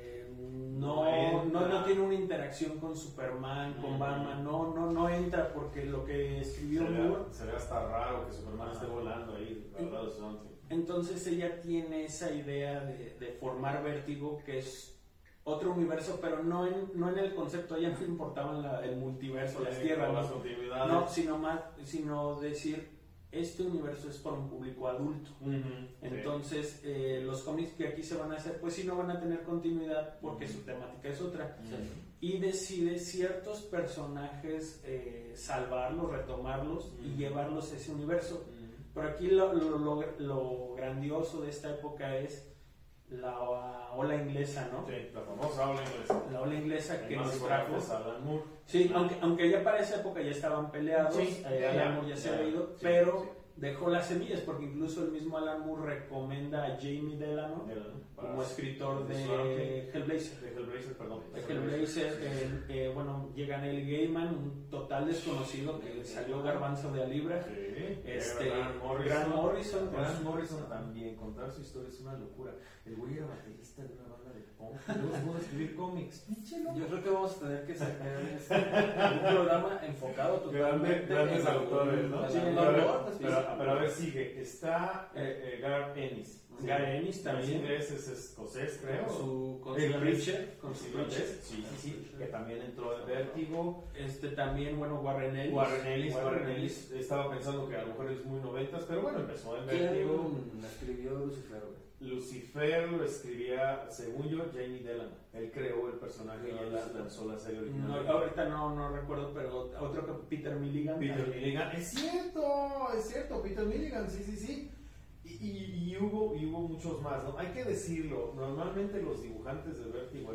C: No, no, no, no tiene una interacción con Superman, con mm. Batman, no, no, no entra porque lo que escribió Moore...
B: Se ve hasta raro que Superman ah. esté volando ahí, al lado de Something.
C: Entonces ella tiene esa idea de, de formar Vértigo, que es otro universo, pero no en, no en el concepto, a ella no le importaba la, el multiverso, sí, las tierras,
B: las continuidades.
C: No, sino, más, sino decir... Este universo es para un público adulto. Uh-huh, Entonces, sí. eh, los cómics que aquí se van a hacer, pues sí no van a tener continuidad porque uh-huh. su temática es otra. Uh-huh. Y decide ciertos personajes eh, salvarlos, retomarlos uh-huh. y llevarlos a ese universo. Uh-huh. Pero aquí lo, lo, lo, lo grandioso de esta época es la ola inglesa, ¿no?
B: Sí, la famosa ola inglesa.
C: La ola inglesa
B: el
C: que
B: nos
C: trajo.
B: Alan Moore.
C: Sí, aunque, aunque ya para esa época ya estaban peleados,
B: sí,
C: eh,
B: ya,
C: Alan Moore ya, ya se había ido, sí, pero sí. dejó las semillas, porque incluso el mismo Alan Moore recomienda a Jamie Delano como escritor de, de Hellblazer.
B: De Hellblazer, perdón.
C: De Hellblazer, eh, eh, bueno, llega Neil Gaiman, un total desconocido que le salió garbanzo de a libra.
B: Sí,
C: este,
B: Grant Morrison.
C: Grant Morrison,
B: Grant Morrison también, contar su historia es una locura. El güey era baterista de una banda de punk, y luego pudo escribir cómics.
A: Yo creo que vamos a tener que sacar este, un programa enfocado totalmente
B: grandes
A: en
B: autores, ¿no?
A: Sí,
B: pero,
A: no,
B: pero,
A: no,
B: pero, pero a ver, sigue. Está eh, eh, Garth Ennis.
C: Sí. Garth Ennis también.
B: Inglés, es escocés, creo.
C: Con su, con
B: el
C: su Preacher. Con su Preacher.
B: Sí, sí, sí. Que también entró en Vértigo.
C: Este también, bueno, Warren Ellis.
B: Warren Ellis. Warren Ellis. Estaba pensando que a lo mejor es muy noventas, pero bueno, empezó en Vértigo.
A: ¿Quién escribió Lucifer?
B: Lucifer lo escribía, según yo, Jamie Delano. Él creó el personaje y él lanzó la serie original.
C: No, ahorita no, no recuerdo, pero otro que Peter Milligan.
B: Peter también. Milligan, es cierto, es cierto, Peter Milligan, sí, sí, sí. Y, y, y, hubo, y hubo muchos más, ¿no? Hay que decirlo, normalmente los dibujantes de Vértigo eran malones.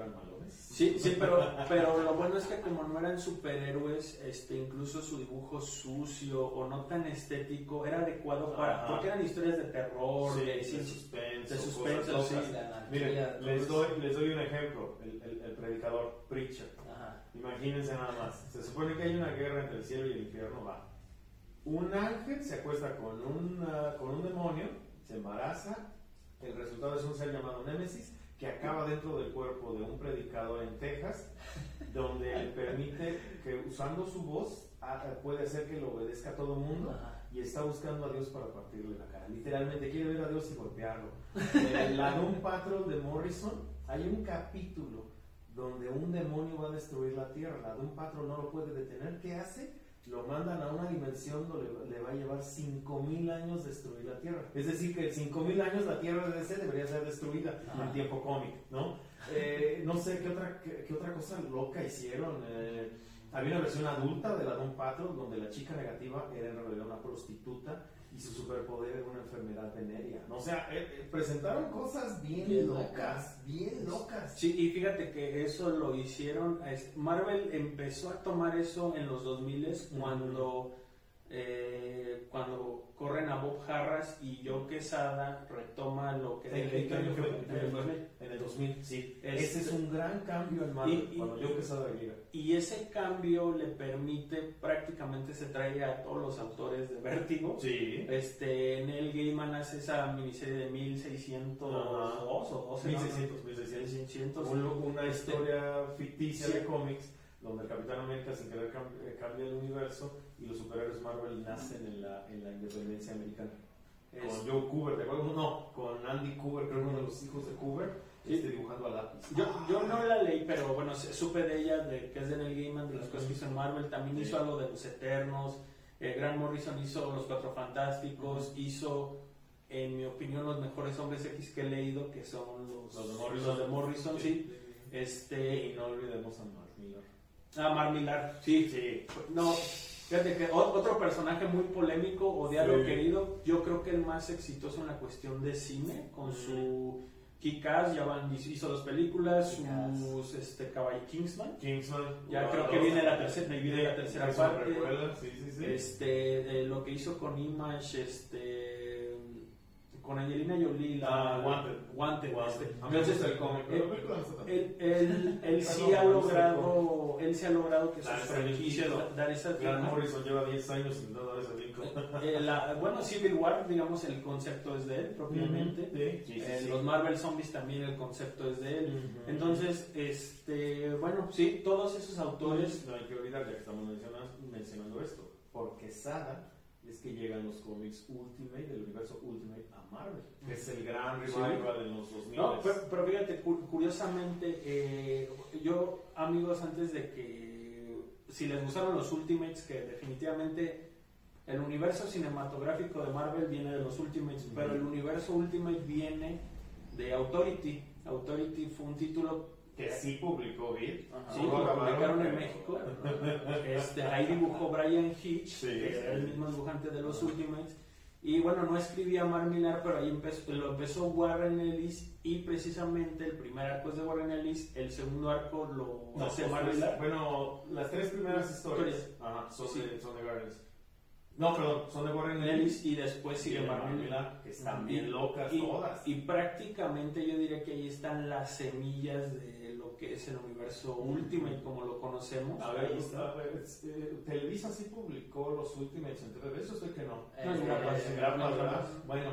B: animaciones.
C: Sí, sí, pero, pero lo bueno es que como no eran superhéroes, este, incluso su dibujo sucio o no tan estético era adecuado para,
B: Ajá.
C: porque eran historias de terror,
B: Sí,
C: de,
B: de
C: sí,
B: suspenso,
C: de suspenso,
B: cosas
C: sí.
B: locas.
A: de anarquía,
B: Miren,
A: todo
B: les
A: eso.
B: doy, les doy un ejemplo, el, el, el predicador, Preacher.
A: Ajá.
B: Imagínense nada más, se supone que hay una guerra entre el cielo y el infierno, va. Un ángel se acuesta con, una, con un demonio, se embaraza, el resultado es un ser llamado Némesis, que acaba dentro del cuerpo de un predicador en Texas, donde le permite que usando su voz a, puede hacer que lo obedezca a todo el mundo.
A: Ajá.
B: Y está buscando a Dios para partirle la cara. Literalmente quiere ver a Dios y golpearlo. En la Doom Patrol de Morrison hay un capítulo donde un demonio va a destruir la tierra. La Doom Patrol no lo puede detener. ¿Qué hace? Lo mandan a una dimensión donde le va a llevar cinco mil años destruir la tierra. Es decir, que en cinco mil años la tierra de D C debería ser destruida. Ajá. En tiempo cómic, ¿no? Eh, no sé qué otra, qué, qué otra cosa loca hicieron. Eh, Había una versión adulta de la Doom Patrol donde la chica negativa era en realidad una prostituta y su superpoder era una enfermedad venérea. ¿No? O sea, eh, eh, presentaron cosas bien, bien locas, bien locas.
C: Sí, y fíjate que eso lo hicieron. Marvel empezó a tomar eso en los dos mil cuando, eh, cuando corren a Bob Harras y Joe Quesada retoma lo que...
B: ¿En qué año fue? En el dos mil, sí.
C: Este,
B: Ese es un gran cambio en Marvel,
C: y,
B: cuando
C: y,
B: Joe Quesada llega.
C: Y ese cambio le permite, prácticamente se trae a todos los autores de Vértigo.
B: Sí.
C: Este, Neil Gaiman hace esa miniserie de mil seiscientos dos o doce.
B: mil seiscientos, mil seiscientos.
C: Un,
B: una
C: este,
B: historia ficticia
C: sí.
B: de cómics donde el Capitán América sin querer cambia, cambia el universo y los superhéroes Marvel nacen en la, en la independencia americana. Es, con Joe Cooper, ¿te acuerdas? No, con Andy Cooper, creo que uno de los hijos de Cooper, sí. este, dibujando a lápiz.
C: Yo, yo no la leí, pero bueno, supe de ella, de que es de Neil Gaiman, de las cosas que hizo en Marvel. También sí. hizo algo de los Eternos. Eh, Grant Morrison hizo Los Cuatro Fantásticos, uh-huh. hizo, en mi opinión, los mejores hombres X que he leído, que son los,
B: los de Morrison,
C: los de Morrison sí. sí.
B: Este, y no olvidemos a Mark Millar.
C: Ah, Mark Millar, sí.
B: sí.
C: No, fíjate que otro personaje muy polémico, odiado, sí. querido. Yo creo que el más exitoso en la cuestión de cine, con uh-huh. su Kick-Ass, ya van, hizo dos películas, Kick-Ass. sus este, Caballo Kingsman.
B: Kingsman.
C: Ya wow, creo que viene la tercera, viene la tercera parte.
B: Recuerda, sí, sí, sí.
C: Este, de lo que hizo con Image, este, con Angelina Jolie, la
B: uh, Wanted.
C: Wanted,
B: Wanted.
C: este.
B: Entonces, el cómic,
C: él, él, él sí ha logrado, él sí ha logrado que sus franquicias dar esas.
B: Grant Morrison lleva diez años sin dar ese vínculo.
C: Eh, la, bueno, Civil War, digamos, el concepto es de él propiamente.
B: Mm-hmm. sí, sí,
C: eh,
B: sí.
C: Los Marvel Zombies también el concepto es de él. Mm-hmm. Entonces, este, bueno, sí, todos esos autores.
B: No hay que olvidar, ya que estamos mencionando, mencionando esto, porque Sada es que llegan los cómics Ultimate, del universo Ultimate a Marvel, que es el gran revival sí. en los dos mil.
C: No, pero, pero fíjate, curiosamente, eh, yo, amigos, antes de que, si les gustaron los Ultimates, que definitivamente el universo cinematográfico de Marvel viene de los Ultimates, mm-hmm. pero el universo Ultimate viene de Authority. Authority fue un título
B: que sí publicó Bill.
C: Sí, lo publicaron en México. Este, ahí dibujó Brian Hitch,
B: sí,
C: que
B: sí.
C: era el mismo dibujante de los Ultimates. Y bueno, no escribía Mark Millar, pero ahí empezó, lo empezó Warren Ellis. Y precisamente el primer arco es de Warren Ellis, el segundo arco lo
B: no,
C: hace
B: pues,
C: Mark Millar.
B: Bueno, las tres primeras historias Ajá, son, sí. de, son de Warren Ellis. No, perdón, son de Warren Ellis.
C: Y después sigue Mark
B: Millar, que están bien locas
C: y,
B: todas.
C: Y prácticamente yo diría que ahí están las semillas de lo que es el universo Ultimate, como lo conocemos.
B: A ver, a ver eh, Televisa sí publicó los Ultimates en T V B, eso estoy que no.
C: Eh, no, es grapas,
B: eh, grapas, grapas. Bueno,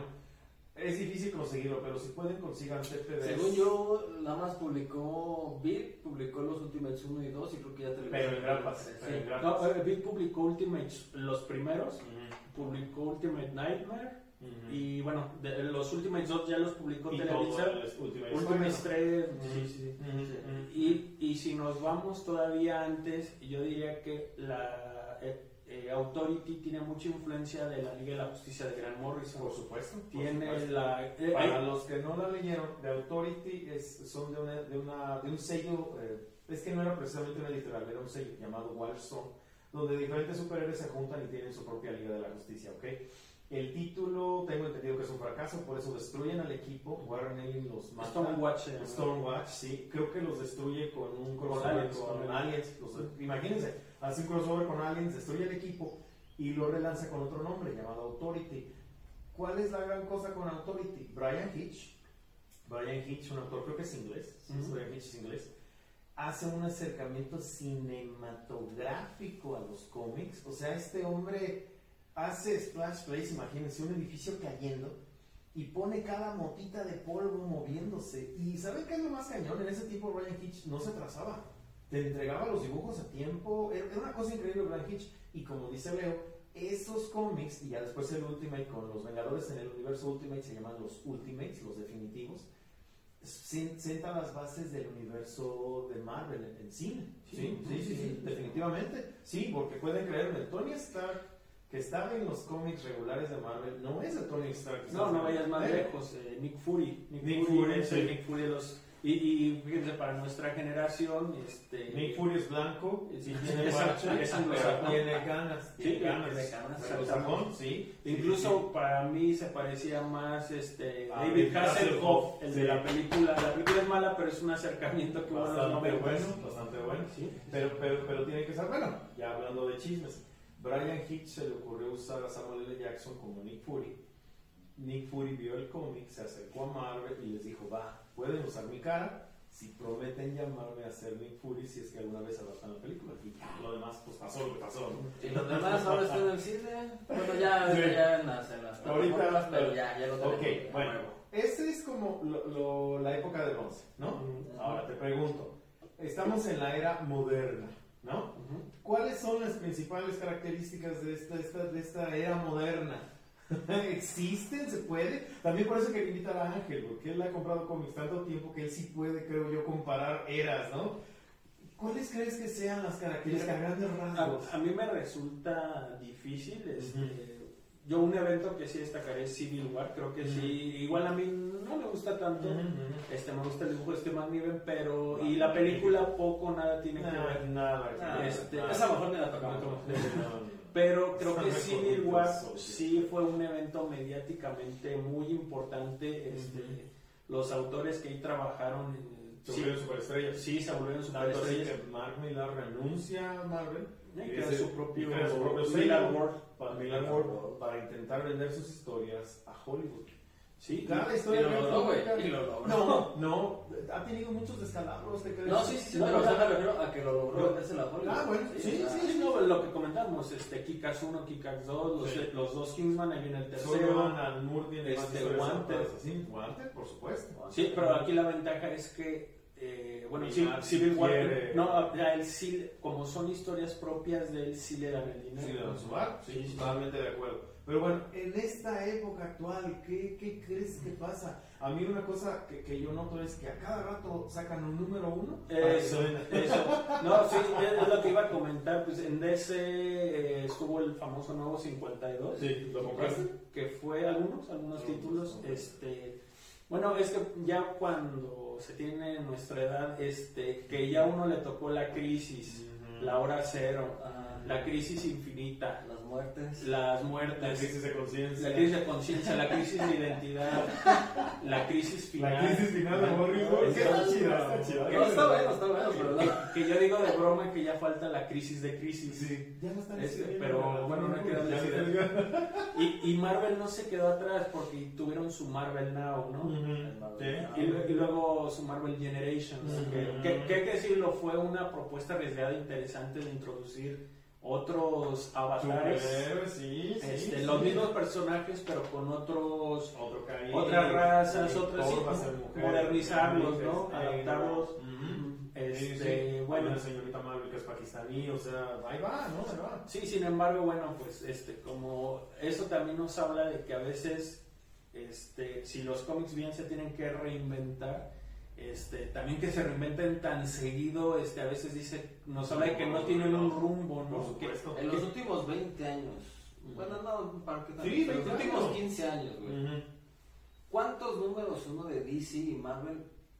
B: es difícil conseguirlo, pero si pueden consigan T P B.
A: Según yo, nada más publicó Bill, publicó los Ultimates uno y dos y creo que ya Televisa.
B: Pero en grapas.
A: Sí.
B: En grapas.
C: No, Bill publicó Ultimates los primeros, uh-huh. publicó Ultimate Nightmare. Uh-huh. Y bueno, de, los Ultimates dos ya los publicó
B: y
C: Televisa.
B: Ultimates,
C: Ultimates tres. Uh-huh. Sí, sí, sí.
B: Uh-huh. Uh-huh.
C: Y, y si nos vamos todavía antes, yo diría que la eh, eh, Authority tiene mucha influencia de la Liga de la Justicia de Grant Morrison.
B: Por supuesto.
C: Tiene
B: por supuesto.
C: la. Eh,
B: Para
C: eh,
B: los que no la leyeron, The Authority es, son de, una, de, una, de un sello. Eh, es que no era precisamente una editorial, era un sello llamado Wildstorm, donde diferentes superhéroes se juntan y tienen su propia Liga de la Justicia, ¿ok? El título, tengo entendido que es un fracaso, por eso destruyen al equipo. Warren Ellis los mata.
C: Stormwatch. Eh,
B: Stormwatch, sí. Creo que los destruye con un crossover
C: Aliens,
B: con,
C: con
B: Aliens. Los, imagínense, hace un crossover con Aliens, destruye el equipo y lo relanza con otro nombre llamado Authority. ¿Cuál es la gran cosa con Authority? Brian Hitch, Brian Hitch, un autor, creo que es inglés, sí, uh-huh. Brian Hitch es inglés, hace un acercamiento cinematográfico a los cómics. O sea, este hombre hace splash plays, imagínense, un edificio cayendo y pone cada motita de polvo moviéndose. ¿Y saben qué es lo más cañón? En ese tiempo Brian Hitch no se trazaba, te entregaba los dibujos a tiempo, era una cosa increíble Brian Hitch. Y como dice Leo, esos cómics, y ya después el Ultimate con los Vengadores en el universo Ultimate, se llaman los Ultimates, los definitivos, sientan las bases del universo de Marvel en, en cine. Sí sí, sí, sí, sí, definitivamente. Sí, porque pueden creerme, Tony Stark, que estaba en los cómics regulares de Marvel, no es el Tony Stark.
C: No, no vayas más lejos, eh, Nick Fury. Nick,
B: Nick
C: Fury,
B: Fury,
C: es
B: sí.
C: el Nick Fury de los... Y, y fíjense, para nuestra generación, este...
B: Nick Fury es blanco,
C: sí,
B: tiene
C: parche,
B: es
C: anglosajón.
B: tiene ganas,
C: tiene
B: sí,
C: ganas,
B: tiene
C: ganas,
B: anglosajón, sí.
C: Incluso
B: sí, sí.
C: para mí se parecía más este
B: Ah,
C: David Hasselhoff, el
B: sí.
C: de la película. La película es mala, pero es un acercamiento que
B: bastante
C: bueno, no
B: bueno, bastante bueno,
C: sí.
B: Pero, pero, pero tiene que ser bueno. Ya hablando de chismes, Brian Hitch se le ocurrió usar a Samuel L. Jackson como Nick Fury. Nick Fury vio el cómic, se acercó a Marvel y les dijo, va, pueden usar mi cara si prometen llamarme a ser Nick Fury si es que alguna vez adaptan la película. Y lo demás, pues pasó lo que pasó, ¿no?
A: Y los demás ahora están en el cine. Bueno, ya,
B: sí.
A: ya en las, en las
B: ahorita,
A: pero ya, ya lo tenemos.
B: Ok, bueno, esta es como lo, lo, la época del bronce, ¿no? Uh-huh. Ahora te pregunto, estamos en la era moderna, ¿no? Uh-huh. ¿Cuáles son las principales características de esta, esta, de esta era moderna? ¿Existen? ¿Se puede? También por eso quería invitar a Ángel, porque él ha comprado cómics tanto tiempo que él sí puede, creo yo, comparar eras, ¿no? ¿Cuáles crees que sean las características a grandes rasgos?
C: A, a mí me resulta difícil. Este,
B: uh-huh.
C: Yo un evento que sí destacaré es Civil War, creo que uh-huh. sí. Igual a mí no me gusta tanto. Uh-huh. Este, me gusta el dibujo de este McNiven, pero uh-huh. y la película poco nada tiene
B: nada,
C: que ver.
B: Nada, nada,
C: este,
A: nada. Esa mejor me la tocaba.
C: Pero creo que Civil War sí fue un evento mediáticamente muy importante. Este, uh-huh. Los autores que ahí trabajaron
B: se volvieron
C: sí,
B: superestrellas.
C: Sí, se volvieron superestrellas.
B: Que Mark Millar renuncia a Marvel
C: y crea su propio,
B: su propio
C: Millar World
B: para, Millar World para intentar vender sus historias a Hollywood.
C: Sí,
B: cada historia
A: y lo logró, güey. Y lo logró.
B: No, no, ha tenido muchos descalabros. ¿Te crees?
A: No, sí, sí, sí,
B: no,
A: pero
B: no,
A: o sea, me refiero a que lo logró venderse la Hollywood.
B: Ah, bueno, sí, sí, sí,
C: sí, no, lo que comentamos, este, Kick-Ass uno, Kick-Ass dos, los, sí. los dos Kingsman, ahí viene el tercero.
B: Al Moore tiene
C: este, Wanted.
B: Sí, Wanted, por supuesto.
C: Sí, pero aquí la ventaja es que Eh, bueno, sí, Civil War, no, él sí, como son historias propias de él, sí le dan el dinero.
B: Sí, le dan su bar, sí, sí, totalmente de acuerdo. Pero bueno, en esta época actual, ¿qué, qué crees que pasa? A mí una cosa que, que yo noto es que a cada rato sacan un número uno.
C: Eso, eso. No, sí, es lo que iba a comentar. Pues en D C eh, estuvo el famoso nuevo cincuenta y dos.
B: Sí, ¿lo compraste?
C: Que, que fue algunos, algunos no, títulos. No, no. Este, bueno, es que ya cuando se tiene nuestra edad, este, que ya a uno le tocó la crisis, uh-huh. la hora cero, uh, la crisis infinita,
A: las muertes,
C: las muertes,
B: la crisis de conciencia,
C: la crisis de conciencia, la crisis de identidad, la crisis final,
B: la crisis final de Morrison. Está chida, está chida.
A: No, está bueno, está bueno, pero no.
C: Que, que yo digo de broma que ya falta la crisis de crisis.
B: Sí, ya no están
C: este, pero bueno, no hay que darle y, y Marvel no se quedó atrás porque tuvieron su Marvel Now, ¿no?
B: Uh-huh.
C: ¿Sí? y, y luego su Marvel Generations, uh-huh. que, que, que hay que decirlo, fue una propuesta arriesgada e interesante de introducir otros avatares,
B: sí, sí,
C: este,
B: sí,
C: los
B: sí.
C: mismos personajes pero con otros
B: Otro cariño,
C: otras razas,
B: sí,
C: otras sí,
B: mujer,
C: modernizarlos,
B: mujeres,
C: ¿no? Adaptarlos.
B: Uh-huh.
C: Este,
B: sí, sí.
C: bueno,
B: una señorita Marvel que es pakistaní, o sea, ahí va, ¿no? Ahí va.
C: Sí, sin embargo, bueno, pues este, como eso también nos habla de que a veces, este, si los cómics bien se tienen que reinventar, este, también que se reinventen tan seguido, este, a veces dice, nos habla de que no tienen un rumbo, ¿no?
B: Por supuesto.
A: Que, en los últimos veinte años, bueno, no, para que también,
B: sí,
A: pero los últimos
B: años.
A: quince años, güey. Uh-huh. ¿Cuántos números uno de D C y Marvel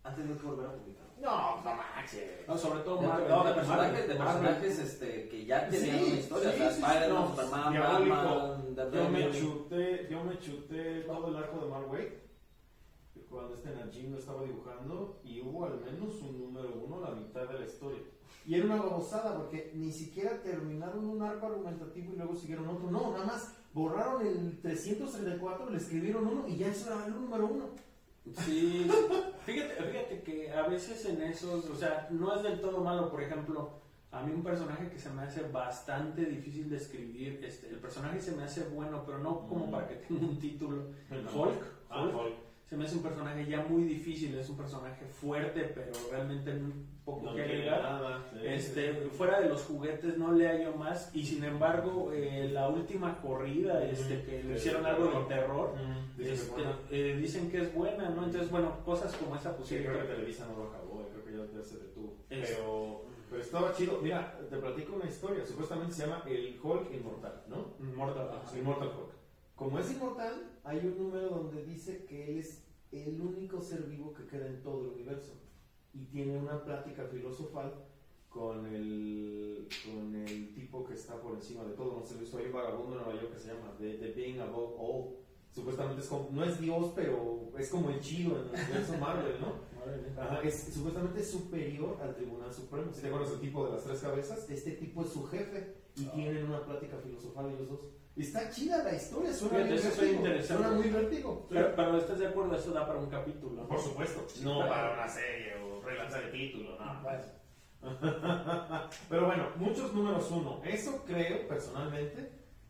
A: han tenido que volver a publicar.
B: No, no manches.
C: No, sobre todo
A: De,
C: Marvel.
A: no, de personajes,
C: Marvel,
A: de
C: Marvel.
A: personajes este, que ya tenían
B: Sí,
A: una historia.
B: sí,
A: o sea,
B: sí,
A: Spider-Man,
B: no,
A: Superman,
B: diabólico.
A: Batman,
B: Yo me
A: Daredevil.
B: chuté, yo me chuté todo el arco de Mark Waid cuando este Najim lo estaba dibujando y hubo al menos un número uno, la mitad de la historia. Y era una babosada porque ni siquiera terminaron un arco argumentativo y luego siguieron otro. No, nada más borraron el trescientos treinta y cuatro, le escribieron uno y ya eso era el número uno.
C: Sí, fíjate, fíjate que a veces en esos, o sea, no es del todo malo. Por ejemplo, a mí un personaje que se me hace bastante difícil de escribir, este, el personaje se me hace bueno, pero no como
B: Mm.
C: para que tenga un título.
B: No.
C: Hulk,
B: Ah,
C: Hulk,
B: Hulk.
C: se me hace un personaje ya muy difícil, es un personaje fuerte, pero realmente un poco
B: No
C: que
B: tiene
C: agregar.
B: nada. Sí,
C: Este,
B: sí.
C: fuera de los juguetes no le hallo más, y sin embargo eh, la última corrida este, que le hicieron algo de terror,
B: Mm, dice que
C: este,
B: buena.
C: eh, dicen que es buena, ¿no? Entonces, bueno, cosas como esa pues
B: Sí,
C: sí,
B: creo que Televisa no lo acabó, eh, creo que ya, ya se detuvo.
C: Es-
B: Pero, pero estaba chido. Mira, te platico una historia. Supuestamente se llama el Hulk Inmortal, ¿no?
C: Mortal.
B: Sí, Immortal Hulk. Como es inmortal, hay un número donde dice que él es el único ser vivo que queda en todo el universo. Y tiene una plática filosofal con el, con el tipo que está por encima de todo. No sé, hay un vagabundo en Nueva York que se llama The, The Being Above All. Supuestamente es como, no es Dios, pero es como el chido en el universo Marvel, ¿no? Ajá, es supuestamente superior al Tribunal Supremo. Si te acuerdas del tipo de las tres cabezas, este tipo es su jefe y tienen una plática filosofal ellos dos. Está chida la historia, suena
C: Fíjate,
B: bien
C: eso es
B: vértigo,
C: interesante.
B: suena muy vértigo.
C: Pero, pero ¿estás de acuerdo? Eso da para un capítulo, ¿no?
B: Por supuesto, no para una serie o relanzar el título, no.
C: Pues,
B: Pero bueno, muchos números uno. Eso creo, personalmente,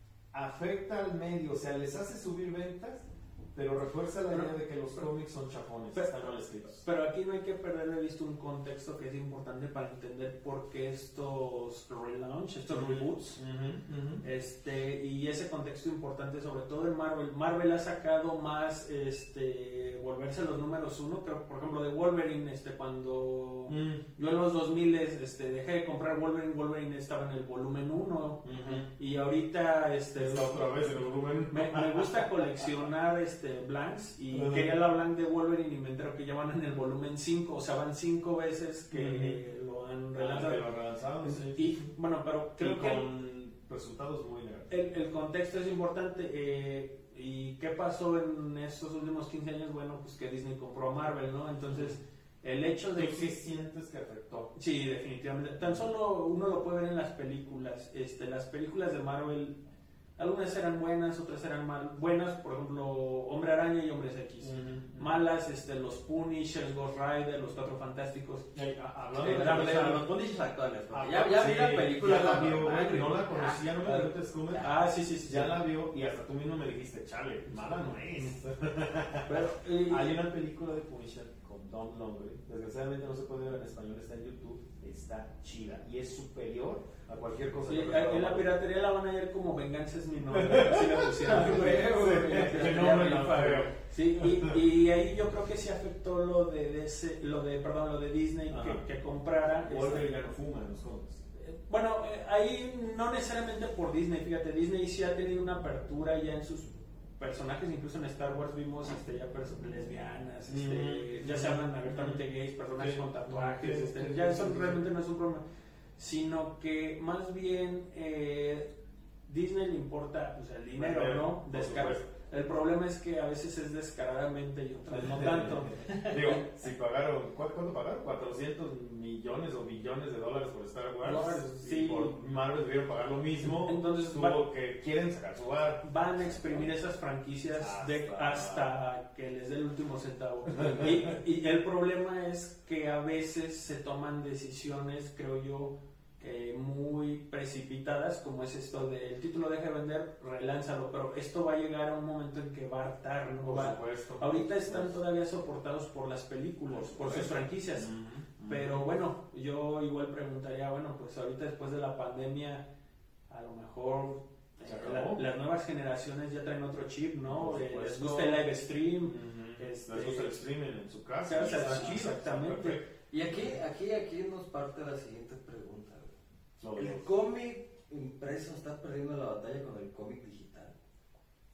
B: afecta al medio, o sea, les hace subir ventas, pero refuerza la idea de que los cómics son chafones,
C: pero-
B: están mal escritos.
C: Pero aquí no hay que perder de vista un contexto que es importante para entender por qué estos relaunch, estos reboots,
B: Ujú, ujú.
C: este, y ese contexto importante, sobre todo en Marvel. Marvel ha sacado más, este, volverse los números uno, creo, por ejemplo, de Wolverine, este, cuando
B: Mm.
C: yo en los dos mil este, dejé de comprar Wolverine, Wolverine estaba en el volumen uno,
B: Ujú.
C: y ahorita, este,
B: Está otra vez el volumen.
C: me, me gusta coleccionar este, blanks y
B: Ajá.
C: quería la blank de Wolverine y me entero que ya van en el volumen cinco, o sea, van cinco veces que lo han relanzado.
B: Ah, lo relanzado, sí.
C: Y bueno, pero creo
B: Y
C: que
B: con resultados muy negativos.
C: el, el contexto es importante. eh, ¿Y qué pasó en estos últimos quince años? Bueno, pues que Disney compró a Marvel, ¿no? Entonces, el hecho de
B: ¿Tú sí sientes que afectó?
C: Sí, definitivamente. Tan solo uno lo puede ver en las películas. Este, las películas de Marvel, algunas eran buenas, otras eran mal, buenas, por ejemplo, Hombre Araña y Hombres X.
B: Ujú.
C: Malas, este, los Punishers, Ghost Rider, los Cuatro Fantásticos.
B: Eh, a- hablando
A: Eh,
B: de
A: la-
B: la
A: la- los Punishes actuales. porque
B: Ah,
A: ya, ya vi
B: sí,
A: la película.
B: ya la vio,
A: normal,
B: güey, no la
A: ah,
B: conocía, no me
A: ah,
B: preguntes cómo es.
C: Ah, sí, sí, sí.
B: Ya
C: sí.
B: la vio y hasta tú mismo me dijiste, chale, mala no es.
C: Pero, eh,
B: Hay una película de Punisher con Don Lundgren, desgraciadamente no se puede ver en español, está en YouTube, está chida y es superior a cualquier cosa
C: sí,
B: que haya
C: en la
B: grabado.
C: piratería la van a ver como Venganza es mi nombre. Así la pusieron.
B: Ah, güey, güey,
C: La
B: qué
C: piratería
B: nombre tan
C: rifa,
B: feo.
C: Sí, y, y ahí yo creo que sí afectó lo de, de ese, lo de, perdón, lo de Disney
B: Ajá.
C: que, que comprara. este,
B: Wolverine ya no fuma en los cómics.
C: eh, Bueno, eh, ahí no necesariamente por Disney, fíjate, Disney sí ha tenido una apertura ya en sus personajes, incluso en Star Wars vimos este, ya personas lesbianas, este,
B: Mm.
C: ya se hablan abiertamente gays, personajes
B: Sí.
C: con tatuajes,
B: Sí,
C: este,
B: sí,
C: ya
B: sí,
C: eso
B: sí,
C: realmente no es un problema, sino que más bien eh, Disney le importa pues, el dinero,
B: Vender,
C: ¿no?
B: por
C: Descar-
B: supuesto.
C: el problema es que a veces es descaradamente y otras no tanto.
B: Digo, si pagaron, ¿cu- ¿cuánto pagaron? cuatrocientos millones o billones de dólares por Star Wars.
C: Dólares,
B: y
C: sí.
B: por Marvel debieron pagar lo mismo.
C: Entonces,
B: tuvo
C: va-
B: que quieren sacar su bar.
C: Van a exprimir esas franquicias de,
B: Hasta-
C: hasta que les dé el último centavo. Y, y el problema es que a veces se toman decisiones, creo yo, que muy precipitadas, como es esto del título deja de vender, relánzalo, pero esto va a llegar a un momento en que va a hartar, ¿no?
B: Por
C: Va-
B: supuesto.
C: ahorita están todavía soportados por las películas, por sus franquicias.
B: Ujú, ujú.
C: Pero bueno, yo igual preguntaría, bueno, pues ahorita después de la pandemia, a lo mejor
B: Se
C: eh,
B: acabó.
C: la- las nuevas generaciones ya traen otro chip, ¿no?
B: Por
C: Eh, les
B: supuesto.
C: gusta el live stream.
B: Ujú.
C: este-
B: Les gusta el streaming en su casa.
C: O sea, o sea,
B: Está chido,
C: exactamente.
B: está perfecto.
A: Y aquí, aquí, aquí nos parte la siguiente pregunta. güey.
B: Lo
A: ¿El
B: veo.
A: cómic impreso está perdiendo la batalla con el cómic digital?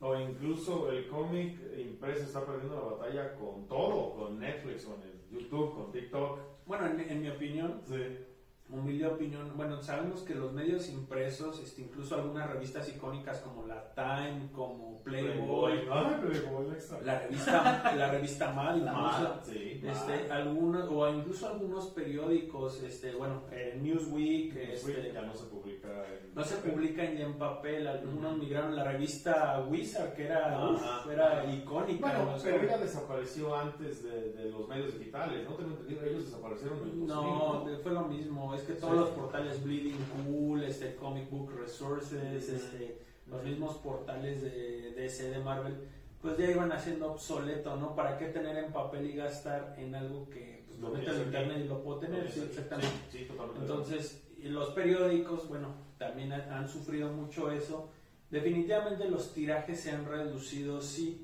B: O incluso el cómic impreso está perdiendo la batalla con todo, con Netflix, con el YouTube, con TikTok.
C: Bueno, en, en mi opinión,
B: Sí.
C: humilde opinión, bueno, sabemos que los medios impresos, este, incluso algunas revistas icónicas como la Time, como Playboy,
B: Ay, Playboy, extra.
C: la revista, la revista Mad, incluso,
B: Mad, sí,
C: este,
B: Mad.
C: algunos, o incluso algunos periódicos, este, bueno, eh, Newsweek, este,
B: ya no se publica en
C: no se
B: papel.
C: publican ya en papel, algunos migraron la revista Wizard, que era, uf,
B: Ajá.
C: era icónica.
B: Bueno,
C: ¿no? O sea,
B: pero ella desapareció antes de, de los medios digitales, ¿no? Tengo entendido, ellos desaparecieron en el dos mil,
C: No,
B: ¿no?
C: fue lo mismo, es que todos
B: Sí.
C: los portales Bleeding Cool, este Comic Book Resources,
B: Ujú.
C: este, los
B: Ujú.
C: mismos portales de D C, de Marvel, pues ya iban haciendo obsoleto, ¿no? ¿Para qué tener en papel y gastar en algo que pues, lo
B: Lo
C: meto en
B: tienes
C: internet
B: aquí.
C: y lo puedo tener? Sí, exactamente.
B: Sí, sí, totalmente.
C: Entonces, y los periódicos, bueno, también han, han sufrido mucho eso. Definitivamente los tirajes se han reducido, sí,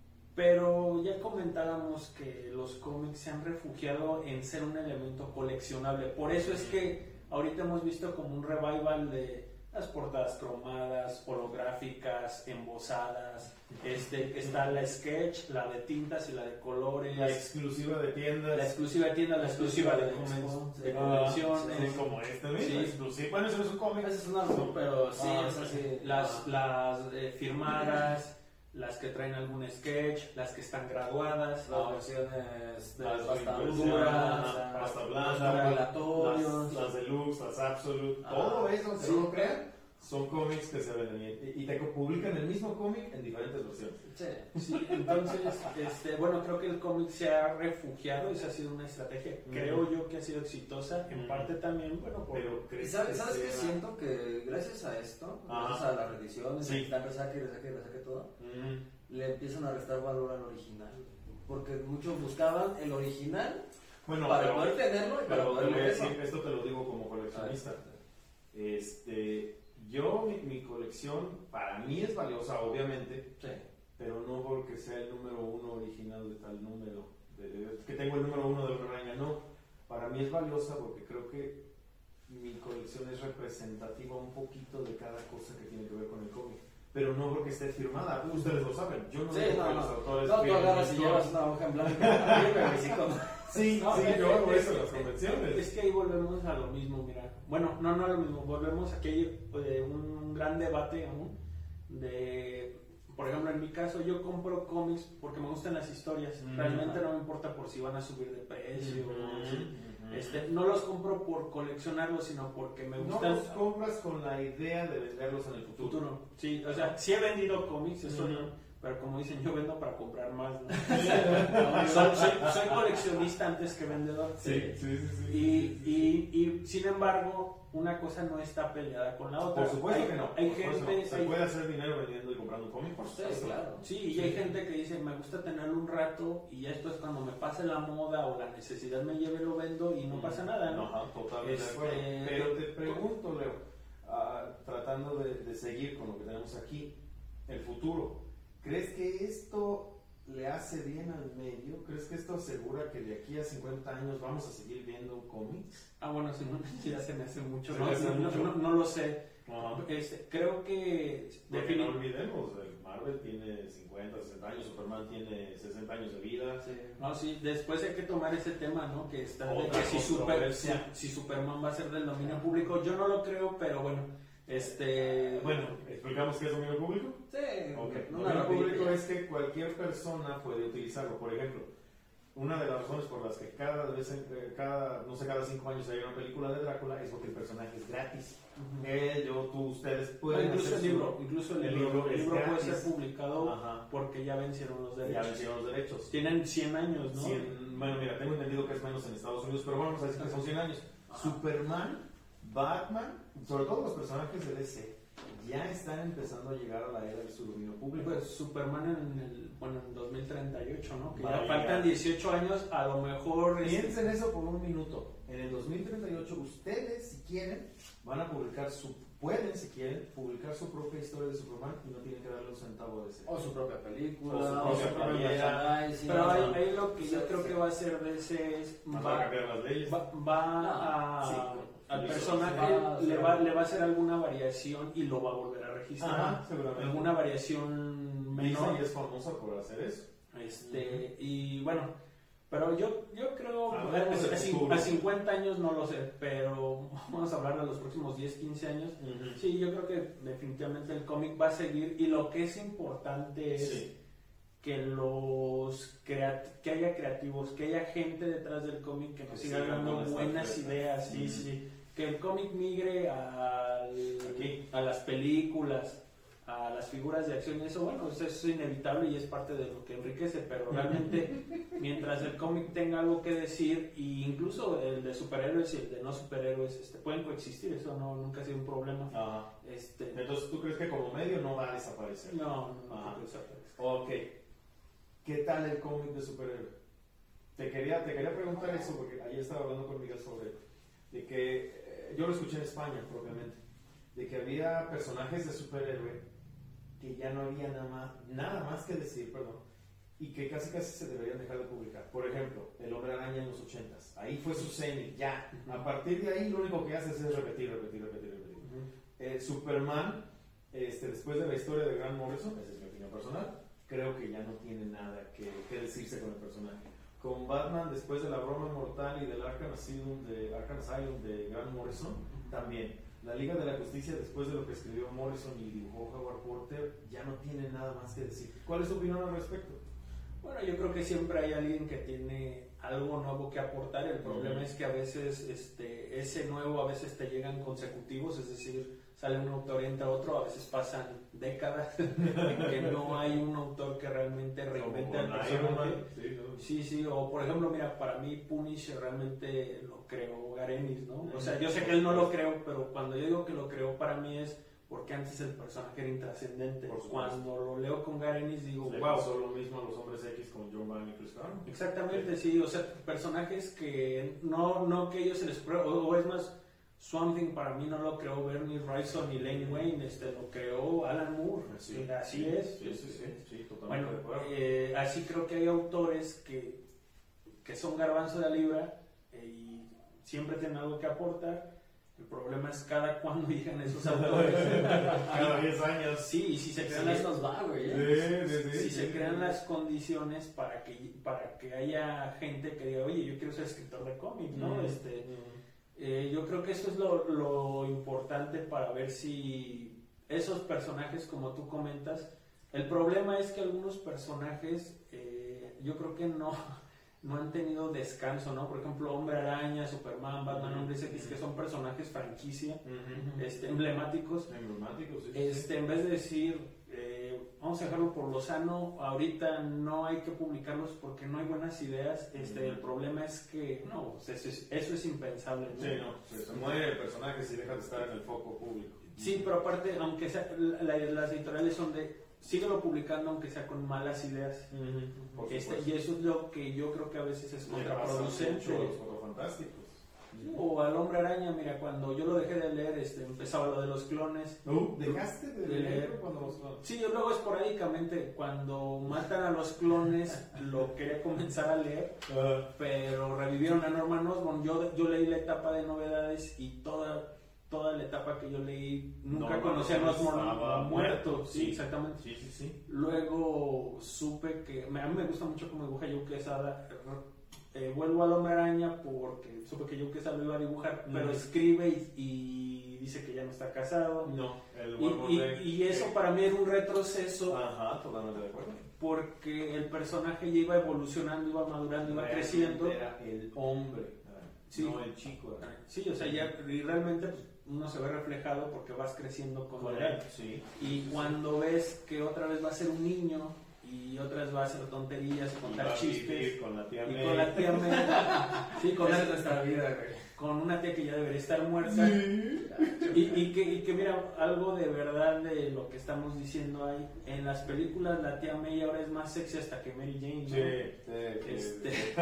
C: pero ya comentábamos que los cómics se han refugiado en ser un elemento coleccionable. Por eso es que ahorita hemos visto como un revival de las portadas cromadas, holográficas, embosadas. Este, está la sketch, la de tintas y la de colores.
B: La exclusiva de tiendas.
C: La exclusiva de tiendas, la exclusiva de,
A: Expo,
C: comen-
A: sí.
C: de
A: Ah,
C: colecciones.
B: Sí, como este mismo,
C: Sí.
B: exclusivo. Bueno, eso no es un cómic.
A: Ese es un álbum, pero sí,
B: Ah,
A: es así.
C: Las, las eh, firmadas, las que traen algún sketch, las que están graduadas,
A: Las versiones de
B: Las
A: pasta
B: reimpresiones,
A: dura,
B: ajá, pasta
A: los
B: blanda,
A: compilatorios.
B: las, las deluxe, las absolute,
A: Ah,
B: todo eso,
A: sí.
B: si no lo crean, son cómics que se venden y, y te publican el mismo cómic en diferentes versiones.
A: Sí.
C: Sí, entonces, este, bueno, creo que el cómic se ha refugiado, esa ha sido una estrategia, creo yo que ha sido exitosa, en
B: Mm.
C: parte también, bueno, por...
B: Pero
A: ¿Y
B: ¿crees
A: sabes,
B: que
A: sabes qué?
B: sea-
A: Siento que gracias a esto,
B: Ajá.
A: gracias a las reediciones,
B: Sí.
A: sí. resaque, resaque, resaque todo,
B: Mm.
A: le empiezan a restar valor al original. Porque muchos buscaban el original
B: Bueno,
A: para
B: pero,
A: poder tenerlo y para
B: pero te
A: poder
B: voy a
A: leerlo.
B: decir, esto te lo digo como coleccionista. Este, yo, mi, mi colección, para mí es valiosa, obviamente,
A: Sí.
B: pero no porque sea el número uno original de tal número, de, de- que tengo el número uno de la araña, no. Para mí es valiosa porque creo que mi colección es representativa un poquito de cada cosa que tiene que ver con el cómic. Pero no porque esté firmada, ustedes lo saben. Yo no
A: Sí,
B: digo
A: no,
B: que
A: no.
B: los autores
A: No, tú
B: firmen
A: agarras y
B: todo.
A: llevas una hoja en blanco. Yo me visito.
B: Sí,
C: No,
B: sí,
C: es-
B: yo hago
C: es-
B: eso en las
C: es-
B: convenciones.
C: Es que ahí volvemos a lo mismo, mira. Bueno, no, no a lo mismo. Volvemos a que hay eh, un gran debate aún de, por ejemplo, en mi caso, yo compro cómics porque me gustan las historias.
B: Mm.
C: Realmente no me importa por si van a subir de precio.
B: Ujú,
C: ¿sí?
B: ujú.
C: Este, no los compro por coleccionarlos, sino porque me
B: No
C: gustan.
B: los compras con la idea de venderlos en el futuro.
C: futuro. Sí, o sea, sí he vendido cómics, eso
B: Ujú.
C: no, pero como dicen, yo vendo para comprar más, ¿no? soy, soy, soy coleccionista antes que vendedor.
B: Sí, sí, sí. sí,
C: Y,
B: sí, sí.
C: y, y sin embargo, una cosa no está peleada con la otra.
B: Por supuesto
C: hay,
B: que no.
C: Hay
B: por supuesto
C: gente.
B: no. Se
C: hay-
B: puede hacer dinero vendiendo y comprando cómics, por
A: Sí,
B: supuesto.
A: claro.
C: Sí, y hay gente que dice, me gusta tenerlo un rato y ya después cuando me pase la moda o la necesidad me lleve, lo vendo y no pasa nada, ¿no?
B: Ajá, totalmente
C: Este,
B: de acuerdo. Pero te pregunto, Leo, ah, tratando de, de seguir con lo que tenemos aquí, el futuro, ¿crees que esto le hace bien al medio? ¿Crees que esto asegura que de aquí a cincuenta años vamos a seguir viendo cómics?
C: Ah, bueno, si no, ya se me hace mucho.
B: Se
C: No,
B: me hace
C: no, no,
B: mucho.
C: no- no lo sé.
B: Ajá.
C: Este, creo que
B: Porque no
C: defini-
B: olvidemos, el Marvel tiene cincuenta, sesenta años, Superman tiene sesenta años de vida.
A: Sí.
C: No, sí, después hay que tomar ese tema, ¿no? Que está de
B: Otra
C: que si, super, si,
B: controversia.
C: si Superman va a ser del dominio público, yo no lo creo, pero bueno, este...
B: Bueno, ¿explicamos qué es dominio público?
A: Sí.
B: Ok,
A: No,
B: dominio
A: no, no,
B: público
A: no,
B: es que cualquier persona puede utilizarlo. Por ejemplo, una de las razones por las que cada vez, en- eh, cada, no sé, cada cinco años hay una película de Drácula es porque el personaje es gratis.
C: Ujú.
B: Él, yo, tú, ustedes
C: O
B: pueden
C: incluso
B: hacer
C: el
B: su-
C: libro, incluso el,
B: el
C: libro,
B: libro
C: el
B: es
C: libro puede
B: gratis.
C: ser publicado
B: Ajá.
C: porque ya vencieron los
B: Ya
C: derechos.
B: vencieron los derechos.
C: Tienen cien años, ¿no?
B: Cien- bueno, mira, tengo entendido que es menos en Estados Unidos, pero bueno, vamos a decir que son cien años.
A: Ajá.
B: Superman, Batman, sobre todo los personajes de D C, ya están empezando a llegar a la era del su dominio público.
C: Pues Superman en el, bueno, en dos mil treinta y ocho, ¿no? Que
B: Va
C: ya
B: a
C: faltan
B: llegar.
C: dieciocho años, a lo mejor... este,
B: Piensen eso por un minuto. En el dos mil treinta y ocho, ustedes, si quieren, van a publicar su pueden, si quieren, publicar su propia historia de Superman y no tienen que darle un centavo de ese.
A: O su propia película,
B: O su
A: o
B: propia
A: su propio
B: playera.
A: merchandising.
C: Pero ahí,
A: ¿no?
C: ahí lo que
A: Sí,
C: yo creo
A: sí.
C: que va a ser de ese es
B: Va a
C: va,
B: cambiar las leyes.
C: va, va a,
B: Sí,
C: al
B: sí,
C: personaje
A: sí, sí.
C: le va, le va a hacer alguna variación y lo va a volver a registrar.
B: Ajá, seguramente.
C: Alguna variación menor.
B: Disney es famosa por hacer eso.
C: Este, y bueno, pero yo, yo creo, a,
B: Hablemos del
C: a,
B: futuro.
C: a cincuenta años no lo sé, pero vamos a hablar de los próximos diez, quince años.
B: Uh-huh.
C: Sí, yo creo que definitivamente el cómic va a seguir y lo que es importante es
B: Sí.
C: que los creat que haya creativos, que haya gente detrás del cómic que nos
B: Que
C: siga
B: siga
C: dando
B: con esta
C: buenas
B: fresca.
C: ideas, sí,
B: Mm.
C: sí, que el cómic migre al,
B: Aquí.
C: a las películas, a las figuras de acción y eso, bueno, eso es inevitable y es parte de lo que enriquece, pero realmente mientras el cómic tenga algo que decir, e incluso el de superhéroes y el de no superhéroes este, pueden coexistir, eso no, nunca ha sido un problema.
B: Ajá.
C: Este,
B: Entonces, ¿tú crees que como medio no va a desaparecer?
C: no, no,
B: Ajá.
C: no creo que desaparezca.
B: Ok. ¿Qué tal el cómic de superhéroe? Te quería, te quería preguntar eso porque ayer estaba hablando con Miguel sobre de que eh, yo lo escuché en España propiamente, de que había personajes de superhéroe que ya no había nada más, nada más que decir, perdón, y que casi casi se deberían dejar de publicar. Por ejemplo, el Hombre Araña en los ochentas, ahí fue su cenit, ya. A partir de ahí lo único que haces es repetir, repetir, repetir, repetir.
C: Ujú.
B: Eh, Superman, este, después de la historia de Grant Morrison, esa es mi opinión personal, creo que ya no tiene nada que, que decirse con el personaje. Con Batman, después de la broma mortal y del Arkham Asylum de, Arkham Asylum de Grant Morrison, también. La Liga de la Justicia, después de lo que escribió Morrison y dibujó Howard Porter, ya no tiene nada más que decir. ¿Cuál es tu opinión al respecto?
C: Bueno, yo creo que siempre hay alguien que tiene algo nuevo que aportar. El problema
B: Ujú.
C: es que a veces este, ese nuevo a veces te llegan consecutivos, es decir, sale un autor y entra otro, a veces pasan décadas en que no hay un autor que realmente reinvente al personaje.
B: Sí, no.
C: Sí, sí, o por ejemplo, mira, para mí Punisher realmente lo creó Gareth, ¿no? O sea, yo sé que él no lo creó, pero cuando yo digo que lo creó para mí es porque antes el personaje era intrascendente.
B: Por supuesto.
C: Cuando lo leo con Gareth digo,
B: Le
C: wow.
B: pasó lo mismo a los Hombres X con John Byrne y Chris Claremont.
C: Exactamente, sí, o sea, personajes que no, no que ellos se les ocurrió, o, o es más, Swamp Thing para mí no lo creó Bernie Wrightson ni Lane Wayne, este, lo creó Alan Moore,
B: Sí,
C: así
B: sí,
C: es.
B: Sí, sí, sí, sí, totalmente
C: Bueno,
B: de acuerdo.
C: eh, así creo que hay autores que, que son garbanzo de la libra eh, y siempre tienen algo que aportar. El problema es cada cuándo llegan esos autores.
B: Cada diez años.
C: Sí, y si se crean
A: Sí,
C: las,
A: nos va, güey. ¿eh?
B: Sí, sí, sí,
C: si
B: sí,
C: se
B: sí.
C: crean las condiciones para que para que haya gente que diga, oye, yo quiero ser escritor de cómics, ¿no?
B: Mm.
C: Este, eh, yo creo que eso es lo, lo importante para ver si esos personajes, como tú comentas, el problema es que algunos personajes, eh, yo creo que no, no han tenido descanso, ¿no? Por ejemplo, Hombre Araña, Superman, Batman,
B: Ujú.
C: Hombres X, que son personajes franquicia,
B: Ujú.
C: este, emblemáticos.
B: Emblemáticos, sí.
C: Este, en vez de decir, eh, vamos a dejarlo por lo sano, ahorita no hay que publicarlos porque no hay buenas ideas, este, el problema es que, no, pues eso es, eso es impensable, ¿no?
B: Sí, no, se, se muere el personaje si deja de estar en el foco público.
C: Sí, pero aparte, aunque sea, la- la- las editoriales son de, síguelo publicando aunque sea con malas ideas,
B: Ujú. Por
C: este,
B: supuesto.
C: y eso es lo que yo creo que a veces es
B: Le pasa
C: contraproducente.
B: mucho a los Cuatro Fantásticos.
C: O al Hombre Araña, mira, cuando yo lo dejé de leer, este, empezaba lo de los clones.
B: Uh, ¿Dejaste de
C: De
B: leer
C: leer.
B: cuando los
C: Sí, yo luego esporádicamente, cuando matan a los clones, lo quería comenzar a leer, pero revivieron a Norman Osborn. Yo, yo leí la etapa de novedades y toda, toda la etapa que yo leí, nunca
B: Norman
C: conocí a
B: Osborn
C: Osborn
B: estaba
C: muerto.
B: muerto,
C: Sí,
B: sí.
C: exactamente.
B: Sí, sí, sí.
C: Luego supe que, a mí me gusta mucho cómo dibuja Joe Quesada. Eh, vuelvo al Hombre Araña porque supe que Joe Quesada lo iba a dibujar, pero
B: Mm.
C: escribe y, y dice que ya no está casado.
B: No, el
C: Y,
B: Warlord
C: y-
B: de-
C: y eso para mí era un retroceso
B: Ajá, totalmente de acuerdo.
C: porque el personaje ya iba evolucionando, iba madurando, iba
B: Realmente
C: creciendo.
B: Era el hombre,
C: Sí.
B: no el chico. era.
C: Sí, o sea, ya y realmente pues, uno se ve reflejado porque vas creciendo con
B: Con
C: la edad.
B: él, sí.
C: Y cuando ves que otra vez va a ser un niño y otra vez va a hacer tonterías,
B: Y
C: contar
B: va a
C: chistes.
B: vivir con la tía
C: Y
B: May.
C: con la tía May. Sí, con,
A: Esa
C: la-
A: es nuestra vida, güey.
C: con una tía que ya debería estar muerta. Y, y, que, y que mira, algo de verdad de lo que estamos diciendo ahí, en las películas la tía May ahora es más sexy hasta que Mary Jane, ¿no?
B: Sí, sí, sí.
C: Este,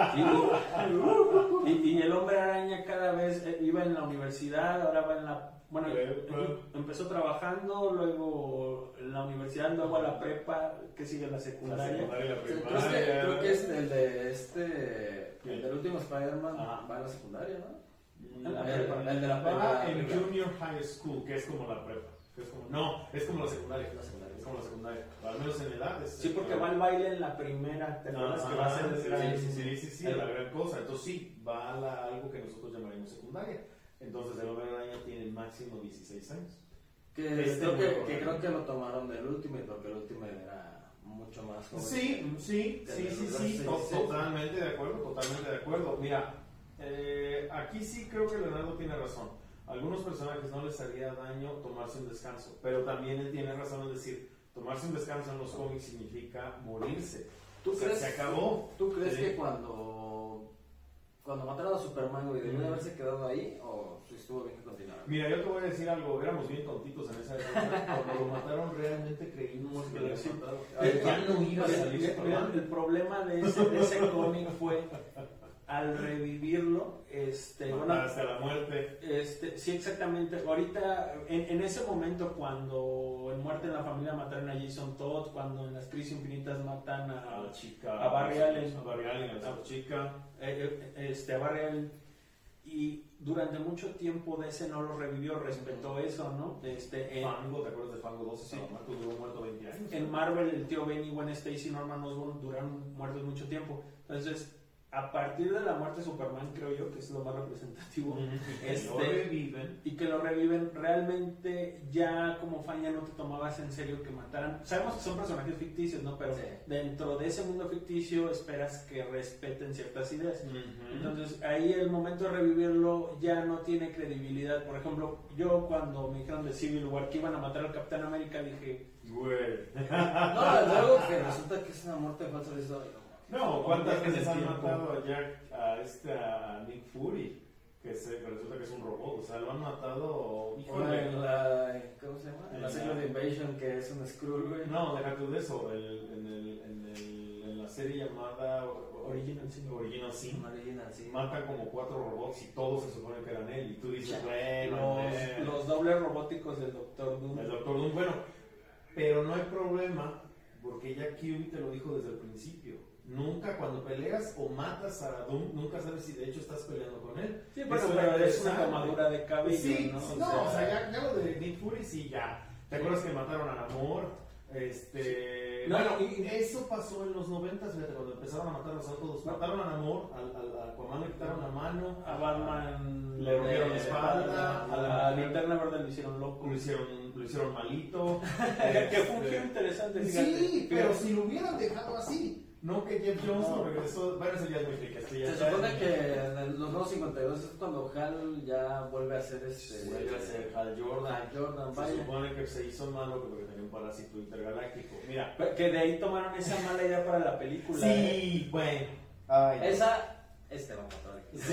C: y, y- y el Hombre Araña cada vez eh, iba en la universidad, ahora va en la bueno,
B: Eh, eh.
C: empezó trabajando, luego la universidad, luego a la prepa, que sigue la
B: La
C: secundaria.
B: secundaria y la
A: Creo que,
B: primaria.
A: creo que es el de este. El del último Spider-Man
B: Ah.
A: va a la secundaria, ¿no?
B: Mm,
C: En la
A: El,
C: prepa.
A: el de la
B: Va
A: prepa.
B: en Junior High School, que es como la prepa. que es como- no, es como la secundaria.
A: La secundaria.
B: Es como la secundaria. Al menos en edad. Es,
C: Sí, porque va al baile en la primera, ¿te acuerdas? que va a ser el
B: sí,
C: gran-
B: sí, sí, sí, sí, la gran cosa. Entonces sí, va a la- algo que nosotros llamaremos secundaria. Entonces el hombre araña tiene máximo dieciséis años.
A: Que,
B: Este
A: creo que,
B: nuevo,
A: que
B: ¿no?
A: creo que lo tomaron del Ultimate, porque el Ultimate era mucho más joven.
B: Sí, sí, sí, sí, sí,
A: Sí,
B: to-
A: sí.
B: totalmente de acuerdo, totalmente de acuerdo. Mira, eh, aquí sí creo que Leonardo tiene razón. A algunos personajes no les haría daño tomarse un descanso, pero también él tiene razón en decir, tomarse un descanso en los cómics significa morirse.
A: ¿Tú
B: O sea,
A: crees,
B: se acabó.
A: ¿Tú crees
B: Sí.
A: que cuando, cuando mataron a Superman, güey, debió de haberse quedado ahí o si estuvo bien que continuara?
B: Mira, yo te voy a decir algo, éramos bien tontitos en esa época. Cuando lo mataron realmente creímos que lo habían matado.
A: Ay,
B: Ya no iba a salir
C: Mira,
B: Superman.
C: el problema de ese, de ese cómic fue al revivirlo, este, bueno,
B: Hasta la muerte.
C: este, sí, exactamente. Ahorita, en, en ese momento, cuando en Muerte en la Familia mataron a Jason Todd, cuando en Las Crisis Infinitas matan
B: A
C: a,
B: la chica.
C: a Barry Allen.
B: A Barry Allen, a la chica.
C: eh, eh, este, a Barry Allen, y durante mucho tiempo D C no lo revivió, respetó eso, ¿no? Este, en,
B: Fango, ¿te acuerdas de Fango dos?
C: Sí.
B: Estaba muerto, duró muerto veinte años.
C: en Marvel, el tío Ben y Gwen Stacy y Norman Osborn duraron muertos mucho tiempo. Entonces, a partir de la muerte de Superman, creo yo que es lo más representativo,
B: Ujú.
C: este-
B: Lo reviven.
C: y que lo reviven, realmente ya como fan ya no te tomabas en serio que mataran. Sabemos que son personajes ficticios, ¿no? Pero
A: Sí.
C: dentro de ese mundo ficticio esperas que respeten ciertas ideas.
B: Ujú.
C: Entonces ahí el momento de revivirlo ya no tiene credibilidad. Por ejemplo, yo cuando me dijeron de Civil War que iban a matar al Capitán América dije,
B: Güey.
A: No, luego que resulta que es una muerte falsa de eso.
B: No, ¿cuántas
C: Viajes
B: veces
C: del
B: han
C: tiempo.
B: matado a Jack, a este, a Nick Fury? Que, se, que resulta que es un robot, o sea, lo han matado,
A: O
B: híjole.
A: en la, ¿cómo se llama? En
B: En
A: la
B: la-
A: Secret Invasion, que es un Skrull, güey.
B: No, deja tú de eso, el, en, el, en, el, en la serie llamada
C: Original Sin.
B: Original Sin,
A: Marina, sí.
B: matan como cuatro robots y todos se supone que eran él, y tú dices,
A: Ya.
B: bueno,
C: los,
B: eh,
C: los dobles robóticos del Doctor Doom.
B: el Doctor Doom, bueno, pero no hay problema, porque ya Kirby te lo dijo desde el principio. Nunca cuando peleas o matas a Doom, nunca sabes si de hecho estás peleando con él.
C: Sí, bueno,
B: Eso
C: pero
B: era
C: es una
B: interesante.
C: tomadura de cabello,
B: Sí,
C: ¿no?
B: sí, no, o sea, ya, ya lo de Nick Fury sí, ya. ¿Te acuerdas que mataron a Namor? Este,
C: No,
B: bueno,
C: y-
B: y eso pasó en los noventas, fíjate, cuando empezaron a matarlos a todos. Mataron a Namor, al, al, al Aquaman le quitaron la mano,
C: A Batman
B: le rompieron la
C: eh,
B: espalda,
C: a la, a la Linterna Verde le hicieron loco.
B: lo hicieron, lo hicieron malito.
C: que fue un
B: Este,
C: giro interesante, fíjate.
B: Sí, pero si lo hubieran dejado así, no que Jeff Jones
C: No.
B: lo regresó. Bueno, eso ya es muy friki, esto ya-
A: Se
B: ya-
A: supone que en el- los nuevos cincuenta y dos es cuando Hal ya vuelve a ser este.
B: Vuelve a ser Hal Jordan.
A: Hal Jordan,
B: Se
A: vaya.
B: supone que se hizo malo porque tenía un parásito intergaláctico. Mira,
C: Que de ahí tomaron esa mala idea para la película. ¿eh?
B: sí, bueno. Ay,
A: Esa. Este va a matar.
B: Sí,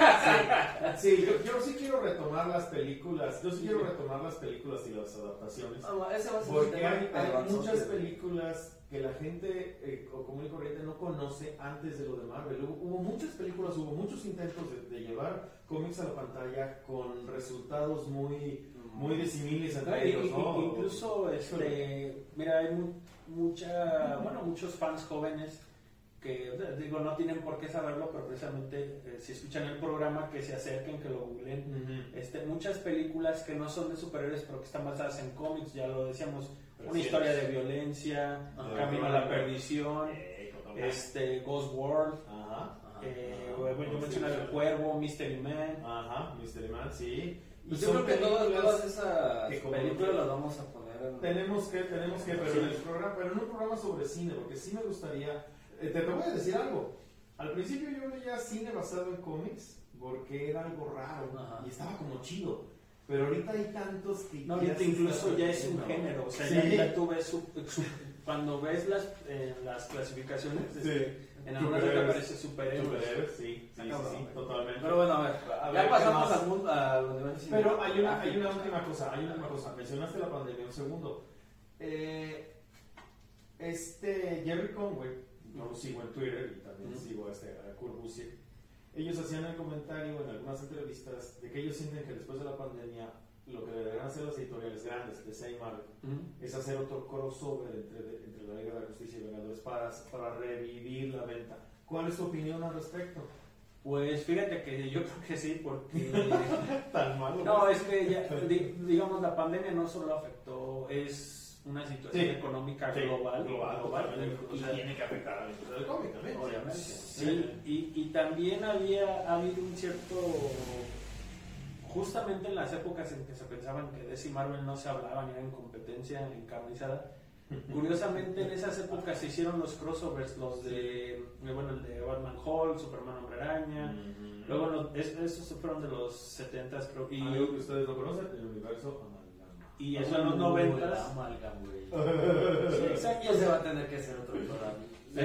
B: sí, sí, yo, yo sí quiero retomar las películas, yo sí quiero retomar las películas y las adaptaciones,
A: No, ese va a ser un
B: porque
A: tema
B: hay, hay
A: perverso,
B: muchas
A: sí.
B: películas que la gente eh, o común y corriente no conoce antes de lo de Marvel. Hubo, hubo muchas películas, hubo muchos intentos de, de llevar cómics a la pantalla con resultados muy, muy disímiles
C: No,
B: entre
C: y-
B: ellos,
C: y-
B: ¿no?
C: Incluso, este, mira, hay mu- mucha, bueno, muchos fans jóvenes que, digo, no tienen por qué saberlo, pero precisamente eh, si escuchan el programa, que se acerquen, que lo googleen.
B: Ujú.
C: Este, muchas películas que no son de superhéroes, pero que están basadas en cómics, ya lo decíamos, una
B: Así
C: historia
B: es.
C: de violencia,
A: Ajá.
C: Camino a la Perdición,
B: Eh, totalmente.
C: este, Ghost World,
B: Ajá,
A: Ajá.
C: eh,
B: Ajá.
C: bueno, yo mencionaba El Cuervo, Mystery Man.
B: ajá, Mystery Man, sí.
A: Pues
B: Y
A: yo
B: son
A: creo que todas,
B: películas
A: todas esas
B: que como-
A: películas las vamos a poner en.
B: Tenemos que, tenemos que, pero en el programa, pero en un programa sobre cine, porque sí me gustaría. eh, te, te voy a decir algo. Al principio yo veía cine basado en cómics porque era algo raro
A: Ajá.
B: y estaba como chido. Pero ahorita hay tantos que.
C: No,
B: ya
C: ahorita
B: se
C: incluso
B: están
C: ya es un
B: perdiendo.
C: género, o sea,
B: Sí.
C: ya, ya tú ves su, su- cuando ves las, eh, las clasificaciones,
B: Sí.
C: este, en algunas te
B: Superhéroes.
C: aparece superhéroes.
B: Superhéroes, sí, sí, sí,
A: Cabrón,
B: sí,
A: güey.
B: totalmente.
A: Pero bueno, a ver.
B: A ver,
A: Ya
B: ¿qué
A: pasamos
B: más?
A: al mundo, al universo
B: Pero hay una, hay una
A: cinematográfico.
B: última cosa, hay una última cosa. Mencionaste la pandemia, un segundo. Eh, este Jerry Conway, yo lo sigo en Twitter y también
A: Ujú.
B: sigo a, este, a Kurt Busiek. Ellos hacían el comentario en algunas entrevistas de que ellos sienten que después de la pandemia lo que deberían hacer las editoriales grandes, D C y Marvel, uh-huh. es hacer otro crossover entre, entre la Liga de la Justicia y Vengadores para, para revivir la venta. ¿Cuál es tu opinión al respecto?
C: Pues fíjate que yo creo que sí, porque...
B: Tan malo.
C: No, es que ya, digamos, la pandemia no solo afectó, es una situación sí. económica
B: sí.
C: global.
B: Global,
C: global
B: y, y, y tiene que afectar a la industria del cómic también.
C: Obviamente. Sí, sí. Y, y también había ha habido un cierto... Justamente en las épocas en que se pensaban que D C y Marvel no se hablaban, eran competencia encarnizada. Curiosamente en esas épocas se hicieron los crossovers, los de, bueno, el de Batman Hulk, Superman Hombre Araña, uh-huh. luego los, es, esos fueron de los setentas creo.
B: Y algo que ustedes no conocen, el universo Amalgama.
C: Y eso en los noventas.
A: Amalgama, güey. Sí, exacto, se va a tener que hacer otro programa.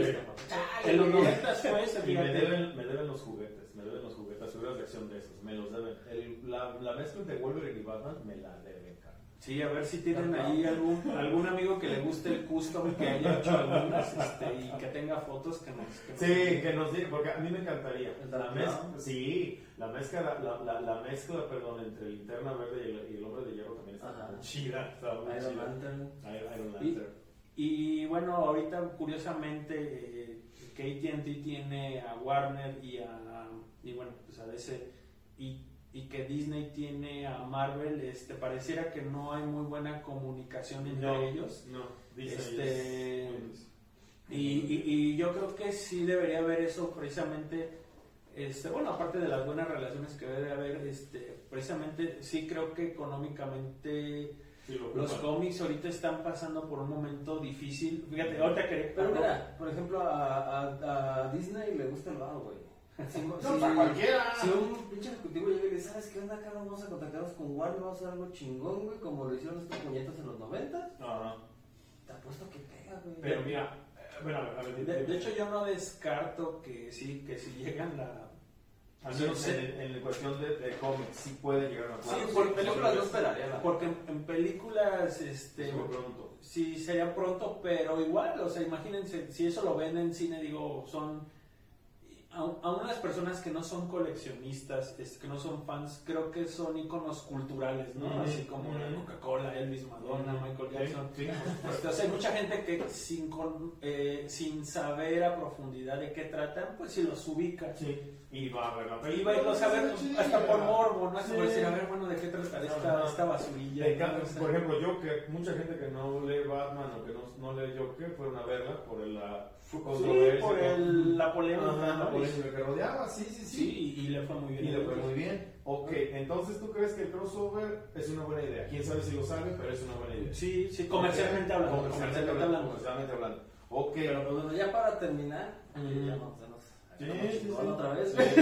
C: En los noventas fue ese.
B: Y me deben, me deben los juguetes, me deben los juguetes, figuras de acción de esos, me los deben. El, la, la mezcla de Wolverine y Batman me la deben.
C: Sí, a ver si tienen ahí algún, algún amigo que le guste el custom, que haya hecho algunas este, y que tenga fotos que nos... Que nos
B: sí, diga. Que nos diga, porque a mí me encantaría. La mezcla, sí, la mezcla, la, la, la mezcla, perdón, entre Linterna Verde y el, y el Hombre de Hierro también está muy chida. Está muy
A: Iron
B: chida.
A: Lantern.
B: Iron Lantern.
C: Y, y bueno, ahorita curiosamente eh, que A T and T tiene a Warner y a, y bueno, pues a D C y y que Disney tiene a Marvel, este, pareciera que no hay muy buena comunicación entre
B: no,
C: ellos.
B: No,
C: este, es... y, y, y yo creo que sí debería haber eso precisamente, este, bueno, aparte de las buenas relaciones que debe haber, este, precisamente sí creo que económicamente sí, los cómics ahorita están pasando por un momento difícil. Fíjate, ahorita que...
A: Pero mira, por ejemplo, a, a, a Disney le gusta el varo, güey. Si,
B: no,
A: si,
B: para cualquiera.
A: Si un pinche ejecutivo llega y dice, ¿sabes qué onda, acá vamos a contactarnos con Warner, vamos a hacer algo chingón, güey, como lo hicieron estos puñetas en los noventas?
B: No, no.
A: Te apuesto que pega, güey.
B: Pero mira, eh, bueno, a ver,
C: de, de hecho yo no descarto que sí, que si llegan la...
B: Al menos en, en, en cuestión de, de cómics sí puede llegar a una
C: sí, por películas no esperaría. Porque en, en películas, este...
B: pronto.
C: Sí, sería pronto, pero igual, o sea, imagínense, si eso lo ven en cine, digo, son... Aún las personas que no son coleccionistas, que no son fans, creo que son íconos culturales, ¿no? Mm-hmm. Así como mm-hmm. la Coca-Cola, Elvis, Madonna, mm-hmm. Michael Jackson. Sí, sí. Este, o sea, hay mucha gente que sin, eh, sin saber a profundidad de qué tratan, pues sí los ubica.
B: Sí. Y va a ver la película.
C: Y va a irlos a ver hasta por morbo, ¿no? Sí. Por decir, a ver, bueno, ¿de qué trata esta, esta basurilla?
B: Encanta, ¿no? Por ejemplo, Joker, mucha gente que no lee Batman o que no, no lee Joker fueron a verla por la...
C: Sí, por el, la polémica,
B: ajá, la polémica que rodeaba, sí, sí, sí.
C: Sí, y, y le fue muy bien.
B: Y le fue muy bien. Ok, entonces tú crees que el crossover es una buena idea. Quién sabe si lo sabe, pero es una buena idea.
C: Sí, sí, comercialmente hablando.
B: Comercialmente hablando. Comercialmente hablando. Ok.
A: Pero pues, bueno, ya para terminar, mm. ya no, ya nos
B: Sí, sí, sí.
A: otra vez.
B: Sí.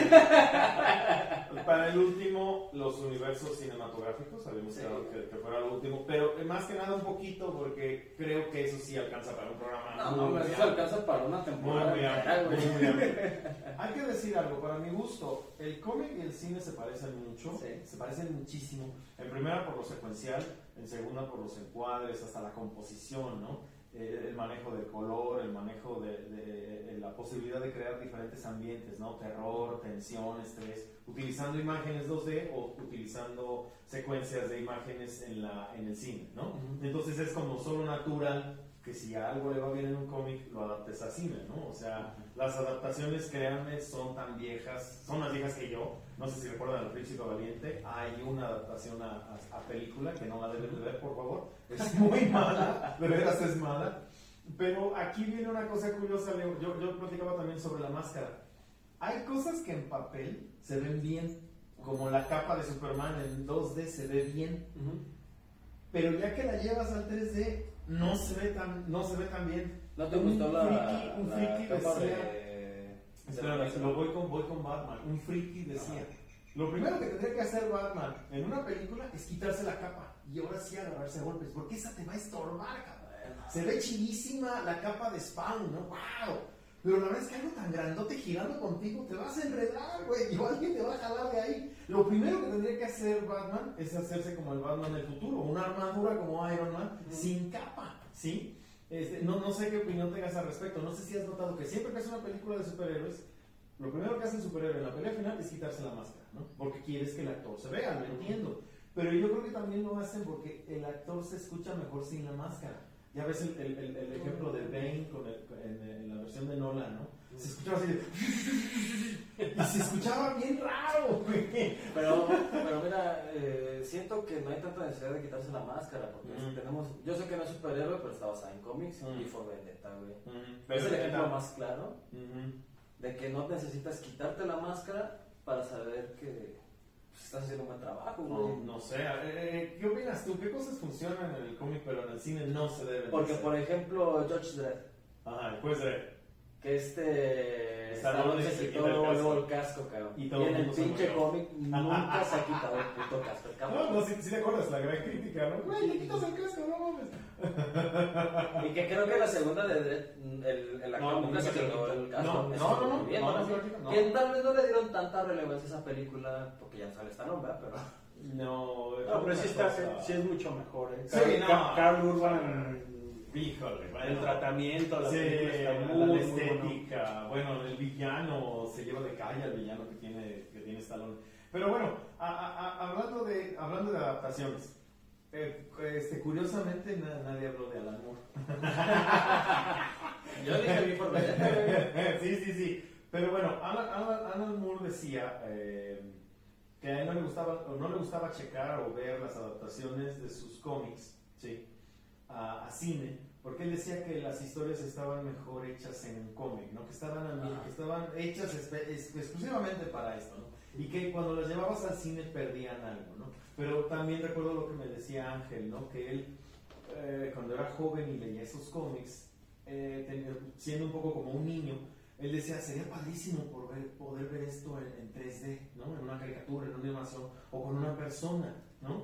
B: Para el último, los universos cinematográficos, sabemos sí. que, que fuera lo último, pero más que nada un poquito, porque creo que eso sí alcanza para un programa.
A: No, no, eso alcanza para una temporada.
B: Muy bien, muy bien. Hay que decir algo, para mi gusto, el cómic y el cine se parecen mucho, sí. se parecen muchísimo. En primera por lo secuencial, en segunda por los encuadres, hasta la composición, ¿no? El manejo del color, el manejo de, de, de la posibilidad de crear diferentes ambientes, ¿no? Terror, tensión, estrés, utilizando imágenes dos D o utilizando secuencias de imágenes en, la, en el cine, ¿no? Uh-huh. Entonces es como solo natural que si a algo le va bien en un cómic, lo adaptes a cine, ¿no? O sea, las adaptaciones, créanme, son tan viejas, son más viejas que yo. No sé si recuerdan al Príncipe Valiente, hay una adaptación a, a, a película que no la deben de ver, por favor. Es muy mala, de veras es mala. Pero aquí viene una cosa curiosa, Leo. Yo, yo platicaba también sobre la máscara. Hay cosas que en papel se ven bien, como la capa de Superman en dos D se ve bien. Uh-huh. Pero ya que la llevas al tres D, no se ve tan, no se ve tan bien.
A: ¿No te gustó la,
B: friki, un friki
A: la capa
B: decía,
A: de...
B: Espera, de lo voy con, voy con Batman. Un friki decía, lo primero que tendría que hacer Batman en una película es quitarse la capa y ahora sí agarrarse a golpes, porque esa te va a estorbar, cabrón. Se ve chidísima la capa de Spawn, ¿no? ¡Wow! Pero la verdad es que algo tan grandote girando contigo te vas a enredar, güey, o alguien te va a jalar de ahí. Lo primero que tendría que hacer Batman es hacerse como el Batman del futuro, una armadura como Iron Man, mm. sin capa, ¿sí? Este, no, no sé qué opinión tengas al respecto. No sé si has notado que siempre que haces una película de superhéroes, lo primero que hace el superhéroe en la pelea final es quitarse la máscara, ¿no? Porque quieres que el actor se vea, lo entiendo. Pero yo creo que también lo hacen porque el actor se escucha mejor sin la máscara. Ya ves el, el, el, el ejemplo de Bane con el, en, en la versión de Nolan, ¿no? Se escuchaba así de... Y se escuchaba bien raro, güey.
A: Pero, pero mira, eh, siento que no hay tanta necesidad de quitarse la máscara, porque
B: Mm.
A: si tenemos... Yo sé que no es superhéroe, pero está basada en cómics,
B: Mm.
A: y for Vendetta, güey.
B: Mm.
A: Es el ejemplo más claro
B: Mm-hmm.
A: de que no necesitas quitarte la máscara para saber que pues, estás haciendo un buen trabajo, güey.
B: No, no sé, eh, ¿qué opinas tú? ¿Qué cosas funcionan en el cómic pero en el cine no se deben
A: Porque,
B: hacer?
A: por ejemplo, Judge Dredd,
B: Ajá, pues de...
A: que este
B: Stallone
A: Stallone
B: se
A: se
B: quita
A: quitó
B: el casco.
A: luego el casco, cabrón.
B: Y
A: Y,
B: todo el
A: en el
B: mundo se
A: pinche
B: murió.
A: cómic nunca se ha quitado el puto casco, el cabrón.
B: No, no, si te acuerdas, la gran crítica, ¿no? Güey, te quitas el casco, no mames.
A: Y que creo que la segunda de Dredd, el, el actor
B: No,
A: nunca se quitó el casco.
B: No,
A: Eso
B: no, no, no,
A: muy bien,
B: no,
A: ¿no?
B: no, no, no.
A: Que tal vez no le dieron tanta relevancia a esa película, porque ya no sale Stallone, ¿verdad? Pero...
B: No,
C: No, pero sí, está, sí es mucho mejor, ¿eh?
B: Sí,
C: Carl,
B: no.
C: Carl- Carl Urban,
B: Híjole, bueno.
C: el tratamiento, la
B: Sí,
C: película está
B: la,
C: muy,
B: la
C: muy
B: estética, bueno, el villano se lleva de calle al villano que tiene, que tiene Stallone. Pero bueno, a, a, a, hablando, de, hablando de adaptaciones, eh, este, curiosamente na, nadie habló de Alan Moore.
A: Yo dije mi por Vendetta,
B: Sí, sí, sí. Pero bueno, Alan, Alan, Alan Moore decía eh, que a él no le, gustaba, o no le gustaba checar o ver las adaptaciones de sus cómics, ¿sí? a, a cine, porque él decía que las historias estaban mejor hechas en un cómic, ¿no? Que estaban,
A: Ajá.
B: que estaban hechas espe- es- exclusivamente para esto, ¿no? Y que cuando las llevabas al cine perdían algo, ¿no? Pero también recuerdo lo que me decía Ángel, ¿no? Que él, eh, cuando era joven y leía esos cómics, eh, ten- siendo un poco como un niño, él decía, sería padrísimo por ver, poder ver esto en, en tres D, ¿no? En una caricatura, en una animación, o con una persona, ¿no?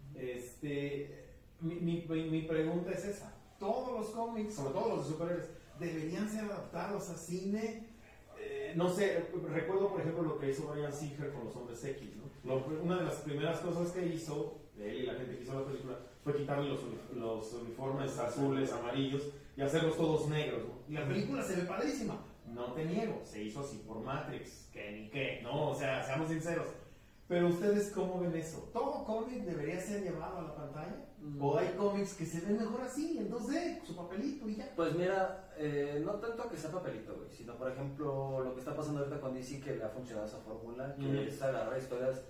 B: Este... Mi, mi, mi pregunta es esa. Todos los cómics, sobre todo los de superhéroes, deberían ser adaptados a cine. Eh, no sé, recuerdo por ejemplo lo que hizo Bryan Singer con los Hombres X, ¿no? Lo, una de las primeras cosas que hizo, él y la gente que hizo la película, fue quitarle los, los uniformes azules, amarillos y hacerlos todos negros, ¿no? Y la película se ve padrísima. No te niego, se hizo así por Matrix, que ni qué, ¿no? O sea, seamos sinceros. Pero ustedes, ¿cómo ven eso? ¿Todo cómic debería ser llevado a la pantalla?
A: Mm.
B: ¿O hay cómics que se ven mejor así, en dos D, su papelito y ya?
A: Pues mira, eh, no tanto que sea papelito, güey, sino por ejemplo lo que está pasando ahorita con D C, que le ha funcionado esa fórmula, que
B: Mm.
A: es agarrar historias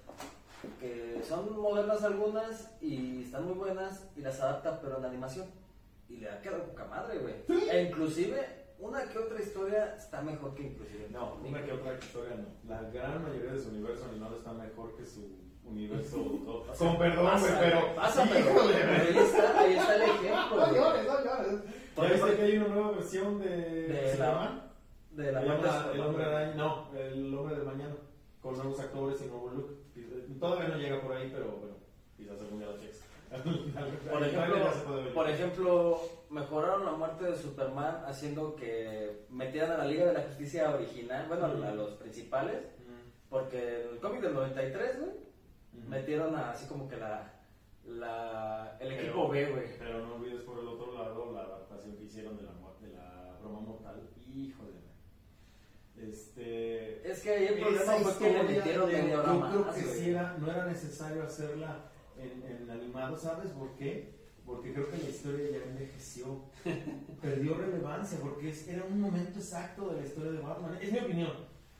A: que son modernas algunas y están muy buenas y las adapta pero en animación. Y le ha quedado poca madre, güey.
B: Sí.
A: E inclusive una que otra historia está mejor que inclusive.
B: No, una que otra historia no. La gran mayoría de su universo animado está mejor que su universo.
A: O sea,
B: Con perdón, güey,
A: pasa,
B: pero.
A: pasa, pero,
B: híjole,
A: pero
B: güey.
A: ahí está, ahí está el ejemplo.
B: No
A: güey.
B: llores, no llores.
A: Por
B: ¿Ya
A: ejemplo,
B: viste que hay una nueva versión de.
A: de
B: ¿se
A: la-
B: llama?
A: De la
B: Se
A: muerte
B: llama
A: de
B: El hombre
A: Superman.
B: araña. No, El hombre del mañana. Con nuevos actores y nuevo look. Todavía no llega por ahí, pero bueno, quizás algún día lo cheques.
A: Por ejemplo, por ejemplo, mejoraron la muerte de Superman haciendo que metieran a la Liga de la Justicia original, bueno,
B: Mm.
A: a los principales, porque en el cómic del noventa y tres, güey, metieron a, así como que la, la el
B: Pero-
A: equipo B, güey.
B: Pero no olvides por el otro lado la adaptación que hicieron de la, mu- de la broma mortal. Hijo de madre. Este.
A: Es que ahí el
B: Esa
A: problema fue que le
B: historia,
A: metieron
B: yo
A: media hora
B: creo
A: más,
B: que
A: güey.
B: sí era, no era necesario hacerla en, en animado, ¿sabes por qué? Porque creo que la historia ya envejeció, perdió relevancia, porque es- era un momento exacto de la historia de Batman, es mi opinión.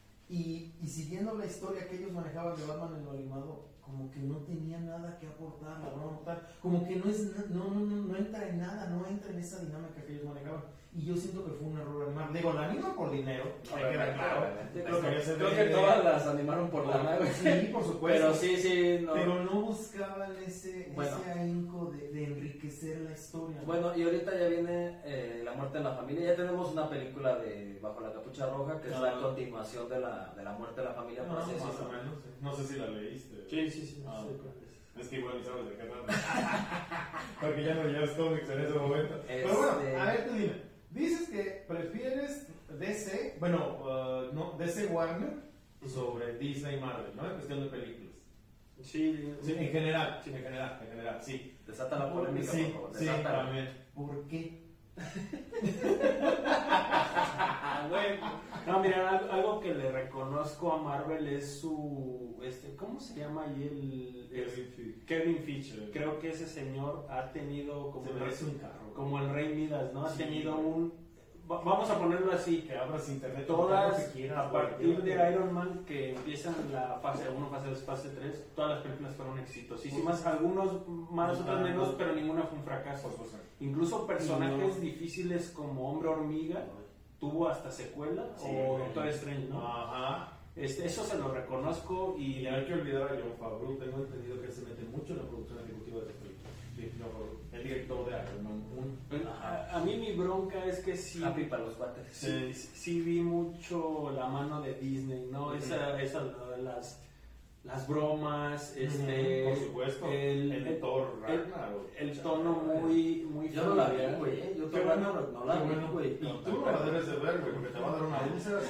B: Y, y siguiendo la historia que ellos manejaban de Batman en lo animado, como que no tenía nada que aportar, la broma mortal, como que no, es, na- no, no, no, no entra en nada, no entra en esa dinámica que ellos manejaban. Y yo siento que fue un error animar. Digo, la animan por dinero, me queda claro.
A: Sí,
B: La
A: creo
B: historia
A: que,
B: se
A: creo
B: ve-
A: que todas las animaron por lana, güey.
B: Sí, por supuesto.
A: Pero sí, sí, no.
B: Pero no buscaban ese,
A: Bueno.
B: ese ahínco de, de enriquecer la historia.
A: Bueno, y ahorita ya viene eh, La muerte en la familia. Ya tenemos una película de Bajo la capucha roja, que es la
B: Ah.
A: continuación de la, de la muerte en la familia, por
B: No,
A: así
B: más
A: decirlo.
B: o menos. sí. No sé si la leíste.
C: Sí, sí, sí.
B: Ah.
C: sí, cuál es.
B: Es que igual ni sabes de qué trata. Porque ya no llevas cómics en ese momento.
A: Este-
B: Pero bueno, a ver, tú dime. Dices que prefieres D C, bueno, uh, no, D C Warner sobre Disney y Marvel, ¿no? En cuestión de películas.
C: Sí,
B: Sí, en general, sí, en general, en general, sí.
A: Desata la polémica,
B: Sí,
A: por favor.
B: sí,
A: Desátala.
B: también. ¿Por qué?
C: Bueno, no, mira, algo que le reconozco a Marvel es su, este, ¿cómo se llama ahí el,
B: Kevin,
C: Kevin Feige? Creo que ese señor ha tenido como,
B: se merece un carro,
C: como el Rey Midas, ¿no? Ha
B: sí,
C: tenido
B: güey.
C: un, vamos a ponerlo así,
B: que abras internet,
C: todas,
B: que quieras,
C: a
B: güey,
C: partir de
B: güey.
C: Iron Man, que empiezan la fase uno, fase dos, fase tres, todas las películas fueron exitosísimas, algunos más, otros menos, pero ninguna fue un fracaso. Incluso personajes
B: no.
C: difíciles como Hombre Hormiga tuvo hasta secuela,
B: Sí,
C: o
B: güey.
C: Doctor Strange, ¿no?
B: Ajá.
C: Este, eso se lo reconozco y...
B: Y no hay que olvidar a Jon Favreau, tengo entendido que él se mete mucho en la producción ejecutiva de esta película. Sí, Jon Favreau, el director de Iron Man uno.
C: A, a mí mi bronca es que sí,
A: Happy para los cuates.
C: sí, sí vi mucho la mano de Disney, ¿no? Esa, esa, las, las bromas, este...
B: Por supuesto,
C: el,
B: el,
C: el,
B: Thor
C: el,
B: Ragnarok.
C: el tono muy, muy
A: Yo no la vi,
C: familiar.
A: güey. ¿eh? Yo
B: Qué
A: todavía
B: bueno,
A: no, no la
B: qué
A: vi,
B: bueno.
A: güey.
B: Y tú no la debes de ver, güey, porque te va a dar una úlcera.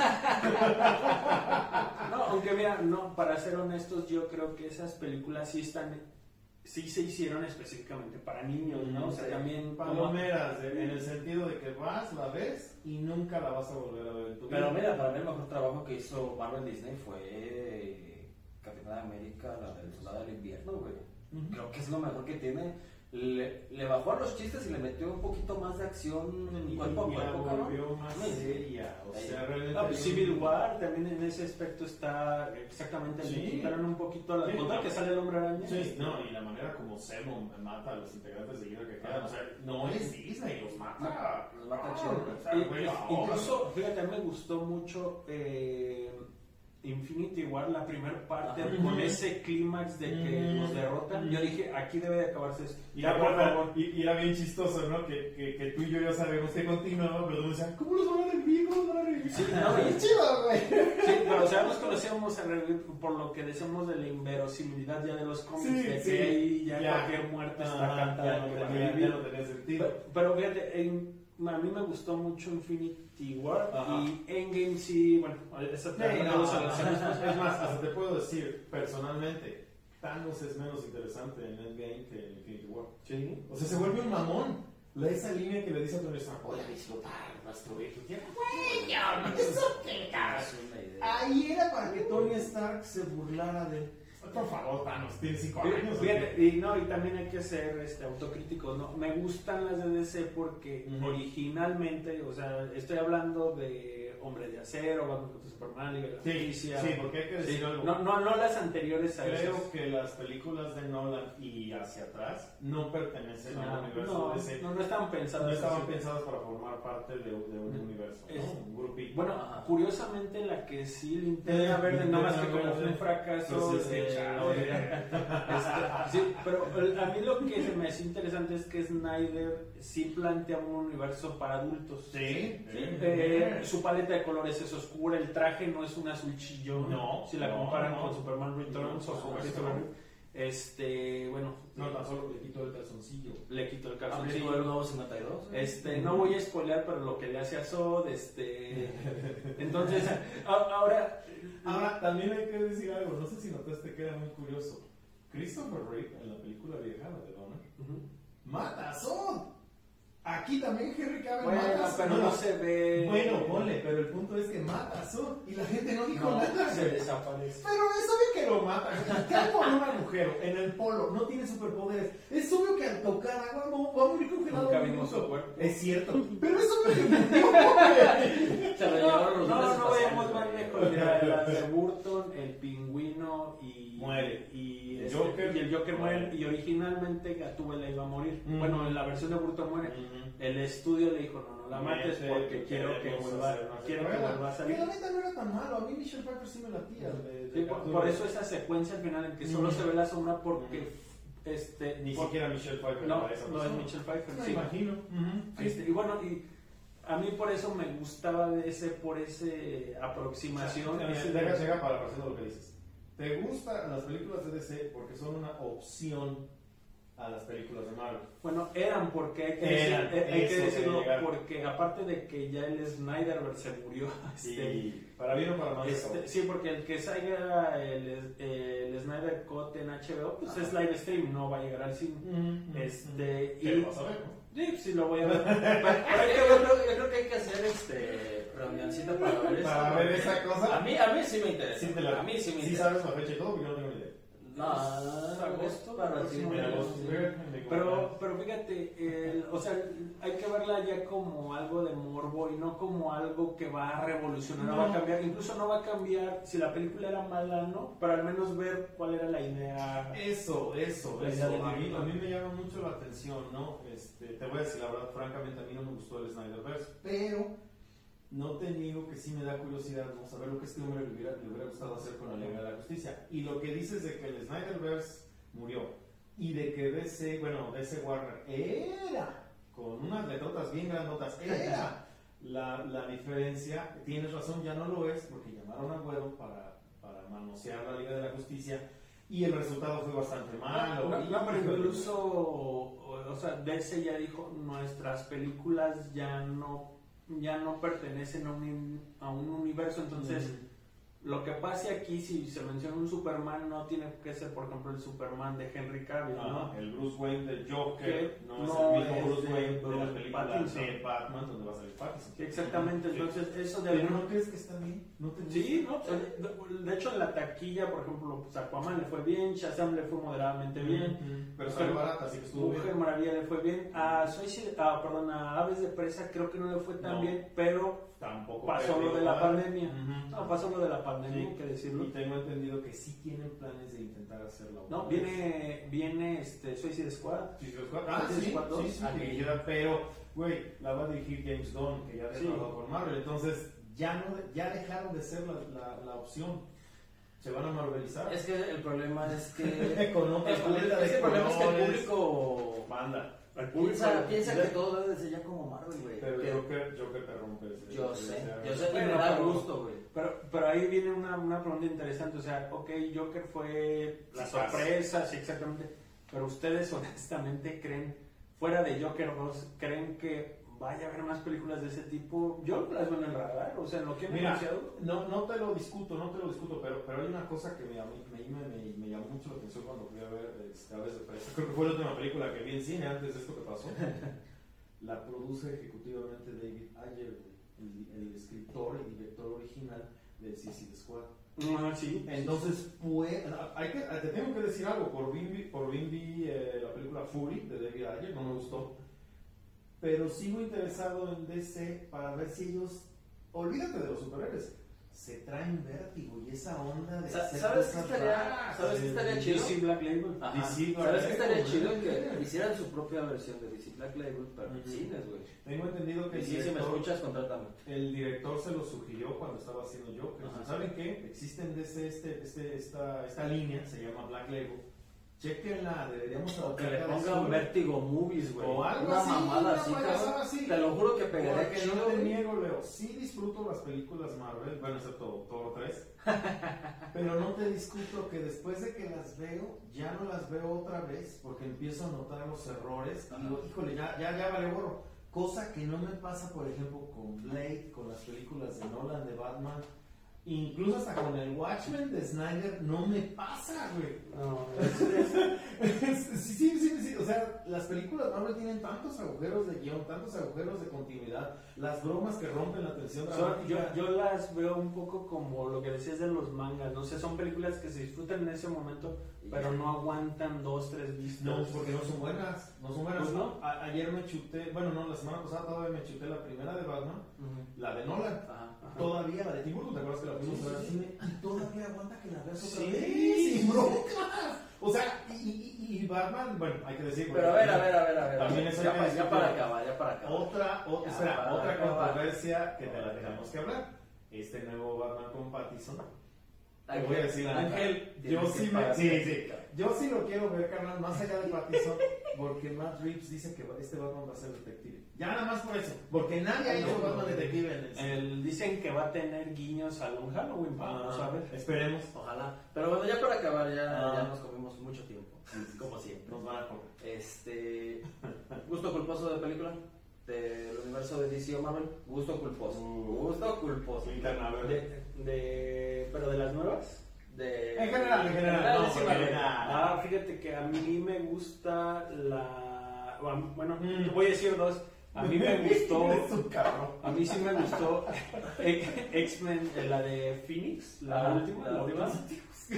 C: No, aunque mira, no, para ser honestos, yo creo que esas películas sí están, sí se hicieron específicamente para niños, ¿no? O sea,
A: Sí.
C: también como-
B: Palomeras, de- en el sentido de que vas, la ves y nunca la vas a volver a ver en tu vida.
A: Pero mira, para mí el mejor trabajo que hizo Marvel Disney fue Capitán América, la del Soldado del Invierno, güey.
B: Ujú.
A: Creo que es lo mejor que tiene. Le, le bajó a los chistes y le metió un poquito más de acción
B: Y,
A: cuerpo a
B: y la
A: cuerpo, cabrón.
B: volvió más
A: Sí.
B: seria, o
A: Ahí.
B: sea, realmente...
C: Ah, pues Civil War también en ese aspecto está exactamente,
B: Sí.
C: le quitaron un poquito la
B: Sí,
C: contra
B: no.
C: que sale el Hombre Araña.
B: Sí, no, y la manera como Zemo mata a los integrantes de Hydra que quedan, o sea, no es Disney, los mata.
A: Los mata
B: Ah,
A: chido.
B: o sea,
C: Y-
B: güey,
C: y-
B: ahora.
C: incluso, fíjate, a mí me gustó mucho eh, Infinity War, la primera parte,
A: Ajá.
C: con ese clímax de que
B: Mm.
C: nos derrotan. Yo dije, aquí debe de acabarse esto.
B: Y,
C: Ya,
B: era-
C: por favor.
B: y, y era bien chistoso, ¿no? Que, que, que tú y yo ya sabemos que continuaba, pero tú me decían, ¿cómo los van a revivir? ¿Cómo los van a revivir?
C: Sí, no, y-
B: es chido, güey.
C: Sí, pero o sea, nos conocíamos a revivir por lo que decimos de la inverosimilidad ya de los cómics,
B: Sí,
C: de que
B: sí.
C: ahí ya,
B: Ya.
C: cualquier muerte está
B: Ajá,
C: cantada.
B: ya, no
C: para
B: tenía, ya
C: revivir.
B: no tenía sentido.
C: Pero, pero fíjate, en- a mí me gustó mucho Infinity War
B: Ajá.
C: y Endgame sí, bueno, esa
B: Sí,
C: te
B: no,
C: vamos a la-
B: es más, hasta te puedo decir, personalmente, Thanos es menos interesante en Endgame que en Infinity War.
C: Sí.
B: O sea, se vuelve un mamón. La esa línea que le dice a Tony Stark, voy a disfrutar nuestro hijo. Güey, ya, no, eso qué cara.
A: Es una idea.
B: Ahí era para que Tony Stark se burlara de él. Por favor, Thanos, tiene cinco años.
C: Fíjate, y, no, y también hay que ser este, autocríticos, ¿no? Me gustan las de D C porque
B: Ujú.
C: originalmente, o sea, estoy hablando de Hombre de Acero, Batman contra Superman, Liga de la
B: Sí,
C: Justicia.
B: sí, porque hay que decir
C: Sí,
B: algo.
C: no, no, no las anteriores a esas.
B: Creo que las películas de Nolan y hacia atrás no pertenecen
C: No,
B: al universo
C: no,
B: de D C.
C: no, no estaban pensadas
B: No estaban
C: así.
B: pensadas para formar parte de, de un
C: No.
B: universo,
C: Es-
B: ¿no? Un grupito.
C: Bueno,
A: Ajá.
C: curiosamente la que sí Linterna
B: Eh,
C: Verde, nada más que
B: Linterna
C: como fue un
B: Verde.
C: fracaso.
B: Entonces,
C: eh,
B: sí, chale.
C: este, sí, pero a mí lo que se me hace interesante es que Snyder sí plantea un universo para adultos.
B: Sí,
C: Sí,
B: sí.
C: eh, su paleta de colores es oscura, el traje no es un azul chillón.
B: No,
C: si la
B: no,
C: comparan
B: no.
C: con Superman Returns
B: No,
C: o con
B: no,
C: Christopher
B: no.
C: Reeve. Este, bueno,
B: No, tan solo le quito el calzoncillo.
C: le quito el
A: ¿Has
C: calzoncillo.
A: visto el nuevo cincuenta y dos?
C: Este, no voy a spoilear, pero lo que le hace a Zod, este, entonces, a- ahora,
B: Ahora, también hay que decir algo, no sé si notaste que era muy curioso. Christopher Reeve, en la película vieja, la de Donner,
C: Ujú.
B: mata a Zod. Aquí también Henry Cavill
C: Bueno,
B: mata a Zod.
C: pero no se ve.
B: Bueno, ponle, pero el punto es que mata a Zod y la gente no dijo
C: No,
B: nada.
C: se
B: güey.
C: desaparece.
B: Pero es obvio que lo mata. Cae por un agujero en el polo, no tiene superpoderes. Es obvio que al tocar agua no va a morir congelado.
C: Nunca
B: un
C: vimos
B: minuto.
C: su cuerpo.
B: Es cierto, pero es obvio que murió, güey.
A: Se lo
C: No,
A: llevaron los
C: no,
A: lunes
C: no vayamos
A: espaciales,
C: más
A: güey.
C: lejos. Mira, la de Burton, el pingüino y.
B: Muere.
C: Y,
B: El
C: este,
B: Joker
C: y el Joker muere.
B: muere.
C: Y originalmente Gatúbela iba a morir.
B: Ujú.
C: Bueno, en la versión de Burton muere. El estudio le dijo: no, no la mates
B: Vete,
C: porque
B: que
C: quiero que
B: queremos
C: vuelva,
B: hacer una
C: quiero que
B: secuela.
C: vuelva a
B: Que
C: salir.
B: la neta no era tan malo. A mí Michelle Pfeiffer sí me latía. de- de
C: Sí, por,
B: Gatúbela.
C: por eso esa secuencia al final en que solo
B: Ujú.
C: se ve la sombra porque este
B: Ni
C: por-
B: siquiera Michelle Pfeiffer.
C: no,
B: para esa
C: no es
B: persona.
C: Michelle Pfeiffer.
B: Me
C: sí.
B: imagino. Ujú.
C: Este, y bueno, y a mí por eso me gustaba de ese, por ese aproximación.
B: Deja,
C: ese-
B: deja, deja para haciendo lo que dices. ¿Te gustan las películas de D C porque son una opción a las películas de Marvel?
C: Bueno, eran porque hay que,
B: Eran,
C: decir- eh, hay que
B: eso
C: decirlo,
B: quería llegar.
C: porque aparte de que ya el Snyderverse se murió, este,
B: Sí, para bien o para mal. se
C: este,
B: acabó.
C: sí, porque el que salga el, el Snyder Cut en H B O, pues
B: Ajá.
C: es live stream, no va a llegar al cine.
B: Ujú, ujú,
C: Este,
B: ujú.
C: y-
B: Pero vas a ver, ¿no?
C: Sí, sí lo voy a ver.
A: Pero, pero yo, creo, yo creo que hay que hacer este reunioncita para ver eso.
B: Para ver esa cosa.
A: A mí, a mí sí me interesa.
B: Sí te la-
A: A mí sí me
B: Sí
A: interesa.
B: sabes la fecha y todo, porque yo no tengo ni idea.
A: No, agosto para ti.
B: En agosto.
C: Pero, pero fíjate, el- o sea, hay que verla ya como algo de morbo y no como algo que va a revolucionar, no.
B: No.
C: va a cambiar, incluso no va a cambiar si la película era mala, ¿no? Pero al menos ver cuál era la idea.
B: Eso, eso,
C: La
B: eso.
C: idea de
B: A mí,
C: Marvel.
B: a mí me llama mucho la atención, ¿no? Este, te voy a decir la verdad, francamente a mí no me gustó el Snyderverse, pero no te niego que sí me da curiosidad, ¿no? Saber lo que este hombre le hubiera, le hubiera gustado hacer con la Liga de la Justicia. Y lo que dices de que el Snyderverse murió y de que D C, bueno, D C Warner era, con unas letrotas bien grandotas, era la, la diferencia. Tienes razón, ya no lo es, porque llamaron a Güero para, para manosear la Liga de la Justicia. Y el resultado fue bastante malo.
C: No, no, pero
B: Híjole.
C: incluso, o, o sea, D C ya dijo, nuestras películas ya no, ya no pertenecen a un, a un universo, entonces
B: Mm.
C: lo que pase aquí, si se menciona un Superman, no tiene que ser, por ejemplo, el Superman de Henry Cavill, ¿no?
B: Ajá, el Bruce Wayne del Joker
C: Que
B: no,
C: no
B: es el mismo
C: es
B: Bruce
C: de
B: Wayne de la
C: Bruce
B: película
C: Pattinson.
B: de Batman donde va a salir Pattinson.
C: Sí, exactamente,
B: Sí.
C: entonces eso de
B: ¿Pero
C: alguna-
B: no crees que está bien? ¿No te gusta?
C: Sí, no, de, de hecho en la taquilla, por ejemplo, pues Aquaman le fue bien, Shazam le fue moderadamente bien,
B: Ujú. Pero salió barata, así que estuvo
C: Mujer
B: bien.
C: Maravilla le fue bien, a Suicide, ah, perdón, a Aves de Presa creo que no le fue tan
B: No.
C: bien, pero
B: Tampoco
C: pasó
B: perdió
C: lo de la
B: igual.
C: pandemia.
B: Ujú.
C: No, pasó lo de la pandemia,
B: Sí.
C: hay que decirlo.
B: Y tengo entendido que sí tienen planes de intentar hacerlo.
C: No, viene, viene este Suicide Squad.
B: Sí, sí, Squad. Ah,
C: Suicide
B: sí,
C: Squad dos.
B: sí, sí,
A: Ah,
B: dirigida, pero, güey, la va a dirigir James Gunn, que ya ha
C: Sí.
B: trabajado con Marvel, entonces ya, no, ya dejaron de ser la, la, la opción. Se van a marvelizar.
A: Es que el problema es que.
B: Con otra
A: el,
B: paleta
A: es que
B: de
A: el problema es que el
B: colores.
A: público.
B: Banda.
C: El público-
A: Piensa, piensa que todo debe de ser ya como Marvel, güey.
B: Pero
A: Que-
B: Joker, Joker te rompe ese-
A: Yo
B: ese-
A: sé,
B: ese-
A: yo sé, y me
C: Bueno,
A: da
C: pero-
A: gusto, güey.
C: Pero, pero ahí viene una, una pregunta interesante, o sea, ok, Joker fue la
B: Sí,
C: sorpresa, sí, exactamente, pero ustedes honestamente creen, fuera de Joker dos, creen que vaya a haber más películas de ese tipo? Yo las veo en el radar, o sea, en lo que han
B: Mira,
C: anunciado.
B: no, no te lo discuto, no te lo discuto, pero, pero hay una cosa que me, a mí- me, me, me, me llamó mucho la atención cuando fui a ver este, Aves de Presa. Creo que fue la última película que vi en cine antes de esto que pasó. La produce ejecutivamente David Ayer, el, el escritor y director original de Suicide Squad.
C: Ah, sí.
B: Entonces, pues, hay que, te tengo que decir algo, por fin vi, por fin vi eh, la película Fury de David Ayer, no me gustó, pero sigo interesado en D C para ver si ellos, olvídate de los superhéroes, se traen vértigo y esa onda de
A: Sa-
B: hacer
A: ¿Sabes qué
B: cosas
A: estaría-
B: raras,
A: sabes qué
B: de-
A: estaría
B: de-
A: chido?
C: D C Black Label.
A: Ajá.
B: D C Black
A: ¿Sabes qué estaría
B: Label,
A: chido?
B: güey.
A: Que hicieran su propia versión de D C Black Label, pero en
B: Ujú.
A: cines, güey.
B: Tengo entendido que
A: Y
B: el
A: sí, si me
B: director,
A: escuchas, contrátame.
B: el director se lo sugirió cuando estaba haciendo yo, que
A: Ajá.
B: ¿saben qué? Existe en D C este, este, esta, esta línea, se llama Black Label, chequenla, deberíamos
A: O que le
B: adaptarla de
A: ponga un
B: sur.
A: Vértigo Movies, güey.
B: O algo
A: Una
B: así,
A: mamada
B: una
A: así,
B: payasada
A: cabrón.
B: así.
A: Te lo juro que pegaría
B: Porque
A: que
B: no
A: no,
B: te
A: güey.
B: niego, Leo, sí disfruto las películas Marvel, bueno, excepto Thor tres, pero no te discuto que después de que las veo, ya no las veo otra vez, porque empiezo a notar los errores, y digo, híjole, ya, ya, ya vale borro. Cosa que no me pasa, por ejemplo, con Blade, con las películas de Nolan, de Batman, incluso hasta con el Watchmen de Snyder, no me pasa, güey.
C: No, es- es-
B: sí, sí, sí, sí, o sea, las películas Marvel tienen tantos agujeros de guión, tantos agujeros de continuidad, las bromas que rompen la tensión
C: son-
B: dramática.
C: yo, yo las veo un poco como lo que decías de los mangas, no sé, son películas que se disfrutan en ese momento, pero no aguantan dos, tres vistas.
B: No, porque no son buenas, no son buenas.
C: Pues no.
B: A- ayer me chuté, bueno, no, la semana pasada todavía me chuté la primera de Batman,
C: Ujú.
B: la de Nolan.
A: Ajá.
C: Ajá.
B: Todavía la de Tim Burton, ¿te acuerdas que la fuimos
C: Sí,
B: a ver al
C: sí,
B: cine? Y todavía aguanta que la veas otra
C: Sí,
B: vez,
C: sí,
B: sin
C: sí.
B: broncas. O sea, y, y, y Batman, bueno, hay que decir.
A: Pero a ver, a ver, a ver, a ver.
B: También eso
A: ya,
B: hay que
A: pa- ya
B: discutir.
A: para acabar, ya para acabar.
B: Otra, o-
A: Ya,
B: espera,
A: para
B: otra
A: acabar.
B: controversia que te la tenemos que hablar. Este nuevo Batman con Pattinson. Te
A: Ángel,
B: voy a decir la
C: Ángel,
B: neta. Yo
A: tienes que
B: sí, me,
A: pagar.
B: sí, sí. Yo sí lo quiero ver, carnal, más allá de Pattinson, porque Matt Reeves dice que este Batman va a ser detective. Ya nada más por eso, porque nadie ha
C: Ay,
B: hecho
C: no,
B: Batman
C: no.
B: detective en el cine.
C: El- dicen que va a tener guiños a un Halloween, vamos a ver.
B: Esperemos.
A: Ojalá. Pero bueno, ya para acabar, ya,
B: Ah.
A: ya nos comimos mucho tiempo. Como siempre.
B: Nos van a comer.
A: Este. ¿Gusto culposo de película? Del universo de D C o Marvel. Gusto culposo.
B: Uh.
A: Gusto culposo.
B: Linterna Verde.
C: De, de, ¿Pero de las nuevas?
A: De...
B: En general, en general, no,
A: sí,
B: porque
A: Marvel.
B: nada.
C: Ah, fíjate que a mí me gusta la, a- bueno, te voy a decir dos. A mí me gustó,
B: Es un cabrón.
C: a mí sí me gustó X-Men, eh, la de Phoenix, la
A: Ah,
C: última,
A: la
C: la última.
A: última.
C: Sí,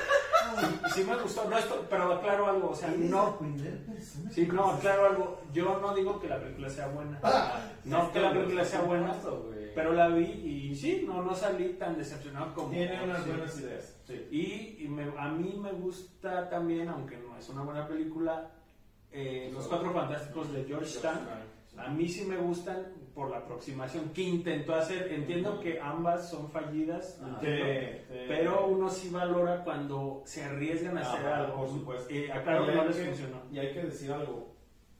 C: sí me gustó, no esto, pero aclaro algo, o sea, no, sí, no, aclaro algo, yo no digo que la película sea buena, no que la película sea buena, pero la vi y sí, no, no salí tan decepcionado como...
B: Tiene unas
C: sí.
B: buenas ideas. Sí.
C: Y, y me- a mí me gusta también, aunque no es una buena película, eh, Los Cuatro Fantásticos de George Stan. A mí sí me gustan por la aproximación que intentó hacer. Entiendo que ambas son fallidas,
A: Ajá.
C: entiendo,
B: Sí, sí.
C: pero uno sí valora cuando se arriesgan a hacer
B: Ajá,
C: algo.
B: por supuesto.
C: Eh, aclaro que
B: Y
C: no
B: hay
C: les
B: que-
C: funcionó.
B: Y hay que decir algo.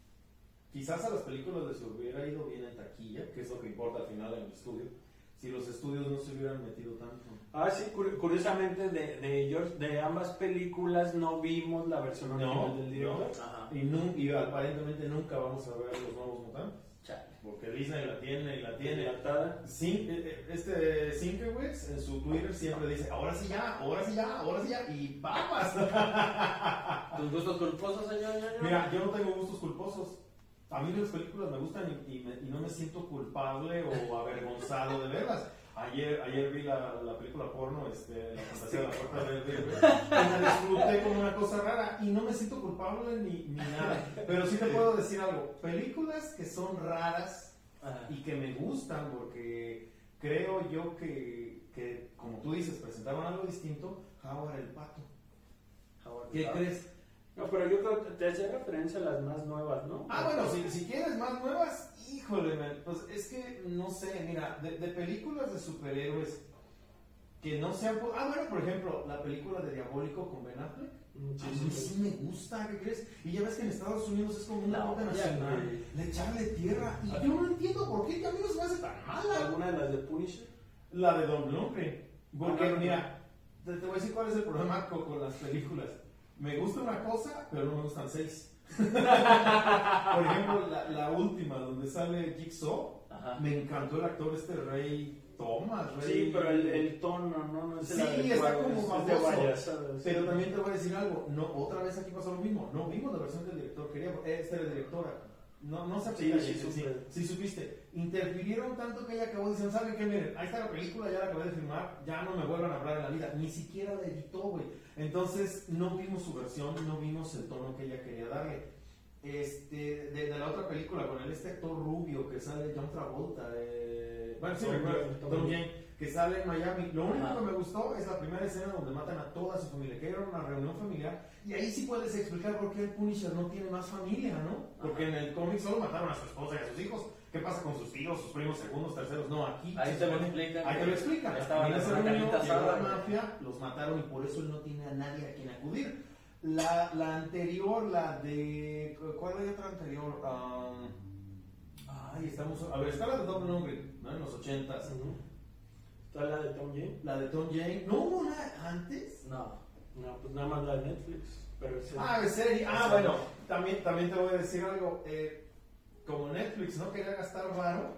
B: Quizás a las películas les hubiera ido bien en taquilla, que es lo que importa al final en el estudio, si los estudios no se hubieran metido tanto.
C: Ah, sí, cur- curiosamente de, de, George, de ambas películas no vimos la versión original
B: No,
C: del director.
A: Ajá.
B: Y, nu- y aparentemente nunca vamos a ver los nuevos mutantes.
A: Chale.
B: Porque Disney la tiene y la tiene.
C: Enlatada.
B: Sin- eh, eh, este Sinkewitz en su Twitter siempre dice, ahora sí ya, ahora sí ya, ahora sí ya, y papas.
A: ¿Tus gustos culposos, señor Ñoño?
B: Mira, yo no tengo gustos culposos. A mí las películas me gustan y, y me- y no me siento culpable o avergonzado de verlas. Ayer, ayer vi la, la película porno, este, La Fantasía de la Puerta Verde, y la disfruté como una cosa rara y no me siento culpable ni, ni nada. Pero sí te puedo decir algo, películas que son raras
A: Ajá.
B: y que me gustan porque creo yo que, que como tú dices, presentaron algo distinto. Howard el Pato.
A: Howard
B: ¿Qué
A: the Duck.
B: crees?
C: No, pero yo creo que te hacía referencia a las más nuevas, ¿no?
B: Ah, bueno, si, si quieres más nuevas, híjole, man, pues es que, no sé, mira, de, de películas de superhéroes que no sean... Ah, bueno, por ejemplo, la película de Diabólico con Ben Affleck.
C: Mm, sí,
B: A
C: sí,
B: mí
C: sí.
B: sí me gusta, ¿qué crees? Y ya ves que en Estados Unidos es como una
A: La
B: nota
A: olla,
B: nacional,
A: güey.
B: le echarle tierra. Y yo no entiendo por qué, que a mí no se me hace tan mala.
C: ¿Alguna de las de Punisher?
B: La de Don Lundgren. Porque,
C: Ah, no,
B: mira, te, te voy a decir cuál es el problema con, con las películas. Me gusta una cosa, pero no me gustan seis. Por ejemplo, la, la última, donde sale Jigsaw,
A: Ajá.
B: me encantó el actor este Rey Thomas. Rey...
C: Sí, pero el, el tono, ¿no? No es el
B: Sí,
C: adecuado,
B: está como
C: es- es de
B: baboso.
C: payasada, sí.
B: Pero también te voy a decir algo, no, otra vez aquí pasó lo mismo, no vimos la versión del director, quería, esta era directora, no, no se aplica,
C: Sí, sí,
B: sí, sí,
C: supe.
B: sí supiste, interfirieron tanto que ella acabó diciendo, ¿saben qué? Miren, ahí está la película, ya la acabé de filmar, ya no me vuelvan a hablar en la vida, ni siquiera la editó, güey, entonces no vimos su versión, no vimos el tono que ella quería darle. Este, de, de la otra película, con el este actor rubio que sale John Travolta, eh, bueno, sí,
C: Tom
B: recuerdo,
C: Jane, Tom
B: Tom
C: Jane.
B: Jane, que sale en Miami. Lo único
A: Ajá.
B: que me gustó es la primera escena donde matan a toda su familia, que era una reunión familiar, y ahí sí puedes explicar por qué el Punisher no tiene más familia, ¿no? Porque en el cómic solo mataron a su esposa y a sus hijos. ¿Qué pasa con sus tíos, sus primos, segundos, terceros? No, aquí
A: Ahí
B: se
A: te lo
B: supone-
A: explican.
B: Ahí te lo explican.
A: Estaban
B: En
A: en
B: esa
A: una
B: reunión
A: carnita
B: llegó la
A: asada, güey.
B: mafia, los mataron y por eso él no tiene a nadie a quien acudir. La, la anterior, la de... ¿Cuál hay otra anterior? Um, ay, estamos... A ver, está la de Don Lundgren, ¿no? En los ochentas.
C: Ujú. ¿Está la de Tom Jane?
B: La de Tom Jane. ¿No hubo una antes?
A: No.
C: No, pues nada más la de Netflix. Pero sí.
B: Ah, de serie. Ah,
A: Esa
B: bueno,
A: no.
B: también, también te voy a decir algo. Eh, como Netflix no quería gastar varo,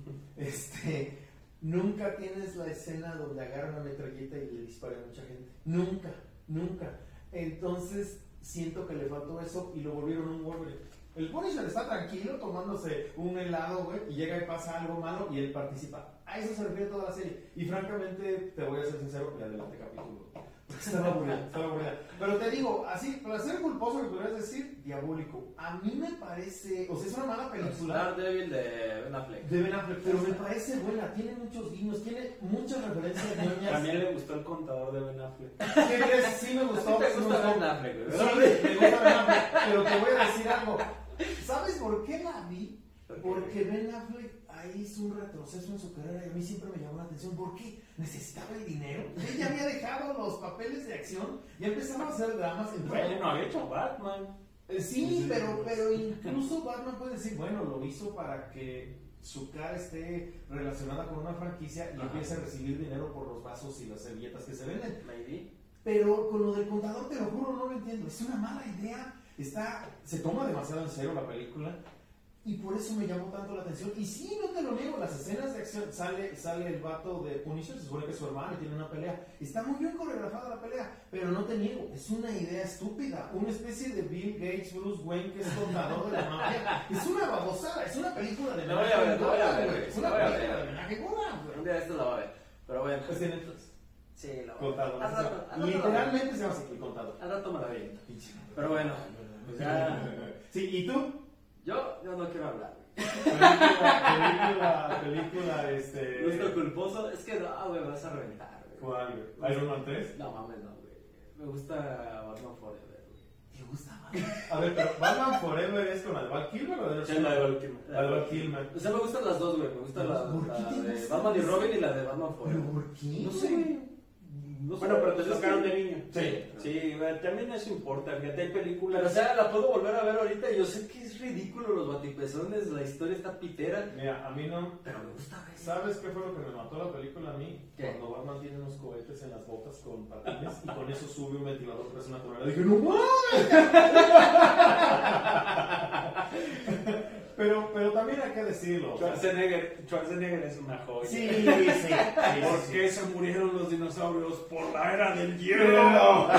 B: este, nunca tienes la escena donde agarra una metralleta y le dispara a mucha gente. Nunca, nunca. Entonces, siento que le faltó eso y lo volvieron un Wolverine. El Punisher está tranquilo tomándose un helado, güey, y llega y pasa algo malo y él participa. A eso se refiere toda la serie. Y francamente, te voy a ser sincero, le adelanté capítulo. Estaba aburrida, estaba aburrida. Pero te digo, así, para ser culposo, que podrías decir, Diabólico. A mí me parece, o sea, es una mala película
A: Daredevil de Ben Affleck.
B: de Ben Affleck, pero me parece buena. Tiene muchos guiños, tiene muchas referencias ñoñas.
C: También le gustó el contador de Ben Affleck.
B: ¿Qué crees? Sí me gustó.
A: ¿Te
B: sí me
A: gusta
B: gustó.
A: Ben Affleck, güey?
B: Sí, me gusta Ben Affleck, pero te voy a decir algo. ¿Sabes por qué la vi? Porque Ben Affleck ahí hizo un retroceso en su carrera y a mí siempre me llamó la atención. ¿Por qué? Necesitaba el dinero. Él ya había dejado los papeles de acción y empezaba a hacer dramas. En
C: Bueno, no había hecho Batman.
B: Eh, Sí, pero, pero incluso Batman puede decir, bueno, lo hizo para que su cara esté relacionada con una franquicia y
A: Ajá.
B: empiece a recibir dinero por los vasos y las servilletas que se venden.
A: Maybe.
B: Pero con lo del contador, te lo juro, no lo entiendo. Es una mala idea. Está, se toma demasiado en serio la película. Y por eso me llamó tanto la atención. Y sí, no te lo niego, las escenas de acción, sale, sale el vato de Punisher, se supone que es su hermano y tiene una pelea. Está muy bien coreografada la pelea, pero no te niego, es una idea estúpida. Una especie de Bill Gates, Bruce Wayne, que es contador de la mafia. Es una babosada, es una película de
A: la voy a ver, la voy a ver, güey.
B: Es una película de homenaje Goda, güey.
A: Un día esto la voy a ver. Pero bueno.
B: Pues tiene Netflix.
A: Sí, la voy a ver.
B: Contador.
A: Al rato, al rato
B: Literalmente se llama así, el contador.
A: Al rato me la vi. Pero bueno, pues ya.
B: Sí, ¿y tú?
A: Yo, yo no quiero hablar, güey.
B: Película, película, película, este...
A: Gusto culposo, es que no, güey, me vas a reventar, güey.
B: ¿Cuál, güey? ¿Iron Man tres?
A: No mames, no, güey. Me gusta Batman Forever, güey.
B: ¿Te gusta Batman? A ver, pero ¿Batman Forever es con el Val Kilmer o de los...
C: Es la de Val Kilmer.
B: La de Val Kilmer.
A: O sea, me gustan las dos, güey. Me gusta la,
B: ¿Por qué
A: la
B: te
A: de
B: gusta
A: Batman y
B: esa?
A: Robin y la de Batman Forever.
B: ¿Pero por qué?
A: No sé, güey. No sé.
C: Bueno, pero te sacaron de niño.
B: Sí.
C: Sí, güey, también eso importa. Fíjate, hay películas.
A: Pero, o sea, la puedo volver a ver ahorita y yo sé que es ridículo los batipezones, la historia está pitera.
B: Mira, a mí no...
A: Pero me gusta, güey.
B: ¿Sabes qué fue lo que me mató la película a mí?
A: ¿Qué?
B: Cuando Batman tiene unos cohetes en las botas con patines y con eso sube un ventilador que es una tonelada. Dije, ¡no mames! Pero, pero también hay que decirlo.
C: Schwarzenegger, Schwarzenegger es una joya.
B: Sí, sí, sí.
C: ¿Por
B: sí,
C: qué
B: sí.
C: se murieron los dinosaurios? Por la era del hielo.
B: No. No,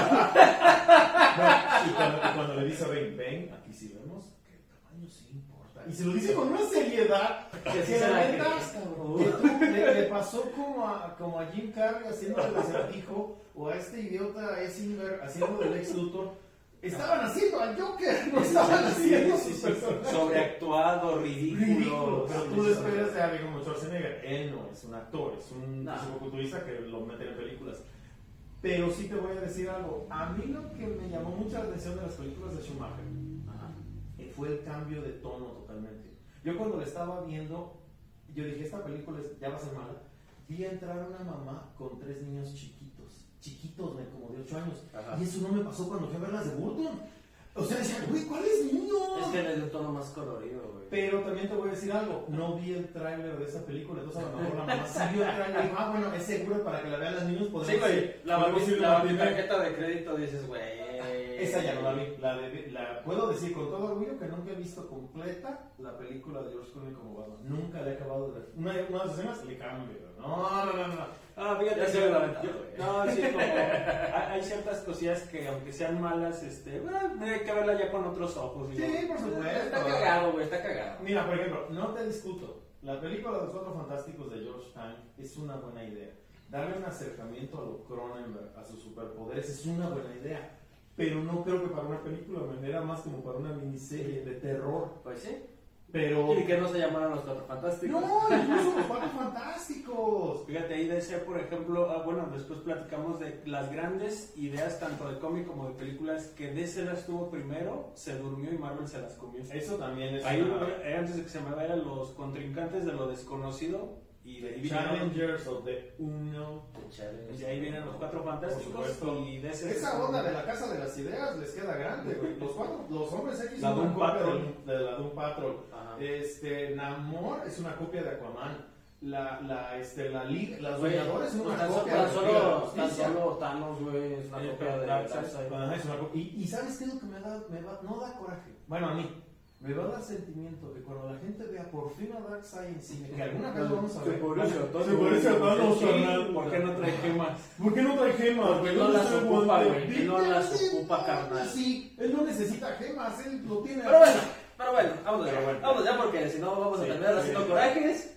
B: y, cuando, y cuando le dice a Ben, ven, aquí sí vemos que el tamaño sí importa. Y se lo dice con una seriedad
A: Que sí
B: que
A: se
B: la
A: la
B: neta,
A: crees, cabrón.
B: que tú- le, le pasó como a, como a Jim Carrey haciendo el acertijo o a este idiota Eisenberg haciendo del Lex Luthor. Estaban haciendo al Joker, no estaban haciendo
C: Sí,
B: sus
C: sí, sí.
B: personajes.
C: Sobreactuado, ridículo.
B: Ridículo, pero
C: Sí,
B: tú
C: sí,
B: esperas de alguien como Schwarzenegger. Él no es un actor, es un
A: No.
B: fisicoculturista que lo meten en películas. Pero sí te voy a decir algo. A mí lo que me llamó mucho la atención de las películas de Schumacher
A: Ajá.
B: eh, fue el cambio de tono totalmente. Yo cuando la estaba viendo, yo dije, esta película es- ya va a ser mala. Vi entrar una mamá con tres niños chiquitos, chiquitos, güey, como de ocho años.
A: Ajá.
B: Y eso no me pasó cuando fui a ver las de Burton. O sea, decía, güey, ¿cuáles niños?
A: Es que le dio un tono más colorido, güey.
B: Pero también te voy a decir algo, no vi el tráiler de esa película, entonces a lo mejor la mamá sí vio el tráiler y dijo, ah, bueno, es seguro para que la vean los niños, podemos
A: Sí, güey.
B: ir-
A: La,
B: podemos
A: babi-
B: ir
A: la,
B: la
A: babi-
B: primera".
A: tarjeta de crédito dices, güey.
B: Esa ya no la vi, la, de, la puedo decir con todo orgullo que nunca he visto completa la película de George Clooney como Batman, nunca la he acabado de ver. Una, una de las escenas le cambio, no, no, no, no.
C: Ah, fíjate,
A: Ya se
C: yo-
A: ve la ventaja,
C: yo-
A: güey.
C: no, sí, como hay, hay ciertas cosillas que aunque sean malas, este, bueno, hay que verla ya con otros ojos. digo.
B: Sí, por supuesto.
A: Está cagado, güey, está cagado.
B: Mira, por ejemplo, no te discuto, la película de los Cuatro Fantásticos de George Time es una buena idea. Darle un acercamiento a lo Cronenberg, a sus superpoderes, es una buena idea. Pero no creo que para una película, me era más como para una miniserie de terror.
A: Pues sí.
B: Pero...
A: Y que no se llamaran los Cuatro Fantásticos.
B: No, incluso los Cuatro Fantásticos.
C: Fíjate, ahí de ese, por ejemplo, ah, bueno, después platicamos de las grandes ideas tanto de cómic como de películas que D C las tuvo primero, se durmió y Marvel se las comió.
B: Eso también es
C: Ahí,
B: una...
C: eh, antes de que se me vayan los contrincantes de lo desconocido y de ahí vienen,
B: Challengers of the Uno.
C: y de ahí vienen los Cuatro Fantásticos
B: Por supuesto.
C: y D C.
B: Esa onda de la Casa de las Ideas les queda grande, güey. Los, cuatro, los hombres X
C: La
B: son una
C: Doom
B: copia
C: Patrol.
B: de, de la Doom Patrol.
A: Ajá.
B: Este, Namor es una copia de Aquaman. La, la, este, la Liga, las
A: Güey,
B: Vengadores son una
A: tan, so-
B: copia
A: tan
B: de la Liga de la
A: solo, tan
B: Justicia.
A: solo Thanos, güey, es una
C: Eh,
A: copia de
C: Darkseid.
A: Darkseid.
B: Ajá, es una copia. Y, y ¿sabes qué es lo que me da, me va, no da coraje? Bueno, a mí. Me va a dar sentimiento que cuando la gente vea por fin a Darkseid en cine, que alguna vez lo vamos a
A: Se
B: ver.
A: parece a Thanos.
B: Se parece a Thanos,
C: Sí,
B: carnal.
C: ¿por qué no trae gemas?
B: ¿Por qué no trae gemas?
A: Porque no las
B: trae
A: ocupa,
B: guante?
A: güey, que no las ocupa, carnal.
B: Sí, él no necesita gemas, él lo tiene.
A: Pero bueno, pero bueno, vamos
B: Pero
A: ya,
B: bueno.
A: vamos ya porque si no vamos a
B: Sí,
A: terminar
B: sí.
A: haciendo corajes.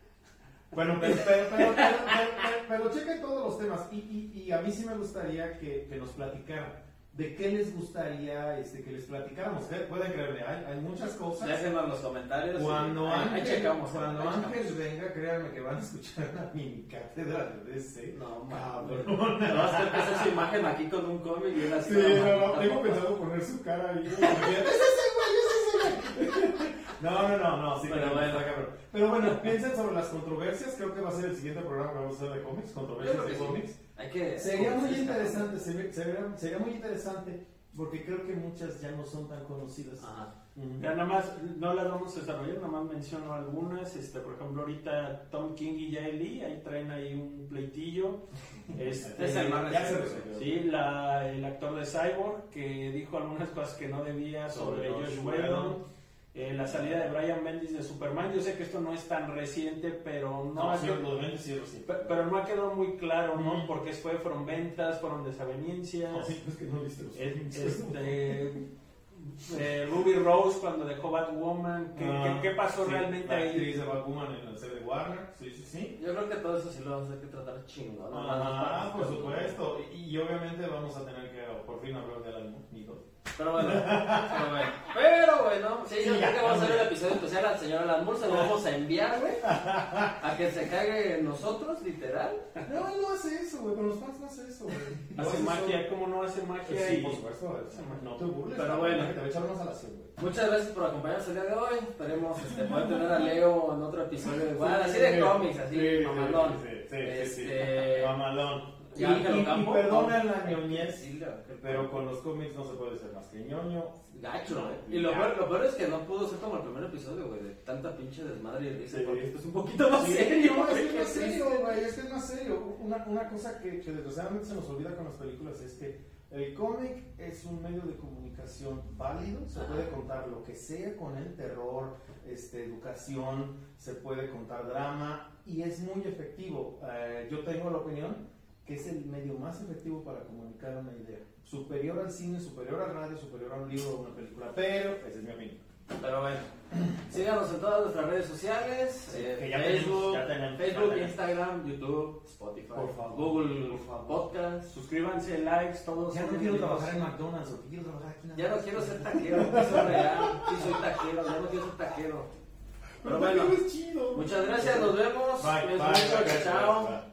B: Bueno, pero, pero, pero, pero, pero, pero chequen todos los temas. Y, y, y a mí sí me gustaría que, que nos platicaran. ¿De qué les gustaría este, que les platicáramos? ¿Qué? Pueden creerme, hay, hay muchas cosas.
A: Déjenos en los comentarios. y
B: Cuando
A: ahí- ahí
B: Ángel,
A: checamos.
B: cuando
A: ahí checamos.
B: Ángel venga, créanme que van a escuchar la mini cátedra de D C.
A: No,
B: Cabrón.
A: cabrón. No, vas a tener que hacer su imagen aquí con un cómic y él así.
B: Sí,
A: con la
B: no,
A: manita,
B: tengo
A: papá.
B: pensado poner su cara ahí. ¡Es ese güey! ¡Es ese güey! No, no, no, no, sí,
A: Pero
B: pero,
A: bueno.
B: está cabrón. Pero bueno, piensen sobre las controversias. Creo que va a ser el siguiente programa que vamos a hacer de cómics,
A: Yo
B: controversias
A: creo
B: de
A: que sí.
B: cómics.
A: Hay que.
B: Sería muy
A: sí,
B: interesante, sería, sería, sería muy interesante porque creo que muchas ya no son tan conocidas.
A: Ajá.
B: Ujú.
C: Ya nada más, no las vamos a desarrollar, nada más menciono algunas. Este, por ejemplo, ahorita Tom King y Jay Lee, ahí traen ahí un pleitillo. Este,
A: Es el más
B: Ya se
A: reciente.
B: resolvió.
C: sí, la, el actor de Cyborg que dijo algunas cosas que no debía sobre,
B: Sobre
C: Josh
B: Josh
C: Whedon.
B: Whedon.
C: Eh, la salida de Brian Bendis de Superman, yo sé que esto no es tan reciente, pero no,
B: No,
C: ha
B: sí,
C: quedado,
B: lo de Bendis sí es reciente.
C: pe- pero no ha quedado muy claro, ¿no?
B: Mm.
C: Porque fue, fueron ventas, fueron desavenencias.
B: No, sí, es que no viste los
C: Eh,
B: cómics.
C: este, eh, Ruby Rose cuando dejó Batwoman, ¿qué,
B: Ah,
C: qué, qué pasó
B: sí,
C: realmente
B: la
C: ahí?
B: actriz de Batwoman en la serie de Warner, sí, sí, sí.
A: Yo creo que todo eso sí lo vamos a tener que tratar chingón. ¿no?
B: Ah, por supuesto. Y, y obviamente vamos a tener que por fin hablar de Alan Moore, ni dos.
A: Pero bueno, pero bueno. Pero bueno, sí, yo
B: Sí,
A: creo
B: ya,
A: que vamos a hacer
B: ya.
A: el episodio especial al señor Alan Moore, se lo vamos a enviar, güey. A que se cague en nosotros, literal.
B: No, él no hace eso, güey. Con los fans no hace eso, güey. Lo
C: Hace
B: hace
C: magia,
B: solo-
C: ¿cómo no hace magia?
B: Sí,
C: y...
B: por supuesto. No te burles.
A: Pero
B: cabrón,
A: bueno.
B: que te voy a echar una salación, güey.
A: Muchas gracias por acompañarnos el día de hoy. Esperemos este, poder tener a Leo en otro episodio igual, así de cómics, así,
B: Sí,
A: mamalón.
B: Sí, sí, sí, sí,
A: Este-
B: sí. Mamalón.
A: Y
B: Y,
A: Ángel
B: y- y
A: Ocampo,
B: perdona
A: ¿no?
B: la ñoñez,
A: Sí, lo-
B: pero con los cómics no se puede ser más que ñoño.
A: Gacho, güey. Y lo peor, lo peor es que no pudo ser como el primer episodio, güey, de tanta pinche desmadre y risa,
B: Sí.
A: porque esto es un poquito más
B: Sí,
A: serio,
B: no,
A: güey.
B: es que es más
A: que
B: serio,
A: triste.
B: güey, es que es más serio. Una, una cosa que, que desgraciadamente se nos olvida con las películas es que el cómic es un medio de comunicación válido, se
A: Ajá.
B: puede contar lo que sea con él, terror, este, educación, se puede contar drama y es muy efectivo. Eh, yo tengo la opinión que es el medio más efectivo para comunicar una idea. Superior al cine, superior al radio, superior a un libro o una película, pero esa es mi opinión.
A: Pero bueno, síganos en todas nuestras redes sociales, eh,
B: que ya
A: Facebook,
B: tenemos, ya tenemos,
A: Facebook,
B: ya tenemos.
A: Instagram, YouTube, Spotify,
B: Por favor,
A: Google
B: por favor.
A: Podcast.
C: Suscríbanse, likes, todos.
B: Ya no
C: son
B: quiero
C: bienvenidos.
B: trabajar en McDonald's, o quiero trabajar aquí en la
A: Ya no
B: casa.
A: quiero ser taquero, eso es real. Sí, soy taquero, ya no quiero ser taquero. Pero bueno,
B: es chido.
A: muchas gracias, nos vemos.
B: Bye,
A: Les
B: bye,
A: mucho,
B: bye,
A: chao.
B: bye, bye.